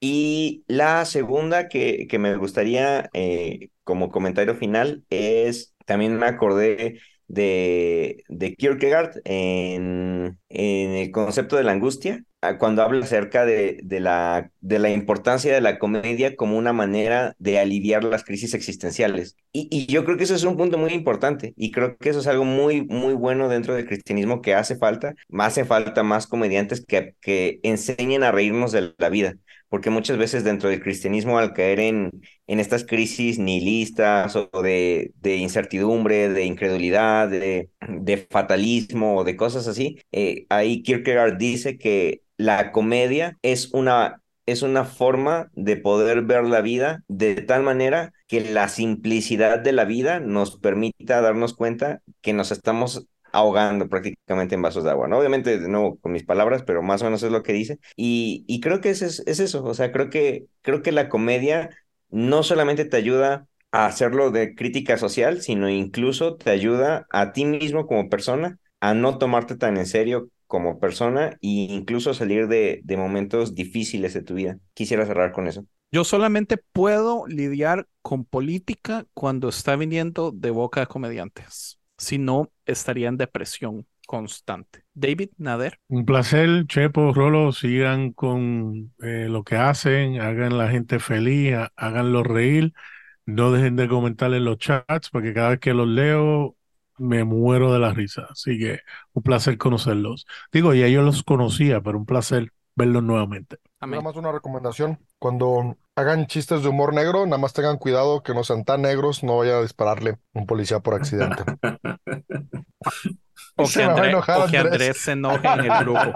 Y la segunda que, que me gustaría eh, como comentario final es, también me acordé de, de Kierkegaard en, en el concepto de la angustia, ah, cuando habla acerca de, de, la, de la importancia de la comedia como una manera de aliviar las crisis existenciales. Y, y yo creo que eso es un punto muy importante y creo que eso es algo muy, muy bueno dentro del cristianismo que hace falta. Hace falta más comediantes que, que enseñen a reírnos de la vida, porque muchas veces dentro del cristianismo al caer en, en estas crisis nihilistas o de, de incertidumbre, de incredulidad, de, de fatalismo o de cosas así, eh, ahí Kierkegaard dice que la comedia es una, es una forma de poder ver la vida de tal manera que la simplicidad de la vida nos permita darnos cuenta que nos estamos ahogando prácticamente en vasos de agua, ¿no? Obviamente, de nuevo, con mis palabras, pero más o menos es lo que dice. Y, y creo que es, es, es eso, o sea, creo que, creo que la comedia no solamente te ayuda a hacerlo de crítica social, sino incluso te ayuda a ti mismo como persona a no tomarte tan en serio como persona e incluso salir de, de momentos difíciles de tu vida. Quisiera cerrar con eso. Yo solamente puedo lidiar con política cuando está viniendo de boca de comediantes. Si no, estaría en depresión constante. David, Nader. Un placer, Chepo, Rolo, sigan con eh, lo que hacen, hagan la gente feliz, ha- háganlos reír, no dejen de comentar en los chats, porque cada vez que los leo me muero de la risa. Así que un placer conocerlos. Digo, ya yo los conocía, pero un placer verlos nuevamente. Amén. Nada más una recomendación. Cuando hagan chistes de humor negro, nada más tengan cuidado que no sean tan negros, no vaya a dispararle un policía por accidente. O Se que, me va a André- enojar o que Andrés. Andrés se enoje en el grupo.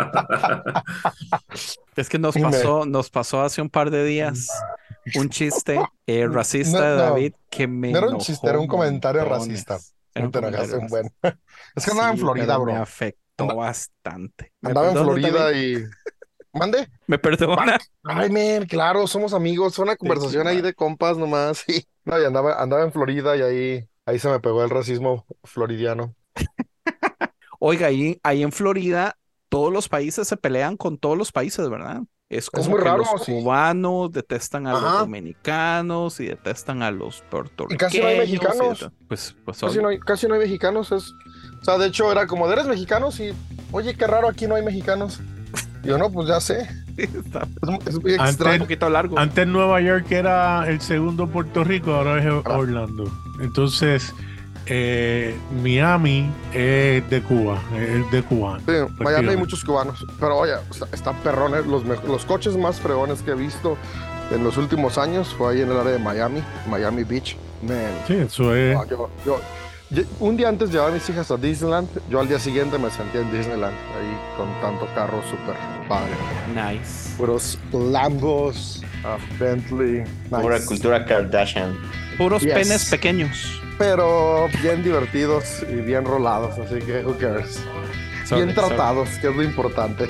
Es que nos Y me- pasó, nos pasó hace un par de días un chiste eh, racista No, de no, David que me no era un enojó chiste, era un comentario montones. racista. Era un Te enojaste comentario un buen. racista. Es que andaba en Sí, Florida, pero bro. me afectó Anda- bastante. ¿Me Andaba en perdonas, Florida David? y... ¿Mande? ¿Me perdona? Ay, men, claro, somos amigos. Fue una conversación ahí de compas nomás. Sí. No, y andaba, andaba en Florida y ahí, ahí se me pegó el racismo floridiano. Oiga, ahí, ahí en Florida, todos los países se pelean con todos los países, ¿verdad? Es Es como muy que raro, los sí. cubanos detestan a los Ajá. dominicanos y detestan a los Y casi no hay puertorriqueños. y mexicanos. de- pues, pues Casi obvio. no hay, casi no hay mexicanos. Es, o sea, de hecho, era como, ¿eres mexicanos? Y, oye, qué raro, aquí no hay mexicanos. Y yo, no, pues ya sé. Está Es, es muy Antes- extraño. un poquito largo. Antes Nueva York era el segundo Puerto Rico, ahora es Orlando. Entonces, eh, Miami es de Cuba, es de Cuba. Sí, Miami hay muchos cubanos. Pero oye, está- están perrones. Los, me- los coches más fregones que he visto en los últimos años fue ahí en el área de Miami, Miami Beach. Man, Sí, eso es. ah, yo- yo- yo- un día antes llevaba a mis hijas a Disneyland. Yo al día siguiente me sentía en Disneyland, ahí con tanto carro súper padre. Nice. Puros Lambos, ah, Bentley. Pura nice. cultura Kardashian. Puros Yes. penes pequeños. Pero bien divertidos y bien rolados, así que who cares. Sorry, Bien sorry. tratados, que es lo importante.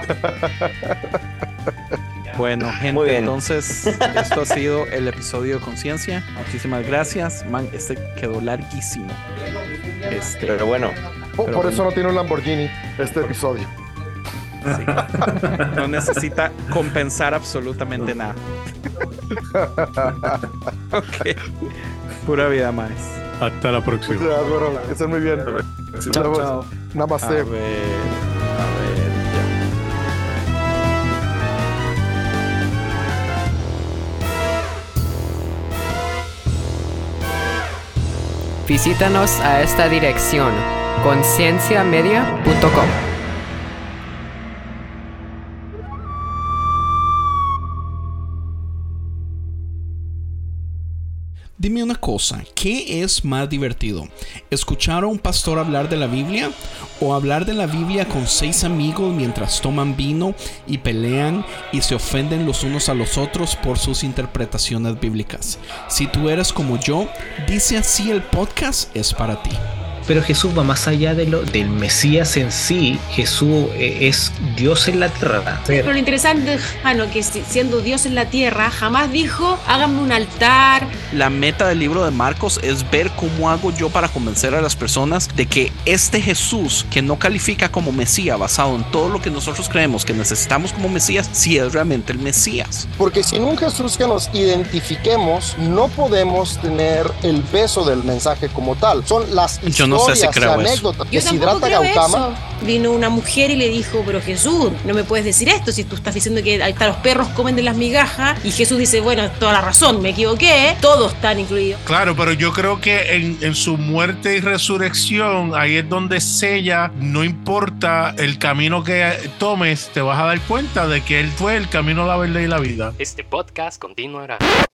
Bueno, gente, Muy bien. entonces esto ha sido el episodio de Conciencia. Muchísimas gracias. Man, este quedó larguísimo. Este, Pero bueno, Por, Pero por bueno. eso no tiene un Lamborghini este episodio. sí. No necesita compensar absolutamente nada. Ok. Pura vida más. Hasta la próxima. Muchas gracias, bueno, que estén muy bien. Chao, Nos vemos. chao. A Namaste. ver, a ver, ya. Visítanos a esta dirección, conciencia media punto com. Dime una cosa, ¿qué es más divertido? ¿Escuchar a un pastor hablar de la Biblia? ¿O hablar de la Biblia con seis amigos mientras toman vino y pelean y se ofenden los unos a los otros por sus interpretaciones bíblicas? Si tú eres como yo, Dice Así el podcast es para ti. Pero Jesús va más allá de lo, del Mesías en sí. Jesús eh, es Dios en la tierra. Pero lo interesante, Jano, que si- siendo Dios en la tierra, jamás dijo, háganme un altar. La meta del libro de Marcos es ver cómo hago yo para convencer a las personas de que este Jesús, que no califica como Mesías basado en todo lo que nosotros creemos que necesitamos como Mesías, sí es realmente el Mesías. Porque sin un Jesús que nos identifiquemos, no podemos tener el peso del mensaje como tal. Son las Yo no sé si historias y creo eso. anécdotas. Yo tampoco Desidrata creo Gautama. eso. Vino una mujer y le dijo, pero Jesús, no me puedes decir esto si tú estás diciendo que hasta los perros comen de las migajas. Y Jesús dice, bueno, toda la razón, me equivoqué, todos están incluidos. Claro, pero yo creo que en, en su muerte y resurrección, ahí es donde sella, no importa el camino que tomes, te vas a dar cuenta de que Él fue el camino, la verdad y la vida. Este podcast continuará.